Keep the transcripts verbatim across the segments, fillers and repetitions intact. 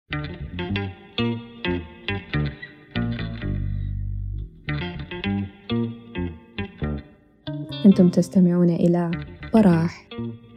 أنتم تستمعون إلى براح.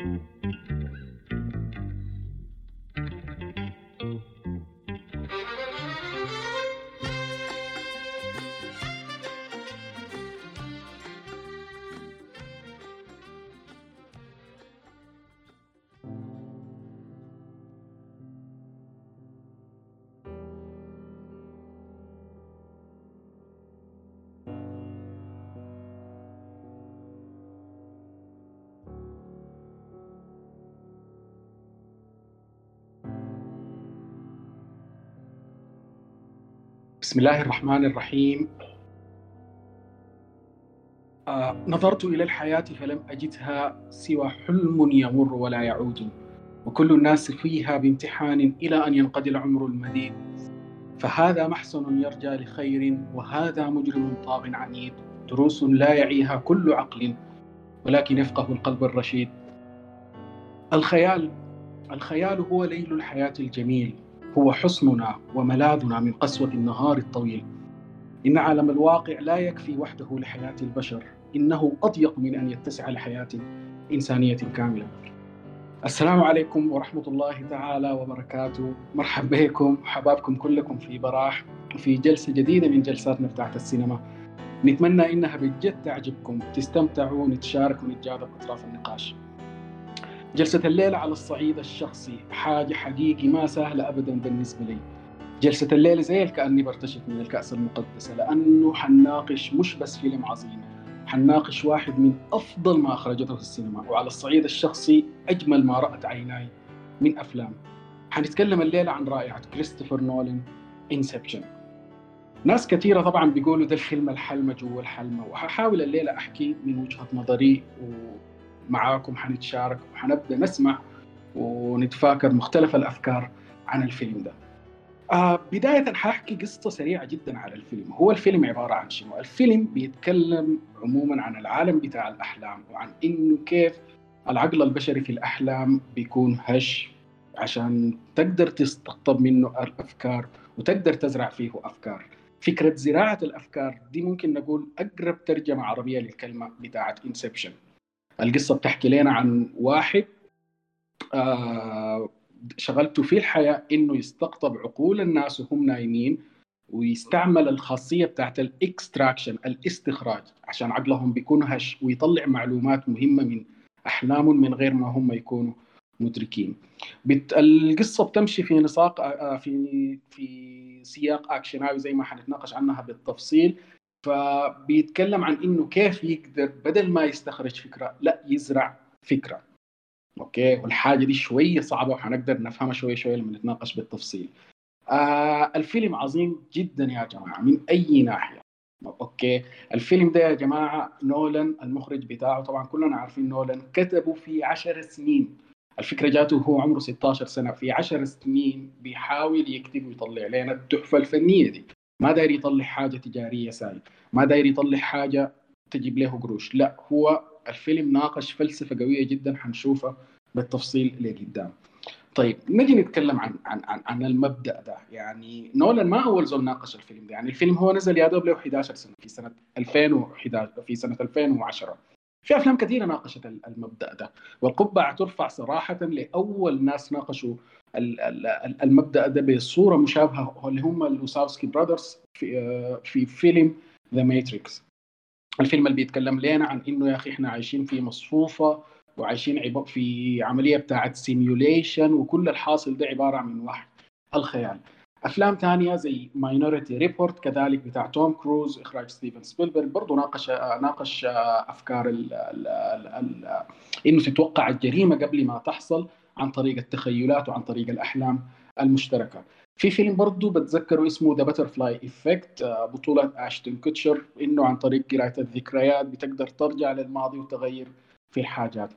بسم الله الرحمن الرحيم. آه نظرت إلى الحياة فلم أجدها سوى حلم يمر ولا يعود، وكل الناس فيها بامتحان إلى أن ينقضي العمر المديد. فهذا محسن يرجى لخير، وهذا مجرم طاغ عنيد. دروس لا يعيها كل عقل، ولكن يفقه القلب الرشيد. الخيال الخيال هو ليل الحياة الجميل، هو حصننا وملاذنا من قسوة النهار الطويل. إن عالم الواقع لا يكفي وحده لحياة البشر، إنه أضيق من أن يتسع لحياة إنسانية كاملة. السلام عليكم ورحمة الله تعالى وبركاته. مرحبا بكم وحبابكم كلكم في براح، وفي جلسة جديدة من جلساتنا بتاعت السينما. نتمنى إنها بجد تعجبكم، تستمتعوا ونتشارك ونتجاذب أطراف النقاش. جلسة الليلة على الصعيد الشخصي حاجة حقيقي ما سهلة أبدا بالنسبة لي. جلسة الليلة زي كأني برتشف من الكأس المقدسة، لأنه حناقش مش بس فيلم عظيم، حناقش واحد من أفضل ما أخرجته السينما، وعلى الصعيد الشخصي أجمل ما رأت عيناي من أفلام. حنتكلم الليلة عن رائعة كريستوفر نولان، إنسبشن. ناس كثيرة طبعا بيقولوا ده الفيلم الحلمة جوا الحلمة، وححاول الليلة أحكي من وجهة نظري، ومعاكم حنتشارك وحنبدأ نسمع ونتفاكر مختلف الأفكار عن الفيلم ده. آه بداية حاحكي قصة سريعة جدا على الفيلم. هو الفيلم عبارة عن شنو؟ الفيلم بيتكلم عموما عن العالم بتاع الأحلام، وعن إنه كيف العقل البشري في الأحلام بيكون هش عشان تقدر تستقطب منه الأفكار وتقدر تزرع فيه أفكار. فكرة زراعة الأفكار دي ممكن نقول أقرب ترجمة عربية للكلمة بتاعة إنسبشن. القصة بتحكي لنا عن واحد آه شغلته في الحياة إنه يستقطب عقول الناس وهم نايمين، ويستعمل الخاصية بتاعت الاكستراكشن، الاستخراج، عشان عقلهم بيكون هش ويطلع معلومات مهمة من أحلامهم من غير ما هم يكونوا مدركين. بت... القصة بتمشي في نساق في في سياق أكشناوي زي ما حنتناقش عنها بالتفصيل. فبيتكلم عن إنه كيف يقدر بدل ما يستخرج فكرة لا يزرع فكرة. اوكي، والحاجه دي شويه صعبه وحنقدر نفهمها شويه شويه لما نتناقش بالتفصيل. آه الفيلم عظيم جدا يا جماعه من اي ناحيه. اوكي، الفيلم ده يا جماعه نولان المخرج بتاعه، طبعا كلنا عارفين نولان كتبه في عشر سنين. الفكره جاته وهو عمره ستاشر سنه، في عشر سنين بيحاول يكتب ويطلع لنا التحفه الفنيه دي. ما داير يطلع حاجه تجاريه ساي، ما داير يطلع حاجه تجيب له قروش، لا، هو الفيلم ناقش فلسفه قويه جدا حنشوفها بالتفصيل لقدام. طيب نجي نتكلم عن عن عن, عن المبدأ ده. يعني نولان ما اول زول ناقش الفيلم ده، يعني الفيلم هو نزل يا دوب له حداشر سنه في سنه ألفين وأحد عشر، في سنه ألفين وعشرة. في افلام كثيره ناقشت المبدأ ده، والقبعه ترفع صراحه لاول ناس ناقشوا المبدأ ده بصوره مشابهه، اللي هم الوساوسكي برادرز في في فيلم ذا ماتريكس. الفيلم اللي بيتكلم لنا عن انه يا اخي احنا عايشين في مصفوفه وعايشين في عمليه بتاعه سيميوليشن، وكل الحاصل ده عباره عن وحي الخيال. افلام ثانيه زي ماينوريتي ريبورت كذلك بتاع توم كروز اخراج ستيفن سبيلبرغ برضه ناقش ناقش افكار ال ال ال ال انه تتوقع الجريمه قبل ما تحصل عن طريق التخيلات وعن طريق الاحلام المشتركه. في فيلم برضه بتذكره اسمه ذا باترفلاي إفكت، بطولة أشتون كوتشر، إنه عن طريق قراءة الذكريات بتقدر ترجع للماضي وتغير في الحاجات.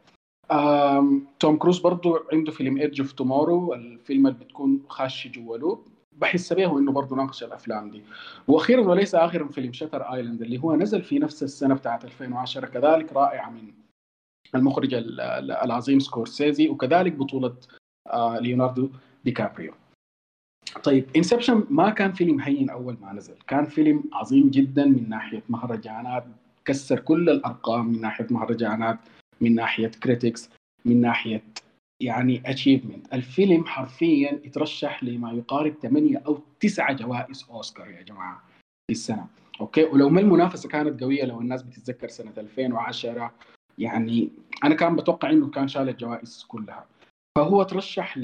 توم كروز برضه عنده فيلم إيدج أوف تومورو، الفيلم اللي بتكون خاش جوا له، بحس به إنه برضه ناقش الأفلام دي. وأخيرا وليس آخرا فيلم شاتر آيلاند اللي هو نزل في نفس السنة بتاعت ألفين وعشرة، كذلك رائع من المخرج العظيم سكورسيزي، وكذلك بطولة ليوناردو دي كابريو. طيب انسبشن ما كان فيلم هين اول ما نزل، كان فيلم عظيم جدا من ناحيه مهرجانات، كسر كل الارقام من ناحيه مهرجانات، من ناحيه كريتكس، من ناحيه يعني اتشيفمنت. الفيلم حرفيا يترشح لما يقارب ثمانية او تسعة جوائز اوسكار يا جماعه في السنه. اوكي، ولو ما المنافسه كانت قويه، لو الناس بتتذكر سنه ألفين وعشرة يعني انا كان بتوقع انه كان شال الجوائز كلها. فهو ترشح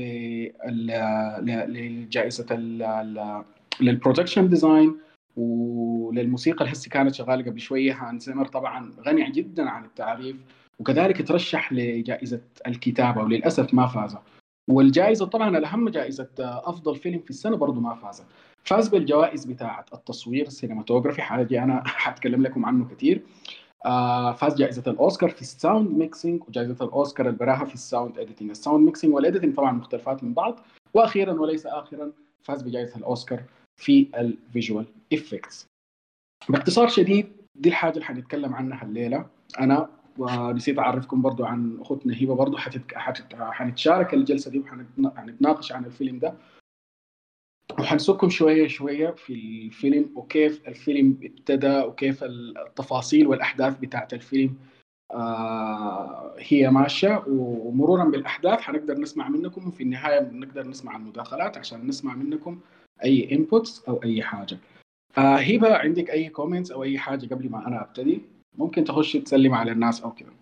لجائزة للبرودكشن ديزاين وللموسيقى اللي هسه كانت شغالة قبل شوية. هانز زيمر طبعا غني جدا عن التعريف، وكذلك ترشح لجائزة الكتابة وللأسف ما فاز. والجائزة طبعا الأهم جائزة أفضل فيلم في السنة برضو ما فاز. فاز بالجوائز بتاعة التصوير السينماتوغرافي، حاجة أنا حتكلم لكم عنه كثير. آه، فاز جائزة الأوسكار في الساوند ميكسينج، وجائزة الأوسكار البراهة في الساوند إديتنج. الساوند ميكسينج والإديتنج طبعا مختلفات من بعض. وأخيرا وليس آخرا فاز بجائزة الأوسكار في الفيجوال إفكتس. باختصار شديد دي الحاجة اللي حنتكلم عنها الليلة. أنا ونسيت أعرفكم برضو عن أختنا هبة، برضو حتت... حتت... حنتشارك الجلسة دي وحنتناقش عن الفيلم ده، وحنسكم شوية شوية في الفيلم وكيف الفيلم ابتدى وكيف التفاصيل والأحداث بتاعت الفيلم آه هي ماشية. ومرورا بالأحداث حنقدر نسمع منكم، وفي النهاية نقدر نسمع المداخلات عشان نسمع منكم أي inputs أو أي حاجة. آه هبة، عندك أي comments أو أي حاجة قبل ما أنا أبتدي؟ ممكن تخش تسلم على الناس أو كده.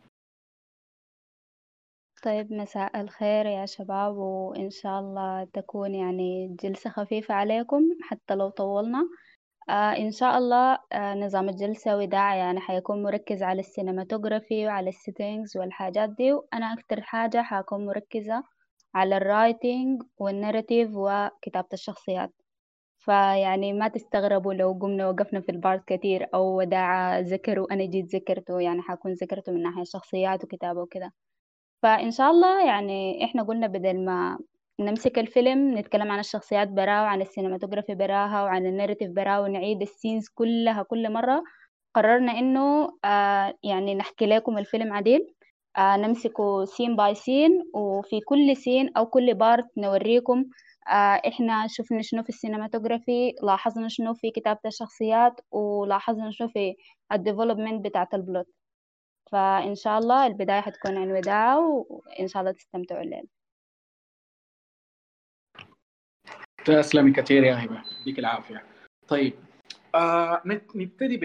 طيب، مساء الخير يا شباب، وإن شاء الله تكون يعني جلسة خفيفة عليكم حتى لو طولنا. آه إن شاء الله آه نظام الجلسة وداع يعني حيكون مركز على السينماتوغرافي وعلى السيتينجز والحاجات دي، وأنا أكتر حاجة حكون مركزة على الرايتينج والناريتيف وكتابة الشخصيات. فيعني ما تستغربوا لو قمنا وقفنا في البارت كتير أو وداع ذكر وأنا جيت ذكرته، يعني حكون ذكرته من ناحية الشخصيات وكتابة وكده. فإن شاء الله يعني إحنا قلنا بدل ما نمسك الفيلم نتكلم عن الشخصيات براه وعن السينماتوجرافي براها وعن الناريتيف براه ونعيد السينز كلها كل مرة، قررنا إنه آه يعني نحكي لكم الفيلم عديل. آه نمسكه سين باي سين، وفي كل سين أو كل بارت نوريكم آه إحنا شفنا شنو في السينماتوجرافي، لاحظنا شنو في كتابة الشخصيات، ولاحظنا شنو في الديفلوبمنت بتاعة البلوت. فإن شاء الله البداية حتكون عن وداع، وإن شاء الله تستمتعوا الليل. تسلمي كثير يا هبة، يديك العافية. طيب آه نبتدي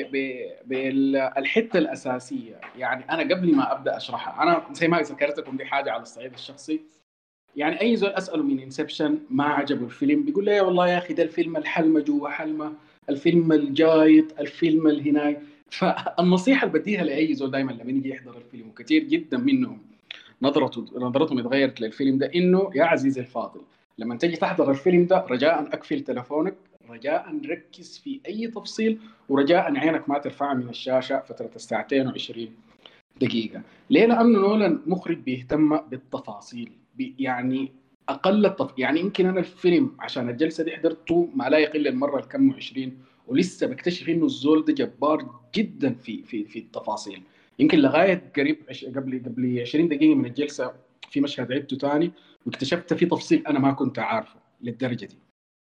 بالحته الاساسيه. يعني انا قبل ما ابدا اشرحها، انا زي ما ذكرت لكم دي حاجه على الصعيد الشخصي. يعني اي زول اساله من انسبشن ما عجبه الفيلم بيقول لي والله يا اخي ده الفيلم الحلمه جوا حلمه، الفيلم الجايط، الفيلم الهناي. فالنصيحه اللي بديها لاي زول دائما لما يجي يحضر الفيلم، وكثير جدا منهم نظرته نظرتهم اتغيرت للفيلم ده، انه يا عزيزي الفاضل لما تجي تحضر الفيلم ده رجاء اقفل تلفونك، رجاء ركز في اي تفصيل، ورجاء عينك ما ترفعها من الشاشه فتره الساعتين وعشرين دقيقه. ليه؟ لانه نولان مخرج بيهتم بالتفاصيل. بي يعني اقل التف... يعني يمكن انا الفيلم عشان الجلسه دي حضرته ما لا يقل المره الكم وعشرين، ولسه بكتشف انه الزول ده جبار جدا في في في التفاصيل. يمكن لغايه قريب عش... قبل قبل عشرين دقيقه من الجلسه في مشهد عدته تاني واكتشفت في تفصيل انا ما كنت عارفه للدرجه دي.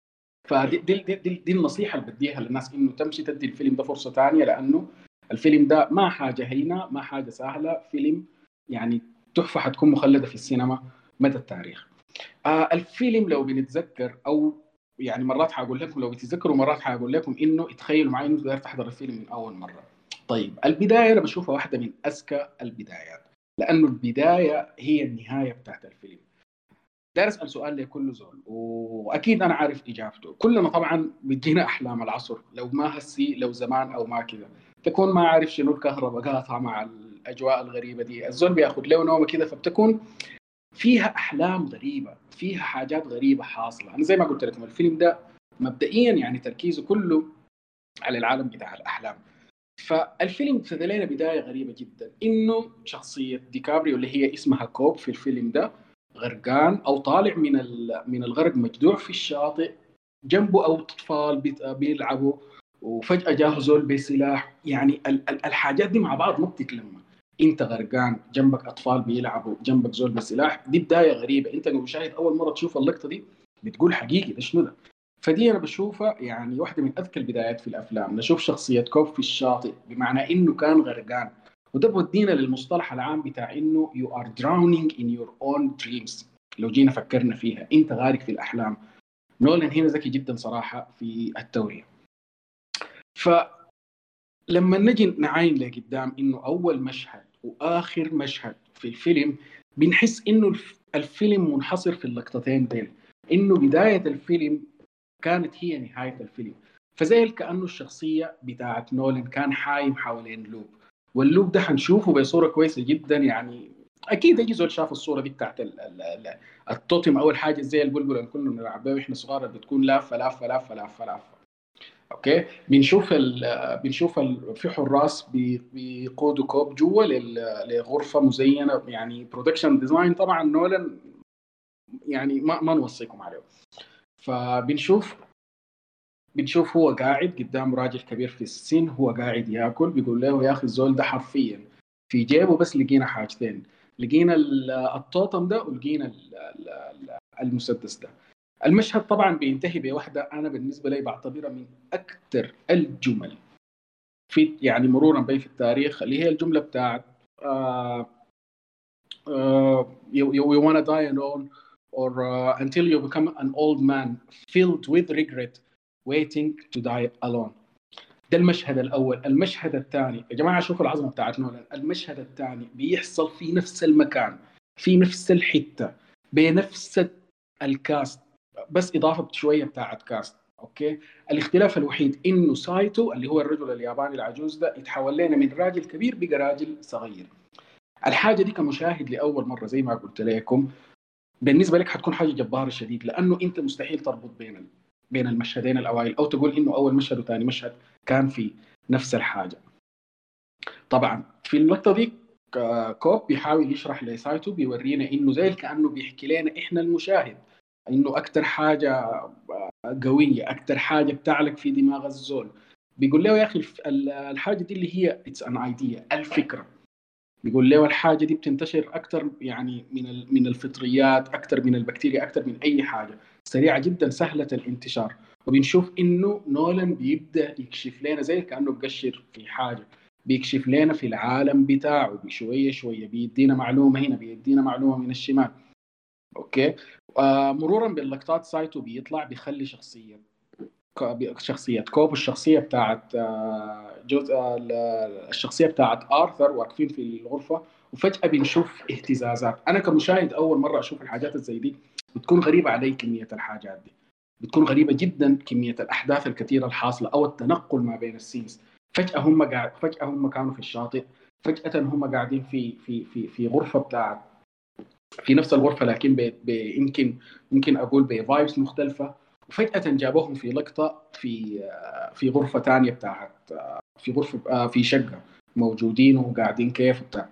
فدي دي, دي, دي, دي النصيحه اللي بديها للناس، انه تمشي تدي الفيلم ده فرصه ثانيه، لانه الفيلم ده ما حاجه هينه، ما حاجه سهله، فيلم يعني تحفه حتكون مخلده في السينما مدى التاريخ. آه الفيلم لو بنتذكر، او يعني مرات حاقول لكم لو بتتذكروا، مرات حاقول لكم انه اتخيلوا معي انه تقدر تحضر الفيلم من اول مره. طيب البدايه انا بشوفها واحده من اذكى البدايات، لانه البدايه هي النهايه بتاعت الفيلم. داير اسال سؤال لكل زول، واكيد انا عارف اجابته. كلنا طبعا بتجينا احلام العصر، لو ما هسي لو زمان او ما كذا، تكون ما عارف شنو الكهرباء قاطعه مع الاجواء الغريبه دي، الزول بياخذ له نومه كذا، فبتكون فيها احلام غريبه، فيها حاجات غريبه حاصله. انا زي ما قلت لكم الفيلم ده مبدئيا يعني تركيزه كله على العالم بتاع الاحلام. فالفيلم ابتدى لنا بدايه غريبه جدا، انه شخصيه ديكابريو اللي هي اسمها كوب في الفيلم ده غرقان او طالع من من الغرق، مجدوع في الشاطئ، جنبه او اطفال بيلعبوا، وفجاه جاه زول بسلاح. يعني الحاجات دي مع بعض ما بتتلمى. انت غرقان، جنبك اطفال بيلعبوا، جنبك زول بسلاح، دي بدايه غريبه. انت كمشاهد اول مره تشوف اللقطه دي بتقول حقيقي ده شنو ده. فدي انا بشوفها يعني واحده من اذكى البدايات في الافلام. نشوف شخصيه كوب في الشاطئ بمعنى انه كان غرقان، وده بودينا للمصطلح العام بتاع انه you are drowning in your own dreams. لو جينا فكرنا فيها انت غارق في الاحلام. نولان هنا ذكي جدا صراحه في التوريه. فلما نجي نعاين لقدام انه اول مشهد واخر مشهد في الفيلم بنحس انه الفيلم منحصر في اللقطتين ديل، انه بدايه الفيلم كانت هي نهايه الفيلم. فزي كانه الشخصيه بتاعت نولان كان حايم حوالين لوب، واللوب ده حنشوفه بصوره كويسه جدا. يعني اكيد اي زول شاف الصوره دي بتاعت ال- ال- ال- التوتم، اول حاجه زي البلبل اللي كنا بنلعب بها واحنا صغار، بتكون لافه لافه لافه لافه لافه. اوكي، بنشوف ال بنشوف ال في حراس بي- بيقودوا كوب جوا لل- لغرفه مزينه، يعني برودكشن ديزاين طبعا نولان يعني ما ما نوصيكم عليه. فبنشوف بنشوف هو قاعد قدام راجل كبير في السن، هو قاعد ياكل، بيقول له يا اخي الزول ده حرفيا في جيبه بس لقينا حاجتين، لقينا ال- الطوطم ده ولقينا ال- ال- ال- المسدس ده. المشهد طبعا بينتهي بواحده انا بالنسبه لي بعتبرها من اكثر الجمل في يعني مرورا بي في التاريخ، اللي هي الجمله بتاعت آه uh, you, you, you want to die alone or uh, until you become an old man filled with regret waiting to die alone. ده المشهد الأول. المشهد الثاني يا جماعة شوفوا العظمة بتاعت نولان، المشهد الثاني بيحصل في نفس المكان في نفس الحتة بنفس الكاست، بس إضافة شوية بتاعت كاست. أوكي، الاختلاف الوحيد إنه سايتو اللي هو الرجل الياباني العجوز ده يتحول لنا من راجل كبير بقى راجل صغير. الحاجه دي كمشاهد لاول مره زي ما قلت لكم بالنسبه لك حتكون حاجه جباره شديد، لانه انت مستحيل تربط بين ال... بين المشهدين الاوائل، او تقول انه اول مشهد وثاني مشهد كان في نفس الحاجه. طبعا في اللقطه دي كوب بيحاول يشرح لسايتو، بيورينا انه زي كانه بيحكي لنا احنا المشاهد انه اكثر حاجه قويه، اكثر حاجه بتعلق في دماغ الزول. بيقول له يا اخي الحاجه دي اللي هي اتس ان ايديا، الفكره. بيقول له الحاجه دي بتنتشر اكثر يعني من من الفطريات، اكثر من البكتيريا، اكثر من اي حاجه، سريعه جدا سهله الانتشار. وبنشوف انه نولان بيبدا يكشف لنا زي كانه بقشر في حاجه، بيكشف لنا في العالم بتاعه بشويه شويه، بيدينا معلومه هنا بيدينا معلومه من الشمال. اوكي، آه مرورا باللقطات سايتو بيطلع بيخلي شخصيه شخصية كوب والشخصية بتاعت جزء الشخصية بتاعت آرثر واقفين في الغرفة، وفجأة بنشوف اهتزازات. أنا كمشاهد أول مرة أشوف الحاجات زي دي بتكون غريبة علي، كمية الحاجات دي بتكون غريبة جدا، كمية الأحداث الكثيرة الحاصلة أو التنقل ما بين السينز. فجأة هم قاعد فجأة هم كانوا في الشاطئ، فجأة هم قاعدين في في في في غرفة بتاعت في نفس الغرفة لكن يمكن ممكن أقول بفايبس مختلفة، وفجأة جابوهم في لقطة في في غرفة تانية بتاعت في غرفة في شقة موجودين وقاعدين كيف بتاع.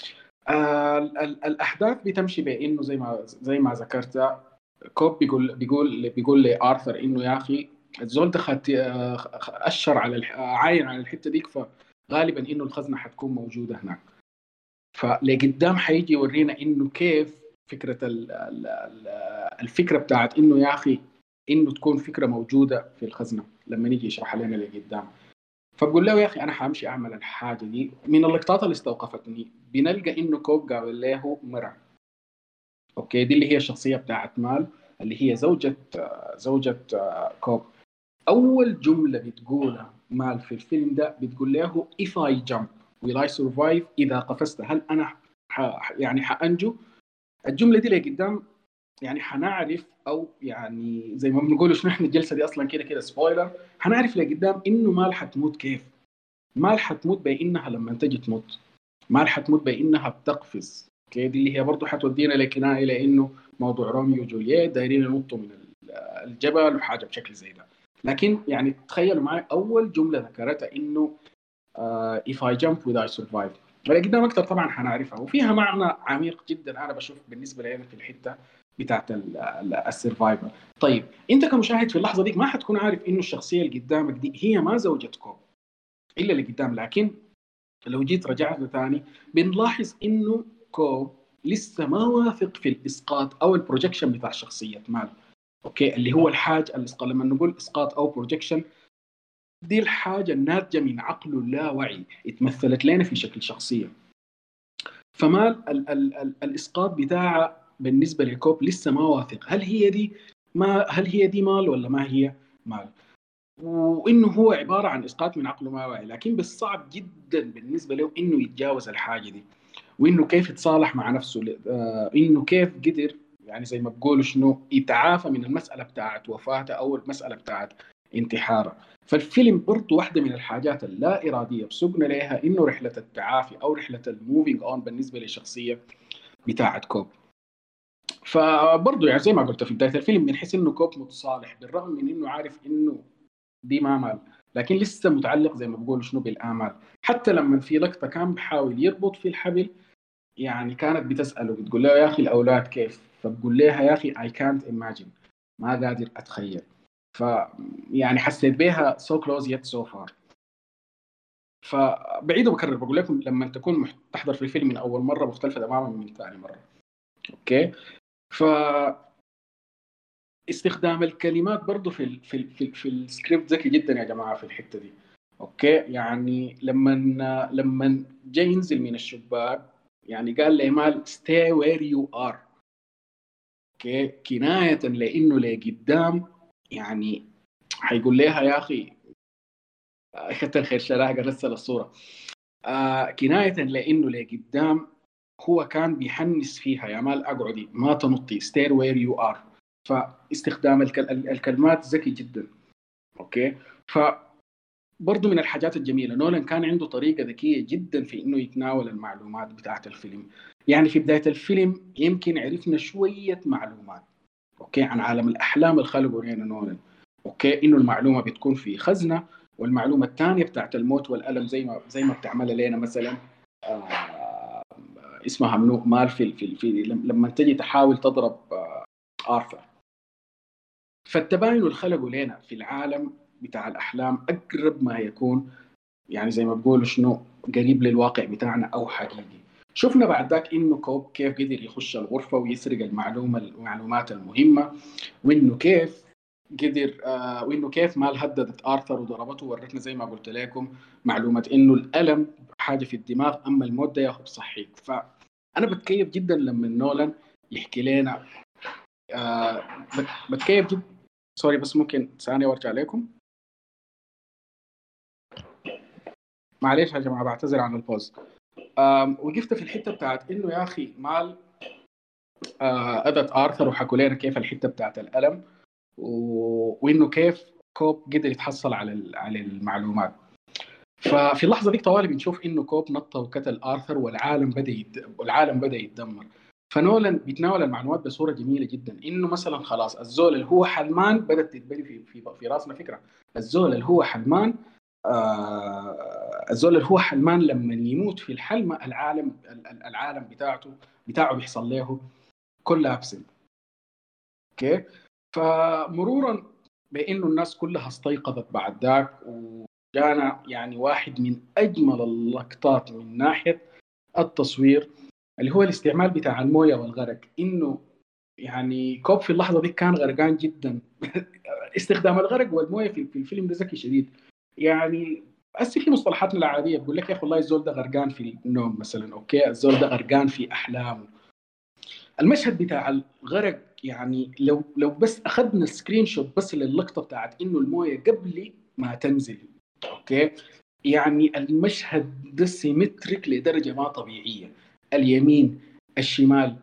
الأحداث بتمشي بإنه زي ما زي ما ذكرت كوب بيقول بيقول بيقول لآرثر إنه يا أخي الزول ده خد أشر على عاين على الحتة ديك، فغالبا إنه الخزنة حتكون موجودة هناك. فلقدام حيجي يورينا إنه كيف فكرة الفكرة بتاعت إنه يا أخي إنه تكون فكرة موجودة في الخزنة لما نيجي يشرح لنا لقدام. فبقول له يا أخي أنا حامشي أعمل الحاجة دي. من اللقطات اللي استوقفتني بنلقى إنه كوب قال له مرة، أوكي، دي اللي هي الشخصية بتاعت مال اللي هي زوجة زوجة كوب. أول جملة بتقولها مال في الفيلم ده بتقول له if I jump will I survive، إذا قفزت هل أنا ح... يعني حأنجو. الجملة دي لقدام يعني حنعرف او يعني زي ما بنقول شنو احنا الجلسه دي اصلا كده كده سبويلر، حنعرف لقدام انه مال حتموت كيف. مال حتموت بانها لما تجي تموت، مال حتموت بانها بتقفز. اوكي، دي اللي هي برضه حتودينا لكنايه الى انه موضوع روميو وجولييت دايرين ينطوا من الجبل وحاجه بشكل زي ده. لكن يعني تخيلوا معي اول جمله ذكرتها انه uh, if I jump will I survive. قدام اكثر طبعا حنعرفها، وفيها معنى عميق جدا انا بشوف بالنسبه لي في الحته بتاعت السرفايفر. طيب انت كمشاهد في اللحظه دي ما حتكون عارف انه الشخصيه اللي قدامك دي هي ما زوجة كوب الا اللي قدام، لكن لو جيت رجعت ثاني بنلاحظ انه كوب لسه ما واثق في الاسقاط او البروجكشن بتاع شخصيه مال. اوكي، اللي هو الحاجه الاسقاط. لما نقول اسقاط او بروجكشن، دي الحاجه الناتجه من عقله اللاواعي اتمثلت لنا في شكل شخصيه. فما ال ال ال الاسقاط بتاعها بالنسبه لكوب لسه ما واثق هل هي دي ما هل هي دي مال ولا ما هي مال، وانه هو عباره عن اسقاط من عقله ما واعي. لكن بس صعب جدا بالنسبه له انه يتجاوز الحاجه دي، وانه كيف يتصالح مع نفسه، آه انه كيف قدر يعني زي ما بقولوا شنو يتعافى من المساله بتاعت وفاته او المساله بتاعت انتحاره. فالفيلم برضه واحده من الحاجات اللا اراديه بسوقنا لها انه رحله التعافي او رحله الموفينج اون بالنسبه للشخصيه بتاعت كوب. فبرضه يعني زي ما قلت في بدايه الفيلم بنحس انه كوب متصالح بالرغم من انه عارف انه دي ما مال، لكن لسه متعلق زي ما بقولوا شنو بالآمال. حتى لما في لقطة كان بحاول يربط في الحبل، يعني كانت بتسأله بتقول له يا أخي الأولاد كيف، فبقول لها يا أخي I can't imagine، ما قادر أتخيل. ف يعني حسيت بها so close yet so far. فبعيد وبكرر بقول لكم لما تكون تحضر في الفيلم من أول مرة مختلفة تماما من ثاني مرة. أوكي، ف استخدام الكلمات برضو في ال في ال في, ال في السكريبت ذكي جدا يا جماعه في الحته دي. اوكي، يعني لما لما جاي ينزل من الشباك يعني قال لإيمال stay where you are. اوكي، كنايه لانه لقدام، يعني حيقول لها يا اخي كتر خير شراهه رسل الصوره. آه كنايه لانه لقدام هو كان بيحنس فيها يا مال اقعدي ما تنطي stay where you are. فاستخدام الكلمات ذكي جدا. اوكي، فبرضه من الحاجات الجميله نولان كان عنده طريقه ذكيه جدا في انه يتناول المعلومات بتاعه الفيلم. يعني في بدايه الفيلم يمكن عرفنا شويه معلومات اوكي عن عالم الاحلام اللي خلقه لنا نولان. اوكي، انه المعلومه بتكون في خزنه، والمعلومه الثانيه بتاعه الموت والالم زي ما زي ما بتعملها لنا مثلا آه اسمها منو مال في, في, في لما تجي تحاول تضرب آه آرثر. فالتباين اللي خلقوا لنا في العالم بتاع الأحلام أقرب ما يكون يعني زي ما بقولوا شنو قريب للواقع بتاعنا أو حقيقي. شفنا بعد ذاك إنه كوب كيف قدر يخش الغرفة ويسرق المعلومة المعلومات المهمة، وإنه كيف قدر آه وإنه كيف مال هددت آرثر وضربته، ورتنا زي ما قلت لكم معلومة إنه الألم حاجة في الدماغ أما الموت ده ياخد صحيك. فأنا بتكيف جدا لما نولان يحكي لنا آه بتكيف جدا. سوري بس ممكن ثانية وارجع لكم، معليش يا جماعة بعتذر عن البوز. وقفت في الحتة بتاعت إنه يا أخي مال آه أذت آرثر وحكوا لنا كيف الحتة بتاعت الألم و... وإنه كيف كوب قدر يتحصل على ال... على المعلومات. ففي اللحظة دي طوالي بنشوف إنه كوب نط وقتل آرثر والعالم بدأ يد... والعالم بدأ يتدمر. فنولان بيتناول المعلومات بصورة جميلة جدا، إنه مثلا خلاص الزول اللي هو حلمان بدأت تتبني في في في راسنا فكرة الزول اللي هو حلمان آه الزول اللي هو حلمان لما يموت في الحلمة العالم العالم بتاعته بتاعه بيحصل له كولابس. اوكي، فمرورا بانه الناس كلها استيقظت بعد ذاك وجانا يعني واحد من اجمل اللقطات من ناحيه التصوير اللي هو الاستعمال بتاع المويه والغرق. انه يعني كوب في اللحظه دي كان غرقان جدا. استخدام الغرق والمويه في الفيلم ده ذكي شديد. يعني هسه في مصطلحاتنا العاديه بقول لك يا اخي والله الزول ده غرقان في النوم مثلا، اوكي الزول ده غرقان في احلامه. المشهد بتاع الغرق يعني لو لو بس اخذنا سكرين شوت بس للقطه بتاعت انه المويه قبل ما تنزل، اوكي يعني المشهد ده سيمتريك لدرجه ما طبيعيه. اليمين الشمال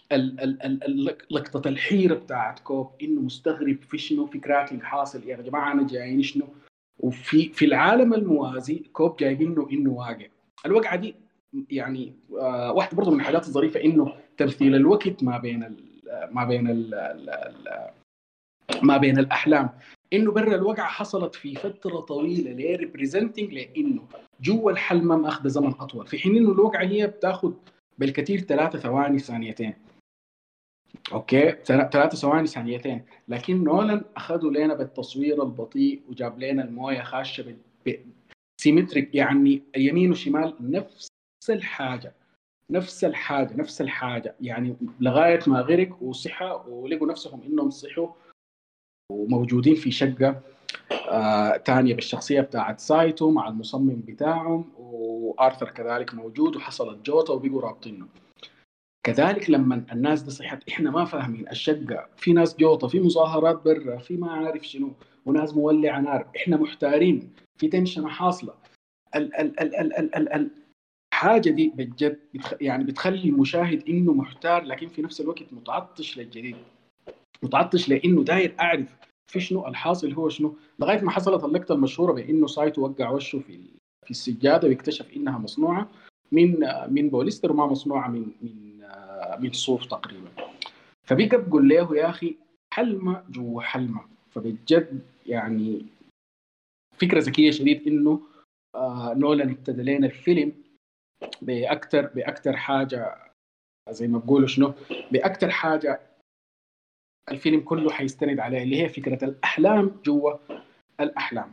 لقطه الحيره بتاعت كوب انه مستغرب في شنو في كراكنج حاصل يا جماعه انا جايين شنو. وفي في العالم الموازي كوب جايبينه انه واقع. الوقعه دي يعني آه واحده برضه من الحاجات الظريفه انه تمثيل الوقت ما بين ال ما بين ال ال ما بين الاحلام. انه برا الوقعه حصلت في فتره طويله ليه ريبريزنتنج لانه جوا الحلمه ماخذ زمن اطول، في حين انه الوقعه هي بتاخذ بالكثير ثلاثة ثواني ثانيتين. اوكي ثلاثة ثواني ثانيتين، لكن نولان اخذوا لنا بالتصوير البطيء وجاب لنا المويه خاشه سيمتريك يعني يمين وشمال نفس الحاجه نفس الحاجه نفس الحاجه يعني لغايه ما غرق وصحى ولقوا نفسهم انهم صحوا وموجودين في شقة آه تانية بالشخصية بتاعت سايتو مع المصمم بتاعهم، وآرثر كذلك موجود، وحصلت جوطة وبقوا رابطينه. كذلك لما الناس دي صحت احنا ما فاهمين الشقة، في ناس جوطة، في مظاهرات برا، في ما عارف شنو، وناس مولعة نار، احنا محتارين، في تنشنة حاصلة. ال ال ال ال ال ال ال حاجة دي بجد بتخ... يعني بتخلي المشاهد انه محتار، لكن في نفس الوقت متعطش للجديد، متعطش لانه داير اعرف في شنو الحاصل هو شنو، لغايه ما حصلت اللقطه المشهوره بانه سايتو وقع وشه في في السجاده ويكتشف انها مصنوعه من من بوليستر وما مصنوعه من من من صوف تقريبا. فبقى بقول له يا اخي حلمه جوا حلمه. فبجد يعني فكره ذكيه شديد انه آه نولان ابتدى لنا الفيلم باكثر باكثر حاجه، زي ما بقولوا شنو، باكثر حاجه الفيلم كله حيستند عليها، اللي هي فكره الاحلام جوا الاحلام.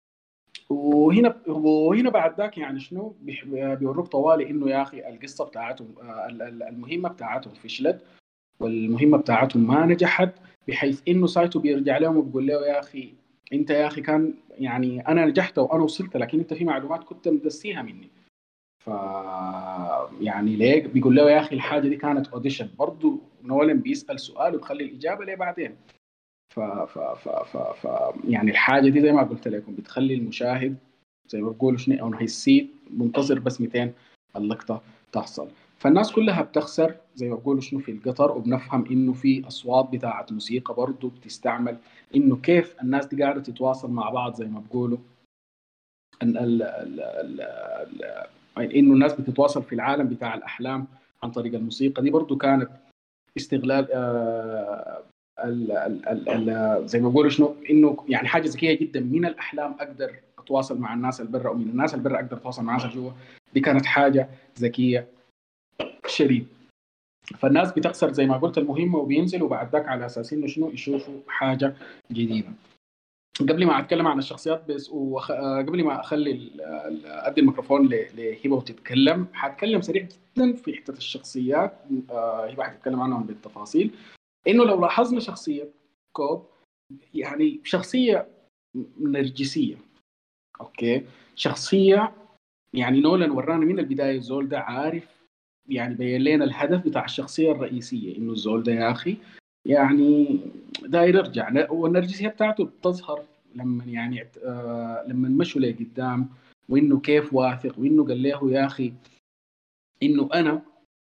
وهنا وهنا بعد ذاك يعني شنو بيح- بيوروك طوالي انه يا اخي القصه بتاعتهم آه، ال- ال- المهمه بتاعتهم فشلت، والمهمه بتاعتهم ما نجحت، بحيث انه سايتو بيرجع لهم وبيقول له يا اخي انت يا اخي كان يعني انا نجحت وانا وصلت، لكن انت في معلومات كنت مدسيها مني. ف يعني ليه بيقول له يا اخي الحاجه دي كانت اوديشن. برضه نولان بيسال سؤال وبخلي الاجابه ليه بعدين. ف ف ف ف ف يعني الحاجه دي زي ما قلت لكم بتخلي المشاهد زي ما بقولوا شنو اون هيسيت منتظر بس مئتين اللقطه تحصل. فالناس كلها بتخسر زي ما بقولوا شنو في القطر، وبنفهم انه في اصوات بتاعت موسيقى برضه بتستعمل، انه كيف الناس دي قاعده تتواصل مع بعض زي ما بقولوا ال ال ال ال ال يعني انه الناس بتتواصل في العالم بتاع الاحلام عن طريق الموسيقى دي. برضه كانت استغلال آه ال ال ال ال زي ما بقولوا شنو، انه يعني حاجه ذكيه جدا، من الاحلام اقدر اتواصل مع الناس البرة، ومن الناس البرة اقدر اتواصل مع الناس الجوا. دي كانت حاجه ذكيه شديد. فالناس بتخسر زي ما قلت المهمه وبينزلوا بعد ذاك على اساس انه شنو يشوفوا حاجه جديده. قبل ما اتكلم عن الشخصيات بس وخ... قبل ما اخلي ال... ال- ادي الميكروفون ل... لهبه وتتكلم، حاتكلم سريع جدا في حته الشخصيات. آه، هبه حتتكلم عنهم بالتفاصيل. انه لو لاحظنا شخصيه كوب، يعني شخصيه نرجسيه، اوكي، شخصيه يعني نولان ورانا من البدايه الزول ده عارف، يعني بين لنا الهدف بتاع الشخصيه الرئيسيه، انه الزول ده يا اخي يعني داير يرجع، والنرجسيه بتاعته بتظهر لما يعني آه لما مشوا لقدام، وانه كيف واثق، وانه قال له يا اخي انه انا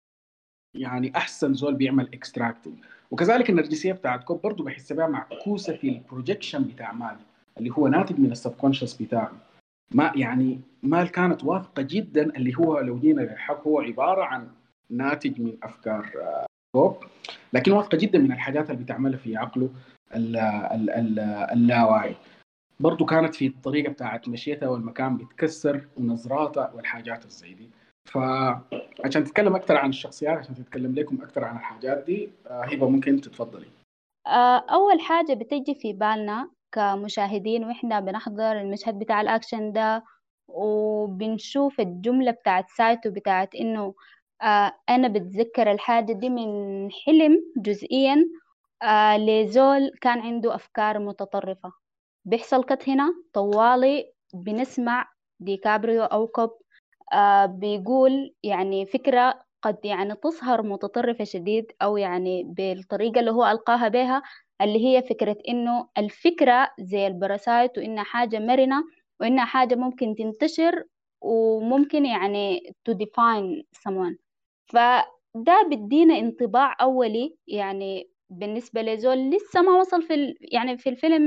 يعني احسن زول بيعمل اكستراكتنج. وكذلك النرجسيه بتاعت كوب برضه بحس بها معكوسه في البروجيكشن بتاع مال، اللي هو ناتج من السبكونشس بتاعه. ما يعني مال كانت واثقه جدا، اللي هو لو جينا للحق هو عباره عن ناتج من افكار آه، كوب، لكن واثقه جدا من الحاجات اللي بتعملها في عقله ال- ال- ال- اللاواعي. برضو كانت في الطريقه بتاعت مشيتها، والمكان بيتكسر، ونظراتها والحاجات الزي دي. فعشان تتكلم اكثر عن الشخصيات، عشان تتكلم لكم اكثر عن الحاجات دي، آه، هبه ممكن تتفضلي. آه، أول حاجة بتجي في بالنا كمشاهدين وإحنا بنحضر المشهد بتاع الأكشن ده، وبنشوف الجملة بتاعت سايتو بتاعت إنه آه أنا بتذكر الحاجة دي من حلم جزئيا، آه لزول كان عنده أفكار متطرفة. بيحصل كت هنا طوالي بنسمع ديكابريو أو كوب آه بيقول يعني فكرة قد يعني تظهر متطرفة شديد، أو يعني بالطريقة اللي هو ألقاها بها، اللي هي فكرة إنه الفكرة زي الباراسايت، وإنها حاجة مرنة، وإنها حاجة ممكن تنتشر، وممكن يعني to define someone. فده بيدينا انطباع أولي يعني بالنسبة لزول لسه ما وصل في ال... يعني في الفيلم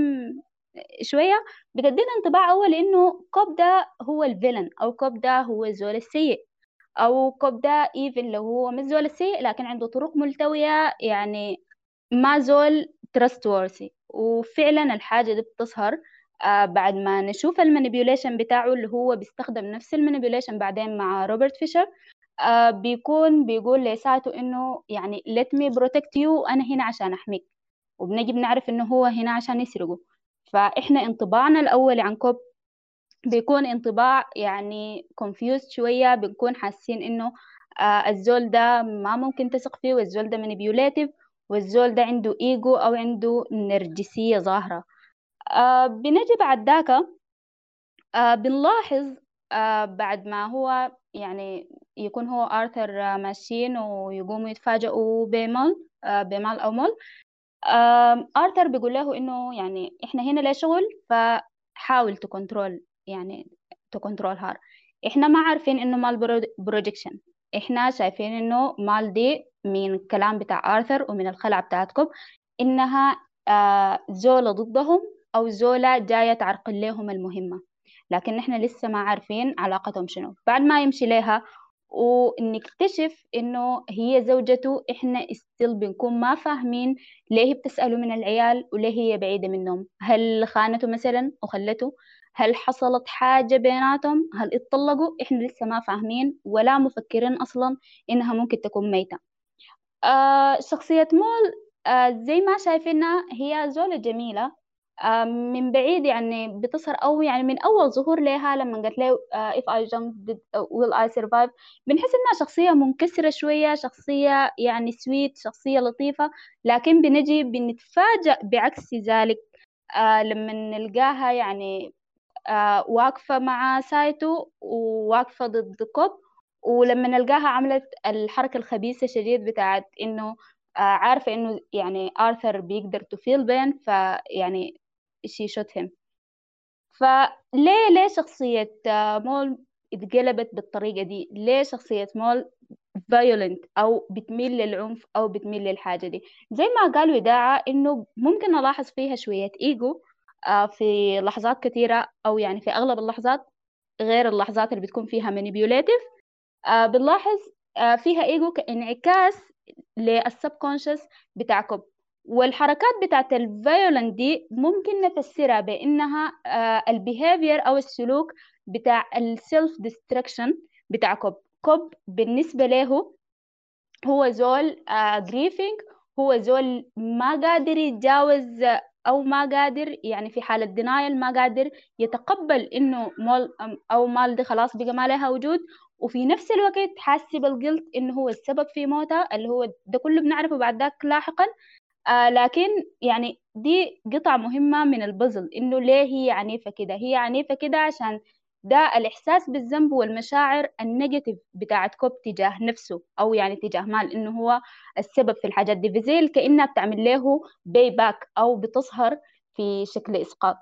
شوية، بتدينا انطباع أول إنه كوب ده هو الفيلن، أو كوب ده هو الزول السيء، أو كوب ده إيفن لو هو مش زول السيء لكن عنده طرق ملتوية، يعني ما زول trustworthy. وفعلا الحاجة دي بتظهر آه بعد ما نشوف المانيبيوليشن بتاعه، اللي هو بيستخدم نفس المانيبيوليشن بعدين مع روبرت فيشر. آه بيكون بيقول لساعته إنه يعني let me protect you، أنا هنا عشان أحميك، وبنجي بنعرف إنه هو هنا عشان يسرقه. فإحنا انطباعنا الأول عن كوب بيكون انطباع يعني confused شوية، بنكون حاسين إنه آه الزول ده ما ممكن تثق فيه، والزول ده manipulative، والزول ده عنده إيجو أو عنده نرجسية ظاهرة. آه بنجي بعد ذاك آه بنلاحظ آه بعد ما هو يعني يكون هو آرثر آه ماشيين ويقوموا يتفاجئوا بمال آه بمال أو مول. آم، آرثر بيقول له إنه يعني إحنا هنا لا شغل، فحاول تكنترول يعني تكنترول هار. إحنا ما عارفين إنه مال بروجيكشن، إحنا شايفين إنه مال دي من الكلام بتاع آرثر ومن الخلعة بتاعتكم إنها آه زولة ضدهم أو زولة جاية تعرقل لهم المهمة، لكن إحنا لسه ما عارفين علاقتهم شنو. بعد ما يمشي لها ونكتشف إنه هي زوجته، إحنا استيل بنكون ما فاهمين ليه هي بتسأله من العيال وليه هي بعيدة منهم. هل خانته مثلا وخلته؟ هل حصلت حاجة بيناتهم؟ هل اتطلقوا؟ إحنا لسه ما فاهمين ولا مفكرين أصلا إنها ممكن تكون ميتة. آه شخصية مول آه زي ما شايفينها هي زولة جميلة. آه من بعيد يعني بتظهر، أو يعني من أول ظهور لها لما قالت له آه if I jump did, uh, will I survive، بنحس إنها شخصية منكسرة شوية، شخصية يعني سويت، شخصية لطيفة. لكن بنجي بنتفاجأ بعكس ذلك آه لما نلقاها يعني آه واقفة مع سايتو وواقفة ضد كوب. ولما نلقاها عملت الحركة الخبيثة شديد بتاعت إنه آه عارفة إنه يعني آرثر بيقدر تفيل بين، فيعني she shot him. فليه ليه شخصية آه مول اتقلبت بالطريقة دي؟ ليه شخصية مول violent أو بتميل للعنف أو بتميل للحاجة دي؟ زي ما قالوا إذاعة إنه ممكن نلاحظ فيها شوية إيجو آه في لحظات كثيرة، أو يعني في أغلب اللحظات غير اللحظات اللي بتكون فيها manipulative. آه بنلاحظ آه فيها ايجو كانعكاس للسبكونشس بتاع كوب. والحركات بتاعت الفيولنت دي ممكن نفسرها بانها آه البيهيفير او السلوك بتاع السيلف ديستركشن بتاع كوب. كوب بالنسبة له هو زول جريفينج، هو زول ما قادر يتجاوز آه، او ما قادر يعني في حالة دينايل ما قادر يتقبل انه مول أم- او مال دي خلاص بقى ما لها وجود. وفي نفس الوقت حاسس بالجلد انه هو السبب في موتها، اللي هو ده كله بنعرفه بعد ذاك لاحقا. آه لكن يعني دي قطعة مهمة من البزل، إنه ليه هي عنيفة كده. هي عنيفة كده عشان ده الإحساس بالذنب والمشاعر النيجاتيف بتاعت كوب تجاه نفسه أو يعني تجاه مال، إنه هو السبب في الحاجات دي، فزي كأنها بتعمل له باي باك أو بتظهر في شكل إسقاط.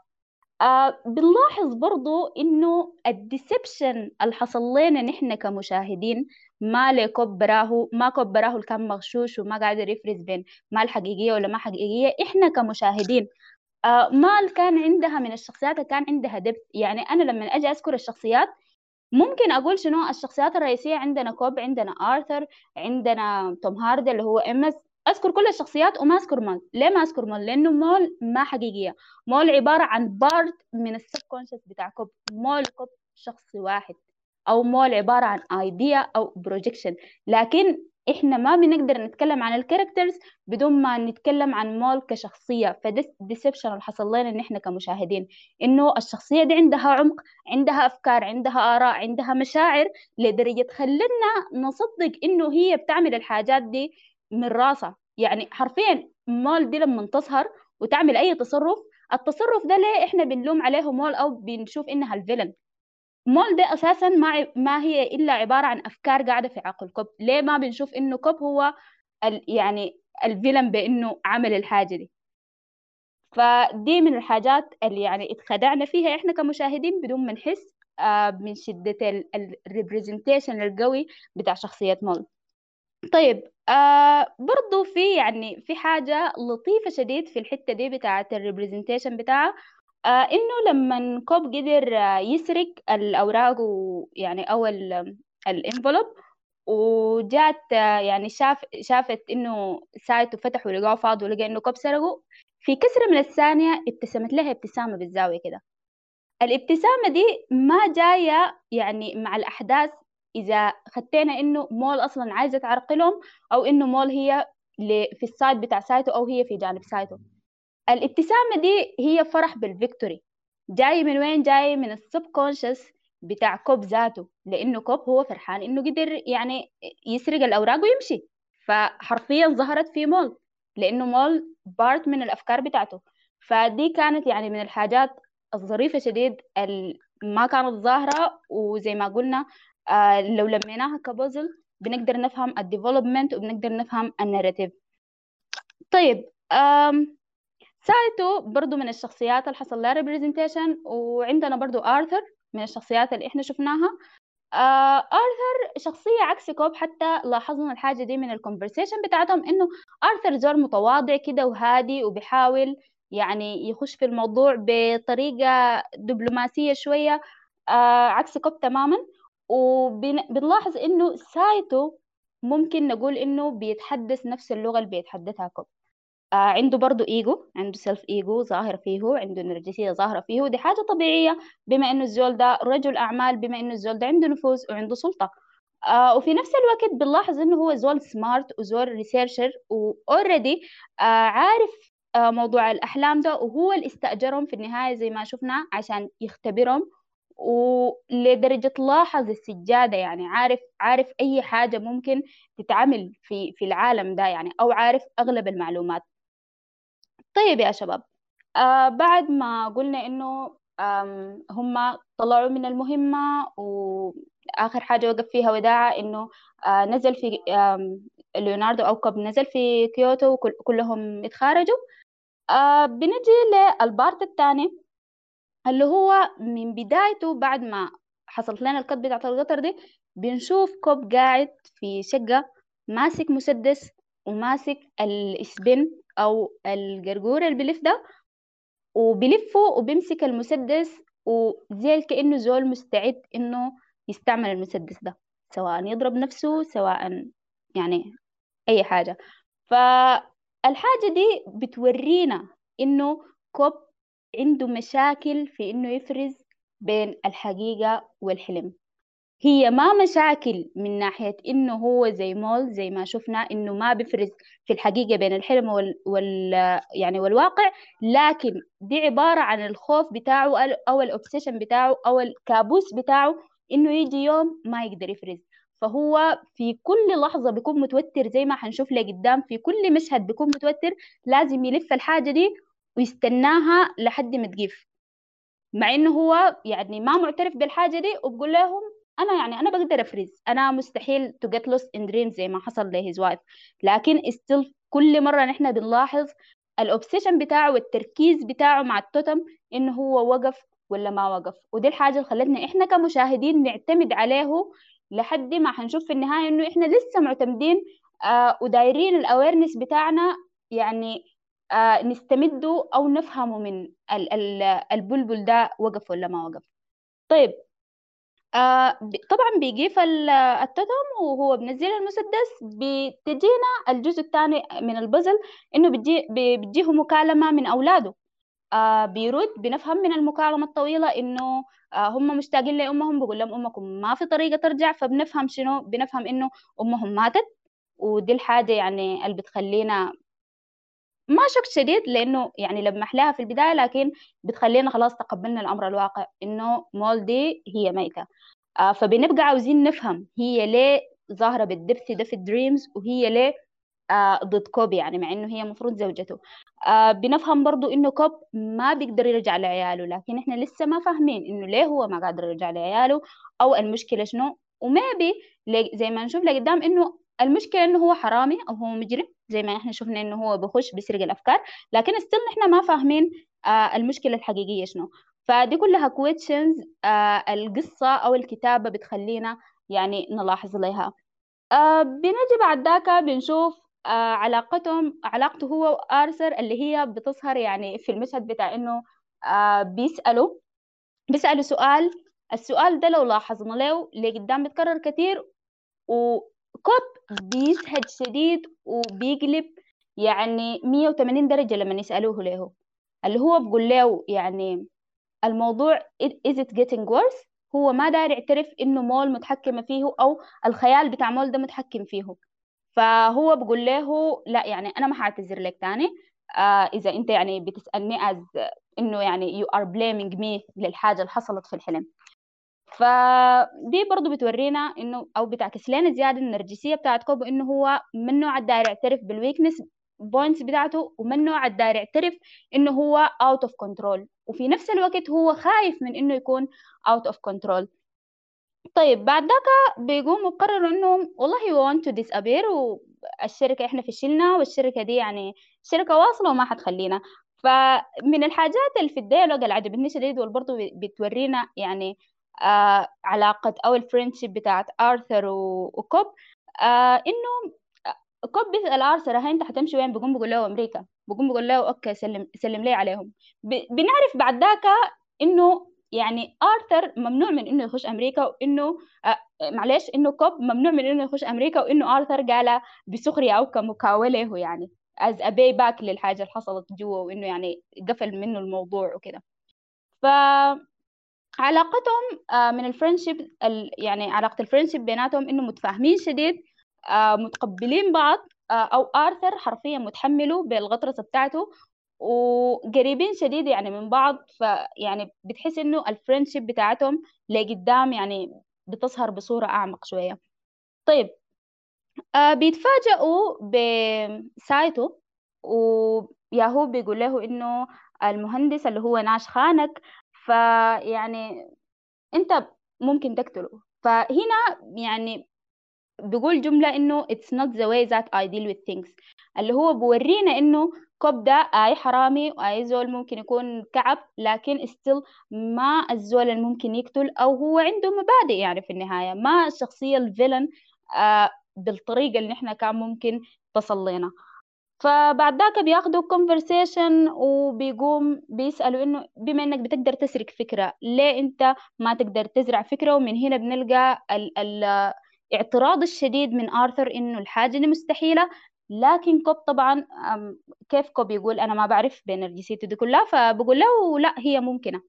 آه بنلاحظ برضو إنه الديسبشن اللي حصل لنا نحن كمشاهدين ما لكوب براه ما كوب براه اللي كان مغشوش وما قادر يفرز بين ما الحقيقية ولا ما حقيقية. إحنا كمشاهدين آه مال كان عندها من الشخصيات اللي كان عندها دبث. يعني أنا لما أجي أذكر الشخصيات ممكن أقول شنو الشخصيات الرئيسية. عندنا كوب، عندنا آرثر، عندنا توم هاردي اللي هو إمس. أذكر كل الشخصيات وما أذكر مول. ليه ما أذكر مول؟ لأنه مول ما حقيقية. مول عبارة عن بارت من السبكونشس بتاع كوب. مول كوب شخص واحد، أو مول عبارة عن ايديا أو بروجيكشن. لكن إحنا ما بنقدر نتكلم عن الكاركترز بدون ما نتكلم عن مول كشخصية. فده ديسبشن اللي حصل لنا إن إحنا كمشاهدين، إنه الشخصية دي عندها عمق، عندها أفكار، عندها آراء، عندها مشاعر، لدرجة تخلينا نصدق إنه هي بتعمل الحاجات دي من راسها. يعني حرفيا مول دي لما تظهر وتعمل أي تصرف، التصرف ده ليه إحنا بنلوم عليه مول أو بنشوف إنها الفيلن؟ مول ده أساسا ما ع- ما هي إلا عبارة عن أفكار قاعدة في عقل كوب. ليه ما بنشوف إنه كوب هو ال يعني الفيلن بإنه عمل الحاجة دي؟ فدي من الحاجات اللي يعني اتخدعنا فيها احنا كمشاهدين بدون ما نحس آه، من شدة الريبريزنتيشن القوي بتاع شخصية مول. طيب آه برضو في يعني في حاجة لطيفة شديد في الحتة دي بتاعة الريبريزنتيشن بتاعها. آه إنه لما كوب قدر آه يسرق الأوراق ويعني أو الانفلوب، وجات آه يعني شاف شافت إنه سايته فتح ولقاه فاضي ولقى إنه كوب سرقه. في كسر من الثانية ابتسمت لها ابتسامة بالزاوية كده. الابتسامة دي ما جاية يعني مع الأحداث إذا خدينا إنه مول أصلا عايزة تعرقلهم، أو إنه مول هي ل- في السايد بتاع سايتو أو هي في جانب سايتو. الابتسامة دي هي فرح بالفيكتوري. جاي من وين؟ جاي من السبكونشس بتاع كوب ذاته، لأنه كوب هو فرحان إنه قدر يعني يسرق الأوراق ويمشي. فحرفيا ظهرت في مول. لأنه مول بارت من الأفكار بتاعته. فدي كانت يعني من الحاجات الظريفة شديد ما كانت ظاهرة، وزي ما قلنا آه لو لميناها كبوزل بنقدر نفهم الديفلوبمنت وبنقدر نفهم الناريتيف. طيب آم سايتو برضو من الشخصيات اللي حصل لها ريبريزنتيشن، وعندنا برضو آرثر من الشخصيات اللي احنا شفناها. آه آرثر شخصية عكس كوب، حتى لاحظنا الحاجة دي من الكونفرسيشن بتاعتهم، إنه آرثر زور متواضع كده وهادي وبيحاول يعني يخش في الموضوع بطريقة دبلوماسية شوية، آه عكس كوب تماما. وبنلاحظ إنه سايتو ممكن نقول إنه بيتحدث نفس اللغة اللي بيتحدثها كوب. آه عنده برضو ايجو، عنده سيلف ايجو ظاهر فيه، عنده نرجسية ظاهرة فيه، ودي حاجة طبيعية بما انه الزول ده رجل اعمال، بما انه الزول ده عنده نفوذ وعنده سلطة. آه وفي نفس الوقت بنلاحظ انه هو زول سمارت وزول ريسيرشر واوريدي آه عارف آه موضوع الاحلام ده، وهو اللي استأجرهم في النهاية زي ما شفنا عشان يختبرهم، ولدرجة لاحظ السجادة، يعني عارف عارف أي حاجة ممكن تتعمل في في العالم ده يعني، أو عارف أغلب المعلومات. طيب يا شباب، آه بعد ما قلنا إنه آم، هم طلعوا من المهمة، وآخر حاجة وقف فيها وداعة إنه آه نزل في آم، ليوناردو أو كوب نزل في كيوتو وكلهم اتخارجوا. آه بنجي للبارت الثاني اللي هو من بدايته بعد ما حصلت لنا القط بتاعت القطر دي. بنشوف كوب قاعد في شقة ماسك مسدس وماسك الإسبن أو القرقور اللي بلف ده، وبلفه وبيمسك المسدس، وزي كأنه زول مستعد إنه يستعمل المسدس ده، سواء يضرب نفسه سواء يعني أي حاجة. فالحاجة دي بتورينا إنه كوب عنده مشاكل في إنه يفرز بين الحقيقة والحلم. هي ما مشاكل من ناحية إنه هو زي مول زي ما شفنا إنه ما بيفرز في الحقيقة بين الحلم وال, وال... يعني والواقع، لكن دي عبارة عن الخوف بتاعه أو الأوبسيشن بتاعه أو الكابوس بتاعه إنه يجي يوم ما يقدر يفرز. فهو في كل لحظة بيكون متوتر، زي ما حنشوف لقدام في كل مشهد بيكون متوتر، لازم يلف الحاجة دي ويستناها لحد ما تجيف، مع انه هو يعني ما معترف بالحاجه دي، وبقول لهم انا يعني انا بقدر افرز، انا مستحيل to get lost in dreams زي ما حصل لهيز وايف. لكن still كل مره نحن بنلاحظ الاوبسيشن بتاعه والتركيز بتاعه مع التوتم انه هو وقف ولا ما وقف، ودي الحاجه اللي خلتنا احنا كمشاهدين نعتمد عليه لحد ما حنشوف في النهايه انه احنا لسه معتمدين آه ودايرين الاويرنس بتاعنا يعني آه نستمده او نفهمه من ال ال البلبل ده وقف ولا ما وقف. طيب آه طبعا بيجي في التوتم وهو بنزل المسدس، بتجينا الجزء الثاني من البزل انه بتجي بتجيه مكالمة من اولاده. آه بيرد بنفهم من المكالمة الطويلة انه آه هم مشتاقين لامهم، بيقول لهم امكم ما في طريقة ترجع، فبنفهم شنو، بنفهم انه امهم ماتت. ودي الحاجة يعني اللي بتخلينا ما شك شديد، لانه يعني لمح لها في البدايه، لكن بتخلينا خلاص تقبلنا الامر الواقع انه مول دي هي ميته. آه فبنبقى عاوزين نفهم هي ليه ظاهره بالدبث ده في الدريمز، وهي ليه آه ضد كوب، يعني مع انه هي مفروض زوجته. آه بنفهم برضو انه كوب ما بيقدر يرجع لعياله، لكن احنا لسه ما فاهمين انه ليه هو ما قادر يرجع لعياله او المشكله شنو. وميبي زي ما نشوف لقدام انه المشكله انه هو حرامي او هو مجرم، زي ما احنا شفنا انه هو بخش بيسرق الافكار، لكن ستيل احنا ما فاهمين آه المشكله الحقيقيه شنو. فدي كلها كويشنز آه القصه او الكتابه بتخلينا يعني نلاحظ لها. آه بنجي بعد ذاك بنشوف آه علاقتهم علاقته هو وآرثر اللي هي بتظهر يعني في المشهد بتاع انه آه بيسألوا بيسألوا سؤال. السؤال ده لو لاحظنا له لقدام بيتكرر كتير، وكوب بيسهج شديد وبيقلب يعني مية وثمانين درجة لما يسألوه له، اللي هو بيقول له يعني الموضوع is it getting worse. هو ما داير يعترف انه مول متحكمة فيه او الخيال بتاع مول ده متحكم فيه. فهو بيقول له لا يعني انا ما هعتذر لك تاني آه اذا انت يعني بتسألني از انه يعني you are blaming me للحاجة اللي حصلت في الحلم. فدي برضو بتورينا انه او بتعكس لنا زياده النرجسيه بتاعت كوبو، انه هو من نوع الداير يعترف بالويكنس بوينتس بتاعته ومنه عدار يعترف إنه هو out of control، وفي نفس الوقت هو خايف من إنه يكون out of control. طيب بعد ذاك بيقوموا بقرروا إنهم والله we want to disappear، والشركة إحنا فشلنا والشركة دي يعني شركة واصلة وما حتخلينا. فمن الحاجات اللي في الديالوج اللي عجبتني شديد والبرضه بتورينا يعني آه علاقة أو الفريندشيب بتاعت آرثر وكوب، آه إنه كوب بيسأل آرثر هاي أنت حتمشي وين؟ بيقوم بيقول له أمريكا. بيقوم بيقول له أوكي سلم سلم لي عليهم. بنعرف بعد ذاك إنه يعني آرثر ممنوع من إنه يخش أمريكا، وإنه آه معلش إنه كوب ممنوع من إنه يخش أمريكا، وإنه آرثر قال بسخرية أو كمكاولة يعني as a payback للحاجة اللي حصلت جوا، وإنه يعني قفل منه الموضوع وكده. ف علاقتهم من الفرنشيب يعني علاقة الفرنشيب بيناتهم إنه متفاهمين شديد، متقبلين بعض، أو آرثر حرفيا متحمله بالغطرسة بتاعته وقريبين شديد يعني من بعض. فيعني بتحس إنه الفرنشيب بتاعتهم لقدام يعني بتظهر بصورة أعمق شوية. طيب آه بيتفاجئوا بسايتو، وياهو بيقول له إنه المهندس اللي هو ناش خانك، فيعني انت ممكن تقتله. فهنا يعني بيقول جملة انه it's not the way that I deal with things، اللي هو بورينا انه كوب ده اي حرامي واي زول ممكن يكون كعب، لكن still ما الزول اللي ممكن يقتل، او هو عنده مبادئ يعني في النهاية، ما الشخصية الفيلن آه بالطريقة اللي نحن كان ممكن تصل لنا. فبعد ذاك بياخدوا conversation وبيقوم بيسألوا إنه بما إنك بتقدر تسرق فكرة ليه أنت ما تقدر تزرع فكرة. ومن هنا بنلقى الاعتراض الشديد من آرثر إنه الحاجة دي مستحيلة، لكن كوب طبعا كيف كوب يقول أنا ما بعرف بنرجسيته دي كلها، فبقول له لا هي ممكنة.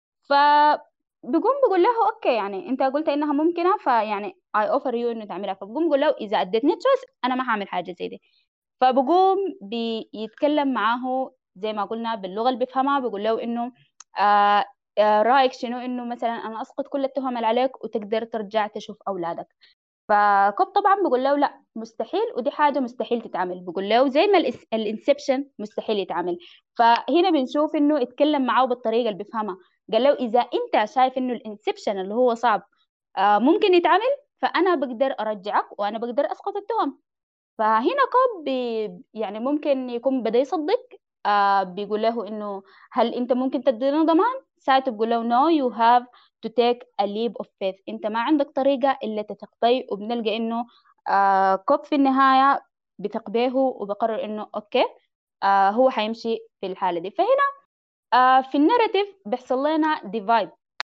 فبيقوم بيقول له أوكي يعني أنت قلت إنها ممكنة، فيعني I offer you إنه تعملها. فبقوم بيقول له إذا أدتني تشويس أنا ما هعمل حاجة زي دي. فبقوم بيتكلم معاه زي ما قلنا باللغة اللي بيفهمها، بيقول له إنه آه آه رأيك شنو إنه مثلا أنا أسقط كل التهم اللي عليك وتقدر ترجع تشوف أولادك. فكوب طبعا بيقول له لا مستحيل، ودي حاجة مستحيل تتعمل. بيقول له زي ما الانسبشن مستحيل يتعمل. فهنا بنشوف إنه اتكلم معاه بالطريقة اللي بيفهمها. قال له إذا أنت شايف إنه الانسبشن اللي هو صعب آه ممكن يتعمل، فأنا بقدر أرجعك وأنا بقدر أسقط التهم. فهنا كوب بي يعني ممكن يكون بدأ يصدق. آه بيقول له إنه هل أنت ممكن تدينا ضمان؟ ساعته بيقول له no you have to take a leap of faith، أنت ما عندك طريقة إلا تثق بي. وبنلقى إنه آه كوب في النهاية بثق به وبقرر إنه أوكي آه هو حيمشي في الحالة دي. فهنا آه في الناريتيف بيحصل لنا ديفايد.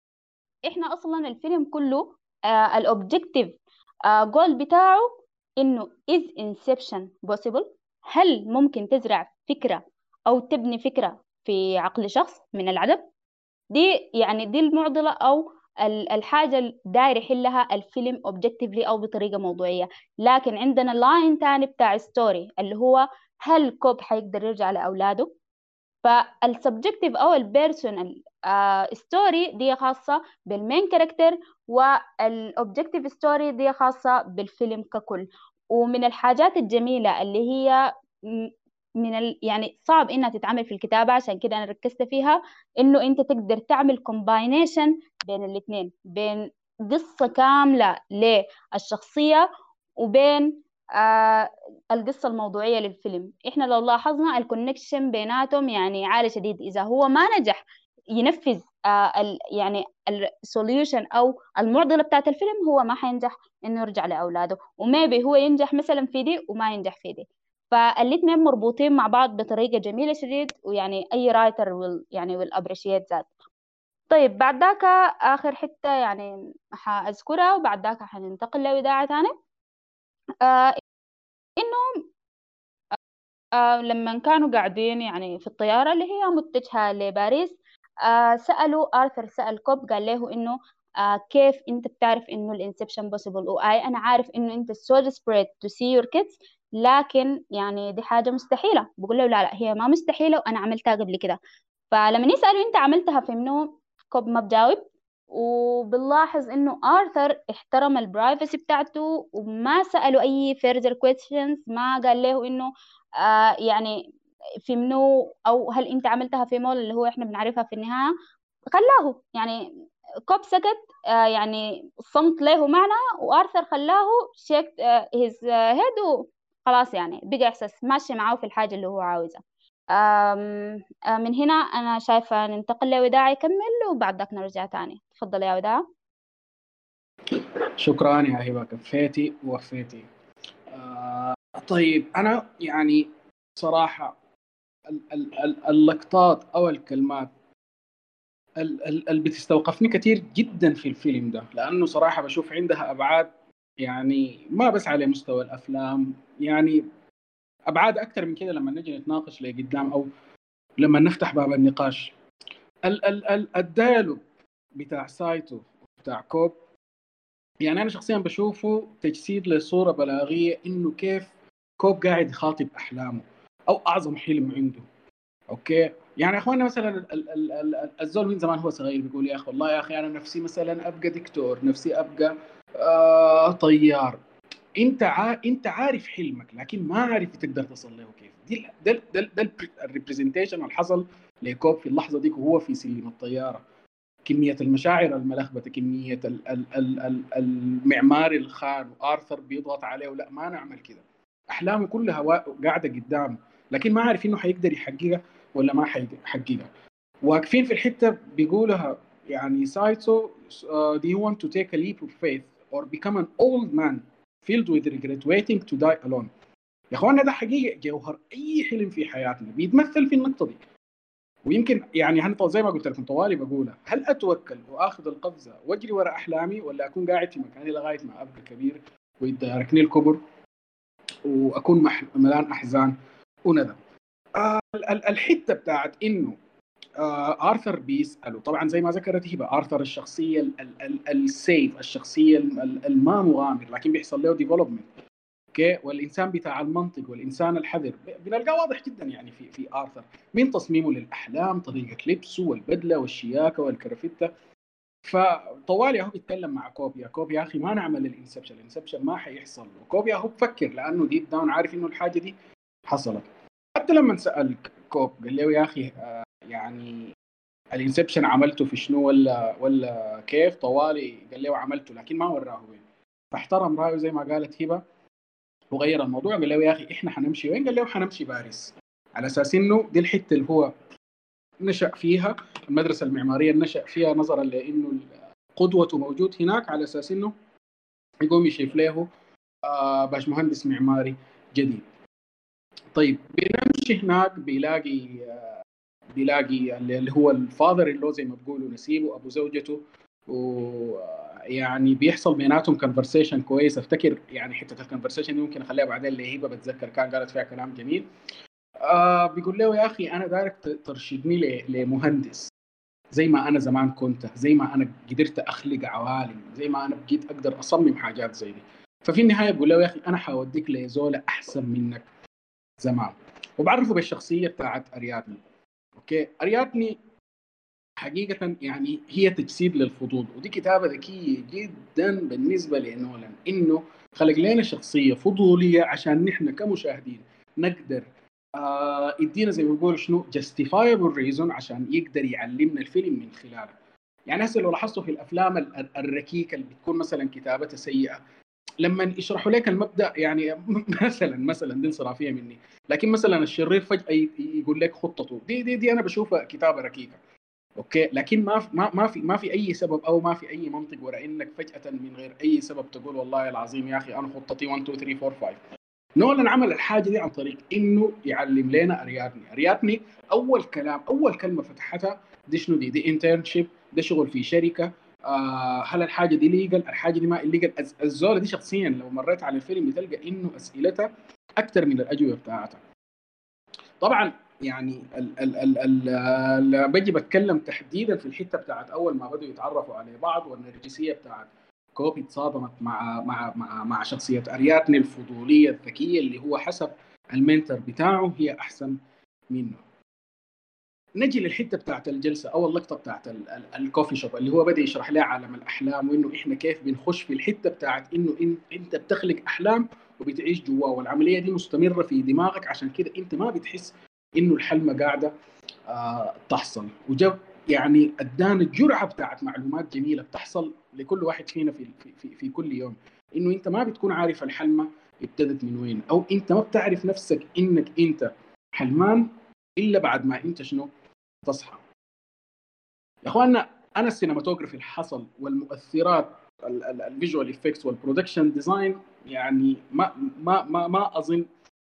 إحنا أصلا الفيلم كله آه الأوبجيكتيف آه جول بتاعه إنه is inception possible؟ هل ممكن تزرع فكرة أو تبني فكرة في عقل شخص من العدم؟ دي يعني دي المعضلة أو الحاجة اللي داير يحلها الفيلم objectively أو بطريقة موضوعية. لكن عندنا لاين تاني بتاع ستوري اللي هو هل كوب حيقدر يرجع لأولاده؟ فالسبجكتيف أو البيرسونال ستوري دي خاصة بالمين كاركتر، والأوبجكتيف ستوري دي خاصة بالفيلم ككل. ومن الحاجات الجميلة اللي هي من ال... يعني صعب إنها تتعمل في الكتابة، عشان كده أنا ركزت فيها إنه أنت تقدر تعمل كومباينيشن بين الاثنين، بين قصة كاملة للشخصية وبين آه القصة الموضوعية للفيلم. إحنا لو لاحظنا الكونكشن بيناتهم يعني عالي شديد. إذا هو ما نجح ينفذ آه ال يعني السوليوشن أو المعضلة بتاعت الفيلم، هو ما حينجح إنه يرجع لأولاده. وميبي هو ينجح مثلا في دي وما ينجح في دي. فالاتنين مربوطين مع بعض بطريقة جميلة شديد، ويعني أي رايتر will يعني will appreciate that. طيب بعد ذاك آخر حتة يعني حأذكرها وبعد ذاك حننتقل لوداعة ثانية. آه إنه آه لما كانوا قاعدين يعني في الطيارة اللي هي متجهة لباريس، آه سألوا آرثر سأل كوب قال له إنه آه كيف أنت بتعرف إنه الانسبشن بوسيبل؟ وآي أنا عارف إنه أنت so desperate to see your kids، لكن يعني دي حاجة مستحيلة. بقول له لا لا هي ما مستحيلة وأنا عملتها قبل كده. فلما يسألوا أنت عملتها في منو، كوب ما بجاوب. وبنلاحظ إنه آرثر احترم البرايفسي بتاعته وما سأله أي further questions، ما قال له إنه آه يعني في منو، او هل انت عملتها في مول اللي هو احنا بنعرفها في النهايه. خلاه يعني كوب سكت، آه يعني الصمت له معنى، وارثر خلاه شيك هيز هيد، وخلاص يعني بقى احساس ماشي معاه في الحاجه اللي هو عاوزها. آم، آه من هنا انا شايفه ننتقل لوداع يكمل، وبعد ذاك نرجع تاني. تفضل يا وداع. شكرا يا هبه، كفيتي ووفيتي. آه طيب انا يعني صراحه ال- ال- ال- اللقطات او الكلمات ال- ال- اللي بتستوقفني كثير جدا في الفيلم ده، لانه صراحه بشوف عندها ابعاد، يعني ما بس على مستوى الافلام، يعني ابعاد اكثر من كده لما نجي نتناقش لقدام او لما نفتح باب النقاش. ال ال ال الديالوج بتاع سايتو بتاع كوب، يعني انا شخصيا بشوفه تجسيد لصوره بلاغيه انه كيف كوب قاعد يخاطب احلامه او اعظم حلم عنده. اوكي، يعني يا اخوانا مثلا ال- ال- ال- ال- الزول من زمان هو صغير بيقول يا اخي والله يا اخي انا نفسي مثلا ابقى دكتور، نفسي ابقى آه طيار. انت عا... انت عارف حلمك لكن ما عارف تقدر تصل له كيف. دي ال- ده ال- ده ال- ده الريبريزنتيشن اللي حصل لكوب في اللحظه دي وهو في سلم الطياره. كميه المشاعر الملخبطه، كميه ال ال ال ال المعمار الخان وارثر بيضغط عليه، ولا ما نعمل كده. احلامه كلها وا- قاعده قدامه لكن ما عارف انه حيقدر يحققها ولا ما حيحققها. واقفين في الحته بيقولها يعني سايتو uh, do you want to take a leap of faith or become an old man filled with regret waiting to die alone. يا اخوانا ده حقيقه جوهر اي حلم في حياتنا بيتمثل في النقطه دي. ويمكن يعني هن زي ما قلت لكم طوالي بقولها، هل اتوكل واخذ القفزه واجري وراء احلامي، ولا اكون قاعد في مكاني لغايه ما ابقى كبير ويداركني الكبر واكون مح... ملان احزان وندم. آه ال- الحته بتاعت انه آه ارثر بيساله، طبعا زي ما ذكرت هبه، ارثر الشخصيه ال- ال- ال- السيف، الشخصيه ال- الما مغامر لكن بيحصل له ديفلوبمنت. اوكي، والانسان بتاع المنطق والانسان الحذر بنلقاه واضح جدا يعني في في ارثر، من تصميمه للاحلام، طريقه لبسه والبدله والشياكه والكرافته. فطوالي اهو بيتكلم مع كوب، يا كوب يا اخي ما نعمل الانسبشن، الانسبشن ما حيحصل. وكوب يا هو بفكر لانه ديب داون عارف انه الحاجه دي حصلت. حتى لما سال كوب قال له يا اخي آه يعني الانسبشن عملته في شنو ولا ولا كيف، طوالي قال له عملته لكن ما وراه وين. فاحترم رايه زي ما قالت هبه وغير الموضوع، قال له يا اخي احنا حنمشي وين؟ قال له حنمشي باريس، على اساس انه دي الحته اللي هو نشا فيها، المدرسه المعماريه اللي نشا فيها، نظرا لانه قدوته موجود هناك، على اساس انه يقوم يشوف له آه باش مهندس معماري جديد. طيب بنمشي هناك بيلاقي آه بيلاقي اللي هو الفاذر اللي زي ما بيقولوا نسيبه ابو زوجته، ويعني بيحصل بيناتهم كونفرسيشن كويس. افتكر يعني حته الكونفرسيشن دي ممكن اخليها بعدين لهيبه، بتذكر كان قالت فيها كلام جميل. آه بيقول له يا اخي انا دارك ترشدني ل- لمهندس زي ما انا زمان كنت، زي ما انا قدرت اخلق عوالم، زي ما انا بقيت اقدر اصمم حاجات زي دي. ففي النهايه بقول له يا اخي انا حوديك لزوله احسن منك زمان. وبعرفه بالشخصيه بتاعت اريادني. اوكي، اريادني حقيقه يعني هي تجسيد للفضول، ودي كتابه ذكيه جدا بالنسبه لنولان، انه خلق لنا شخصيه فضوليه عشان نحن كمشاهدين نقدر آه يدينا زي ما بيقولوا شنو justifiable reason عشان يقدر يعلمنا الفيلم من خلاله. يعني هسه لو لاحظتوا في الافلام ال- الركيكه اللي بتكون مثلا كتابتها سيئه، لما يشرحوا لك المبدا يعني مثلا مثلا دي انصرافيه مني، لكن مثلا الشرير فجاه ي- يقول لك خطته دي دي دي انا بشوفها كتابه ركيكه. اوكي، لكن ما في ما ما في ما في اي سبب او ما في اي منطق وراء انك فجاه من غير اي سبب تقول والله العظيم يا اخي انا خطتي واحد اثنين ثلاثة أربعة خمسة. نولان عمل الحاجه دي عن طريق انه يعلم لنا اريادني. اريادني اول كلام اول كلمه فتحتها دي شنو؟ دي دي انترنشيب، ده شغل في شركه. آه هل الحاجه دي ليجل؟ الحاجه دي ما الليجل؟ الزوله دي شخصيا لو مريت على الفيلم بتلقى انه اسئلتها اكثر من الاجوبه بتاعتها. طبعا يعني ال ال ال ال ال بجي بتكلم تحديدا في الحته بتاعت اول ما بدوا يتعرفوا على بعض، والنرجسيه بتاعت كوبي تصادمت مع مع مع مع شخصيه ارياتني الفضوليه الذكيه اللي هو حسب المنتر بتاعه هي احسن منه. نجي للحته بتاعت الجلسه او اللقطه بتاعت ال- ال- الكوفي شوب اللي هو بدا يشرح لها عالم الاحلام، وانه احنا كيف بنخش في الحته بتاعت انه إن انت بتخلق احلام وبتعيش جواه، والعمليه دي مستمره في دماغك، عشان كده انت ما بتحس انه الحلمه قاعده آه تحصل. وجاب يعني ادانا الجرعه بتاعت معلومات جميله بتحصل لكل واحد فينا في في في, في كل يوم، انه انت ما بتكون عارف الحلمه ابتدت من وين، او انت ما بتعرف نفسك انك انت حلمان الا بعد ما انت شنو تصحى. يا اخواننا، انا السينماتوجرافي اللي حصل والمؤثرات الفيجوال افكتس والبرودكشن ديزاين، يعني ما ما ما ما اظن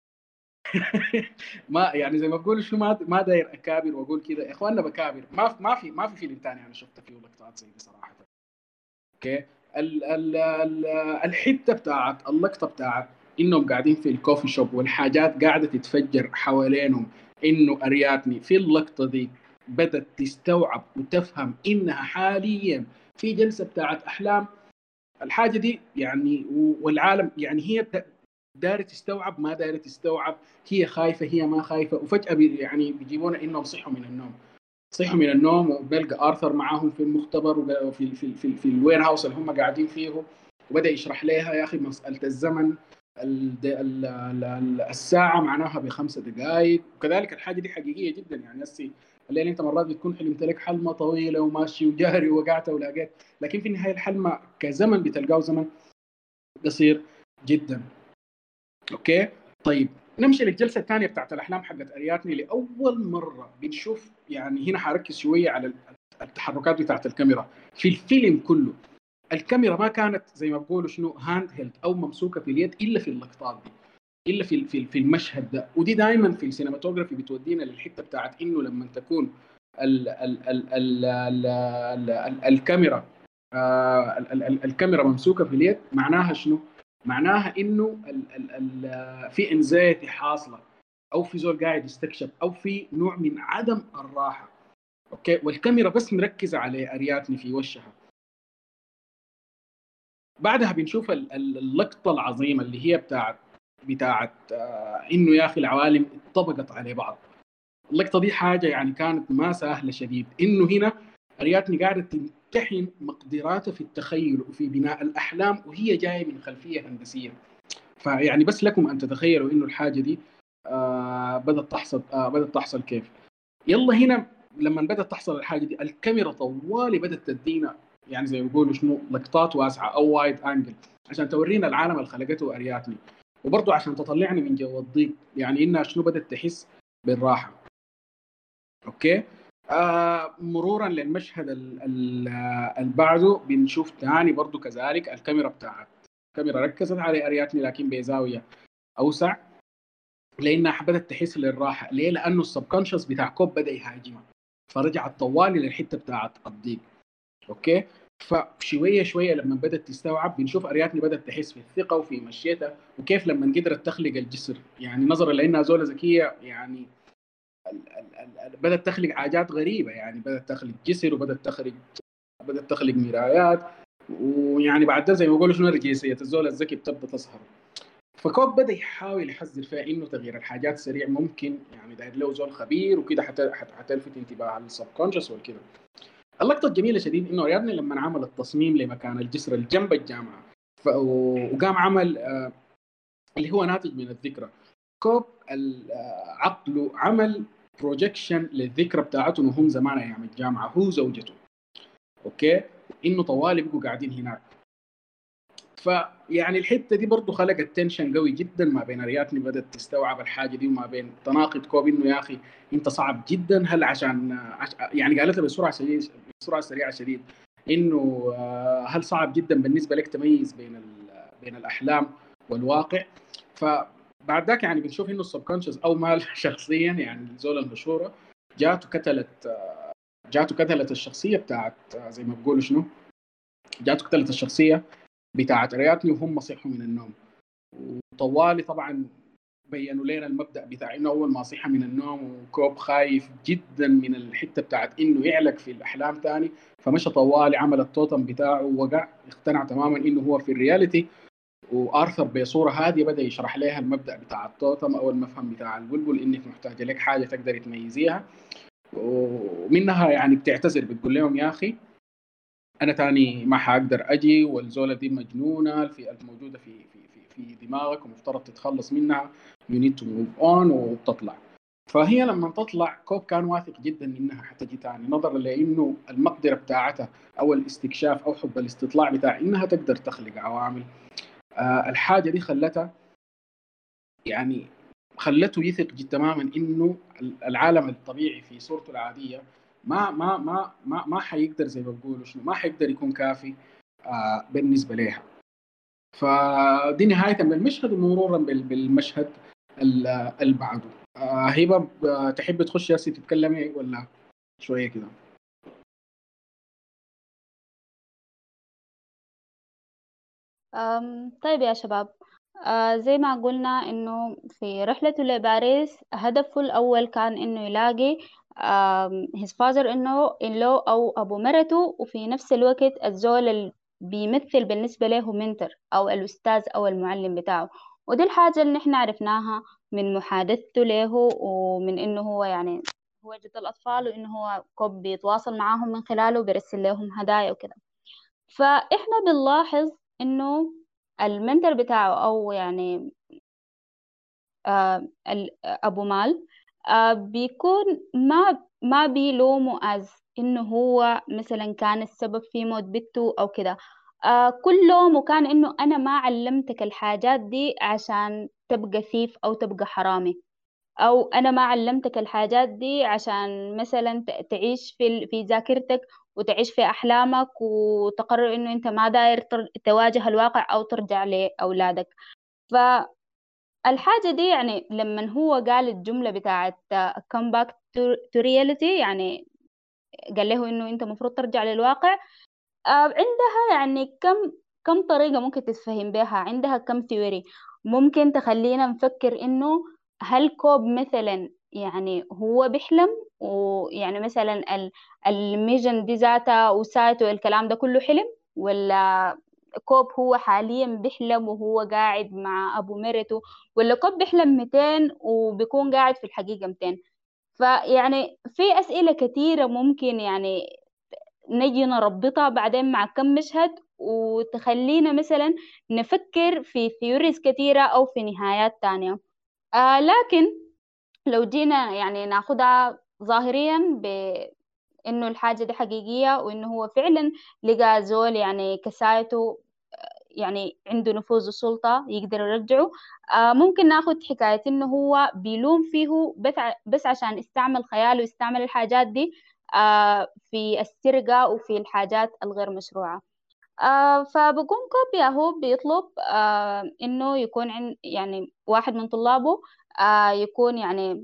ما يعني زي ما بقول شو ما ما داير اكابر واقول كده يا اخواننا بكابر. ما في ما في ما في فيلم ثاني انا شفته فيه لقطات زي دي صراحه. اوكي، ال ال ال الحته بتاعت اللقطه بتاعت انهم قاعدين في الكوفي شوب والحاجات قاعده تتفجر حوالينهم، انه ارياتني في اللقطه دي بدات تستوعب وتفهم انها حاليا في جلسه بتاعت احلام. الحاجه دي يعني والعالم يعني هي دايره تستوعب ما دايره تستوعب، هي خايفه هي ما خايفه، وفجاه بي يعني بيجيبونا انهم صحوا من النوم. صحوا من النوم وبلقى ارثر معاهم في المختبر وفي في في, في الوير هاوس اللي هم قاعدين فيه، وبدا يشرح لها يا اخي مساله الزمن، ال ال ال الساعه معناها بخمسة دقائق، وكذلك الحاجه دي حقيقيه جدا. يعني هسي الليل انت مرات بتكون حلمت لك حلمه طويله وماشي وجاري ووقعت ولقيت، لكن في النهايه الحلمه كزمن بتلقاه زمن قصير جدا. اوكي طيب، نمشي للجلسه الثانيه بتاعت الاحلام حقت ارياتني. لاول مره بنشوف، يعني هنا حركز شويه على التحركات بتاعت الكاميرا في الفيلم كله. الكاميرا ما كانت زي ما بقولوا شنو هاند هيلد او ممسوكه في اليد الا في اللقطات دي، الا في في في المشهد ده. ودي دائما في السينماتوجرافي بتودينا للحته بتاعت انه لما تكون ال ال ال ال ال ال ال الكاميرا آه ال ال الكاميرا ممسوكه في اليد، معناها شنو؟ معناها انه ال ال ال في انزايتي حاصله، او في زول قاعد يستكشف، او في نوع من عدم الراحه. اوكي، والكاميرا بس مركزه على ارياتني في وشها. بعدها بنشوف اللقطه العظيمه اللي هي بتاعت بتاعت آه انه يا اخي العوالم اتطبقت على بعض. اللقطه دي حاجه يعني كانت ما سهله شديد، انه هنا ارياتني قاعده تمتحن مقدراتها في التخيل وفي بناء الاحلام، وهي جايه من خلفيه هندسيه. فيعني بس لكم ان تتخيلوا انه الحاجه دي آه بدات تحصل آه بدات تحصل كيف. يلا هنا لما بدات تحصل الحاجه دي، الكاميرا طوالي بدات تدينا يعني زي ما بيقولوا شنو لقطات واسعه او وايد انجل، عشان تورينا العالم اللي خلقته ارياتني، وبرضه عشان تطلعني من جو الضيق، يعني انها شنو بدات تحس بالراحه. اوكي، آه مرورا للمشهد اللي بعده بنشوف ثاني برضه كذلك الكاميرا بتاعت الكاميرا ركزت على ارياتني لكن بزاويه اوسع، لانها بدات تحس للراحه. ليه؟ لانه السبكونشس بتاع كوب بدا يهاجمها، فرجعت طوالي للحته بتاعت الضيق. اوكي، فشويه شويه لما بدات تستوعب بنشوف ارياتني بدات تحس في الثقه وفي مشيتها، وكيف لما قدرت تخلق الجسر، يعني نظرا لانها زوله ذكيه يعني بدات تخلق حاجات غريبه، يعني بدات تخلق جسر وبدات تخلق بدات تخلق مرايات، ويعني بعد ده زي ما بيقولوا شنو رجيسيه الزول الذكي بتبدا تظهر. فكوب بدا يحاول يحذر فيها انه تغيير الحاجات سريع ممكن، يعني داير له زول خبير وكده حتى حتلفت انتباه السبكونشس والكده. اللقطه الجميله شديد انه رياضني لما عمل التصميم لمكان الجسر اللي جنب الجامعه ف... وقام عمل آه اللي هو ناتج من الذكرى. كوب آه عقله عمل بروجكشن للذكرى بتاعته وهم زمان ايام الجامعه هو زوجته. اوكي، انه طوالي بقوا قاعدين هناك. فيعني الحته دي برضه خلقت تنشن قوي جدا ما بين ارياتني بدات تستوعب الحاجه دي، وما بين تناقض كوب انه يا اخي انت صعب جدا، هل عشان عش... يعني قالت له بسرعه شديد بسرعه سريعه شديد انه هل صعب جدا بالنسبه لك تميز بين ال... بين الاحلام والواقع. فبعد ذاك يعني بنشوف انه السبكونشس او مال شخصيا يعني الزوله المشهوره جاته كتلت جاته كتلت الشخصيه بتاعت زي ما بقولوا شنو جاته كتلت الشخصيه بتاعت رياتني وهم صحوا من النوم. وطوالي طبعا بينوا لنا المبدا بتاع انه اول ما صحى من النوم وكوب خايف جدا من الحته بتاعت انه يعلق في الاحلام ثاني، فمشى طوالي عمل التوتم بتاعه ووقع، اقتنع تماما انه هو في الرياليتي. وارثر بصوره هاديه بدا يشرح لها المبدا بتاع التوتم او المفهوم بتاع البلبل، انك محتاجه لك حاجه تقدري تميزيها، ومنها يعني بتعتذر بتقول لهم يا اخي انا تاني ما حاقدر اجي، والزوله دي مجنونه، الفئه الموجوده في في في في دماغك ومفترض تتخلص منها. you need to move on وبتطلع. فهي لما تطلع، كوب كان واثق جدا انها حتجي تاني، نظرا لانه المقدره بتاعتها او الاستكشاف او حب الاستطلاع بتاع انها تقدر تخلق عوامل. آه الحاجه دي خلتها يعني خلته يثق جدا تماما انه العالم الطبيعي في صورته العاديه ما ما ما ما ما حيقدر، زي ما بقولوا شنو، ما حيقدر يكون كافي آه بالنسبه لها. فدي نهايه بالمشهد ومرورا بال- بالمشهد ال- اللي بعده. آه هبه، آه، تحب تخش ياسي تتكلمي ولا شويه كده؟ أم، طيب يا شباب، آه زي ما قلنا إنه في رحلته لباريس هدفه الأول كان إنه يلاقي آم، his father إنه in law أو أبو مرته، وفي نفس الوقت الزول اللي بيمثل بالنسبة له منتر أو الأستاذ أو المعلم بتاعه. ودي الحاجة اللي نحن عرفناها من محادثته له، ومن إنه هو يعني هو جد الأطفال، وإنه هو كوب بيتواصل معاهم من خلاله، بيرسل لهم هدايا وكده. فإحنا بنلاحظ إنه المنتر بتاعه أو يعني آه ال- أبو مال آه بيكون ما ما بيلومه از إنه هو مثلا كان السبب في موت بنته أو كده. آه كل لومه كان إنه أنا ما علمتك الحاجات دي عشان تبقى ثيف أو تبقى حرامي، او انا ما علمتك الحاجات دي عشان مثلا ت- تعيش في ال- في ذاكرتك وتعيش في احلامك وتقرر انه انت ما داير تر- تواجه الواقع او ترجع لاولادك. فالحاجة دي يعني لما هو قال الجملة بتاعت come back to, to reality، يعني قال له انه انت المفروض ترجع للواقع. آه، عندها يعني كم كم طريقة ممكن تتفهم بها، عندها كم ثيوري ممكن تخلينا نفكر إنه هل كوب مثلا يعني هو بيحلم، ويعني مثلا ال- الميجن دي ذاتها وسايته الكلام ده كله حلم، ولا كوب هو حاليا بيحلم وهو قاعد مع أبو مرته، ولا كوب بيحلم مئتين وبيكون قاعد في الحقيقة مئتين. فيعني في أسئلة كثيرة ممكن يعني نجي نربطها بعدين مع كم مشهد، وتخلينا مثلا نفكر في ثيوريز كثيرة أو في نهايات تانية. آه لكن لو جينا يعني ناخدها ظاهريا بإنه الحاجة دي حقيقية، وإنه هو فعلا لقى زول يعني كسايته يعني عنده نفوذ وسلطة يقدر يرجعه. آه ممكن ناخد حكاية إنه هو بيلوم فيه بس ع- بس عشان استعمل خياله ويستعمل الحاجات دي آه في السرقة وفي الحاجات الغير مشروعة. آه فبقوم كوب ياهو بيطلب آه إنه يكون عن يعني واحد من طلابه آه يكون يعني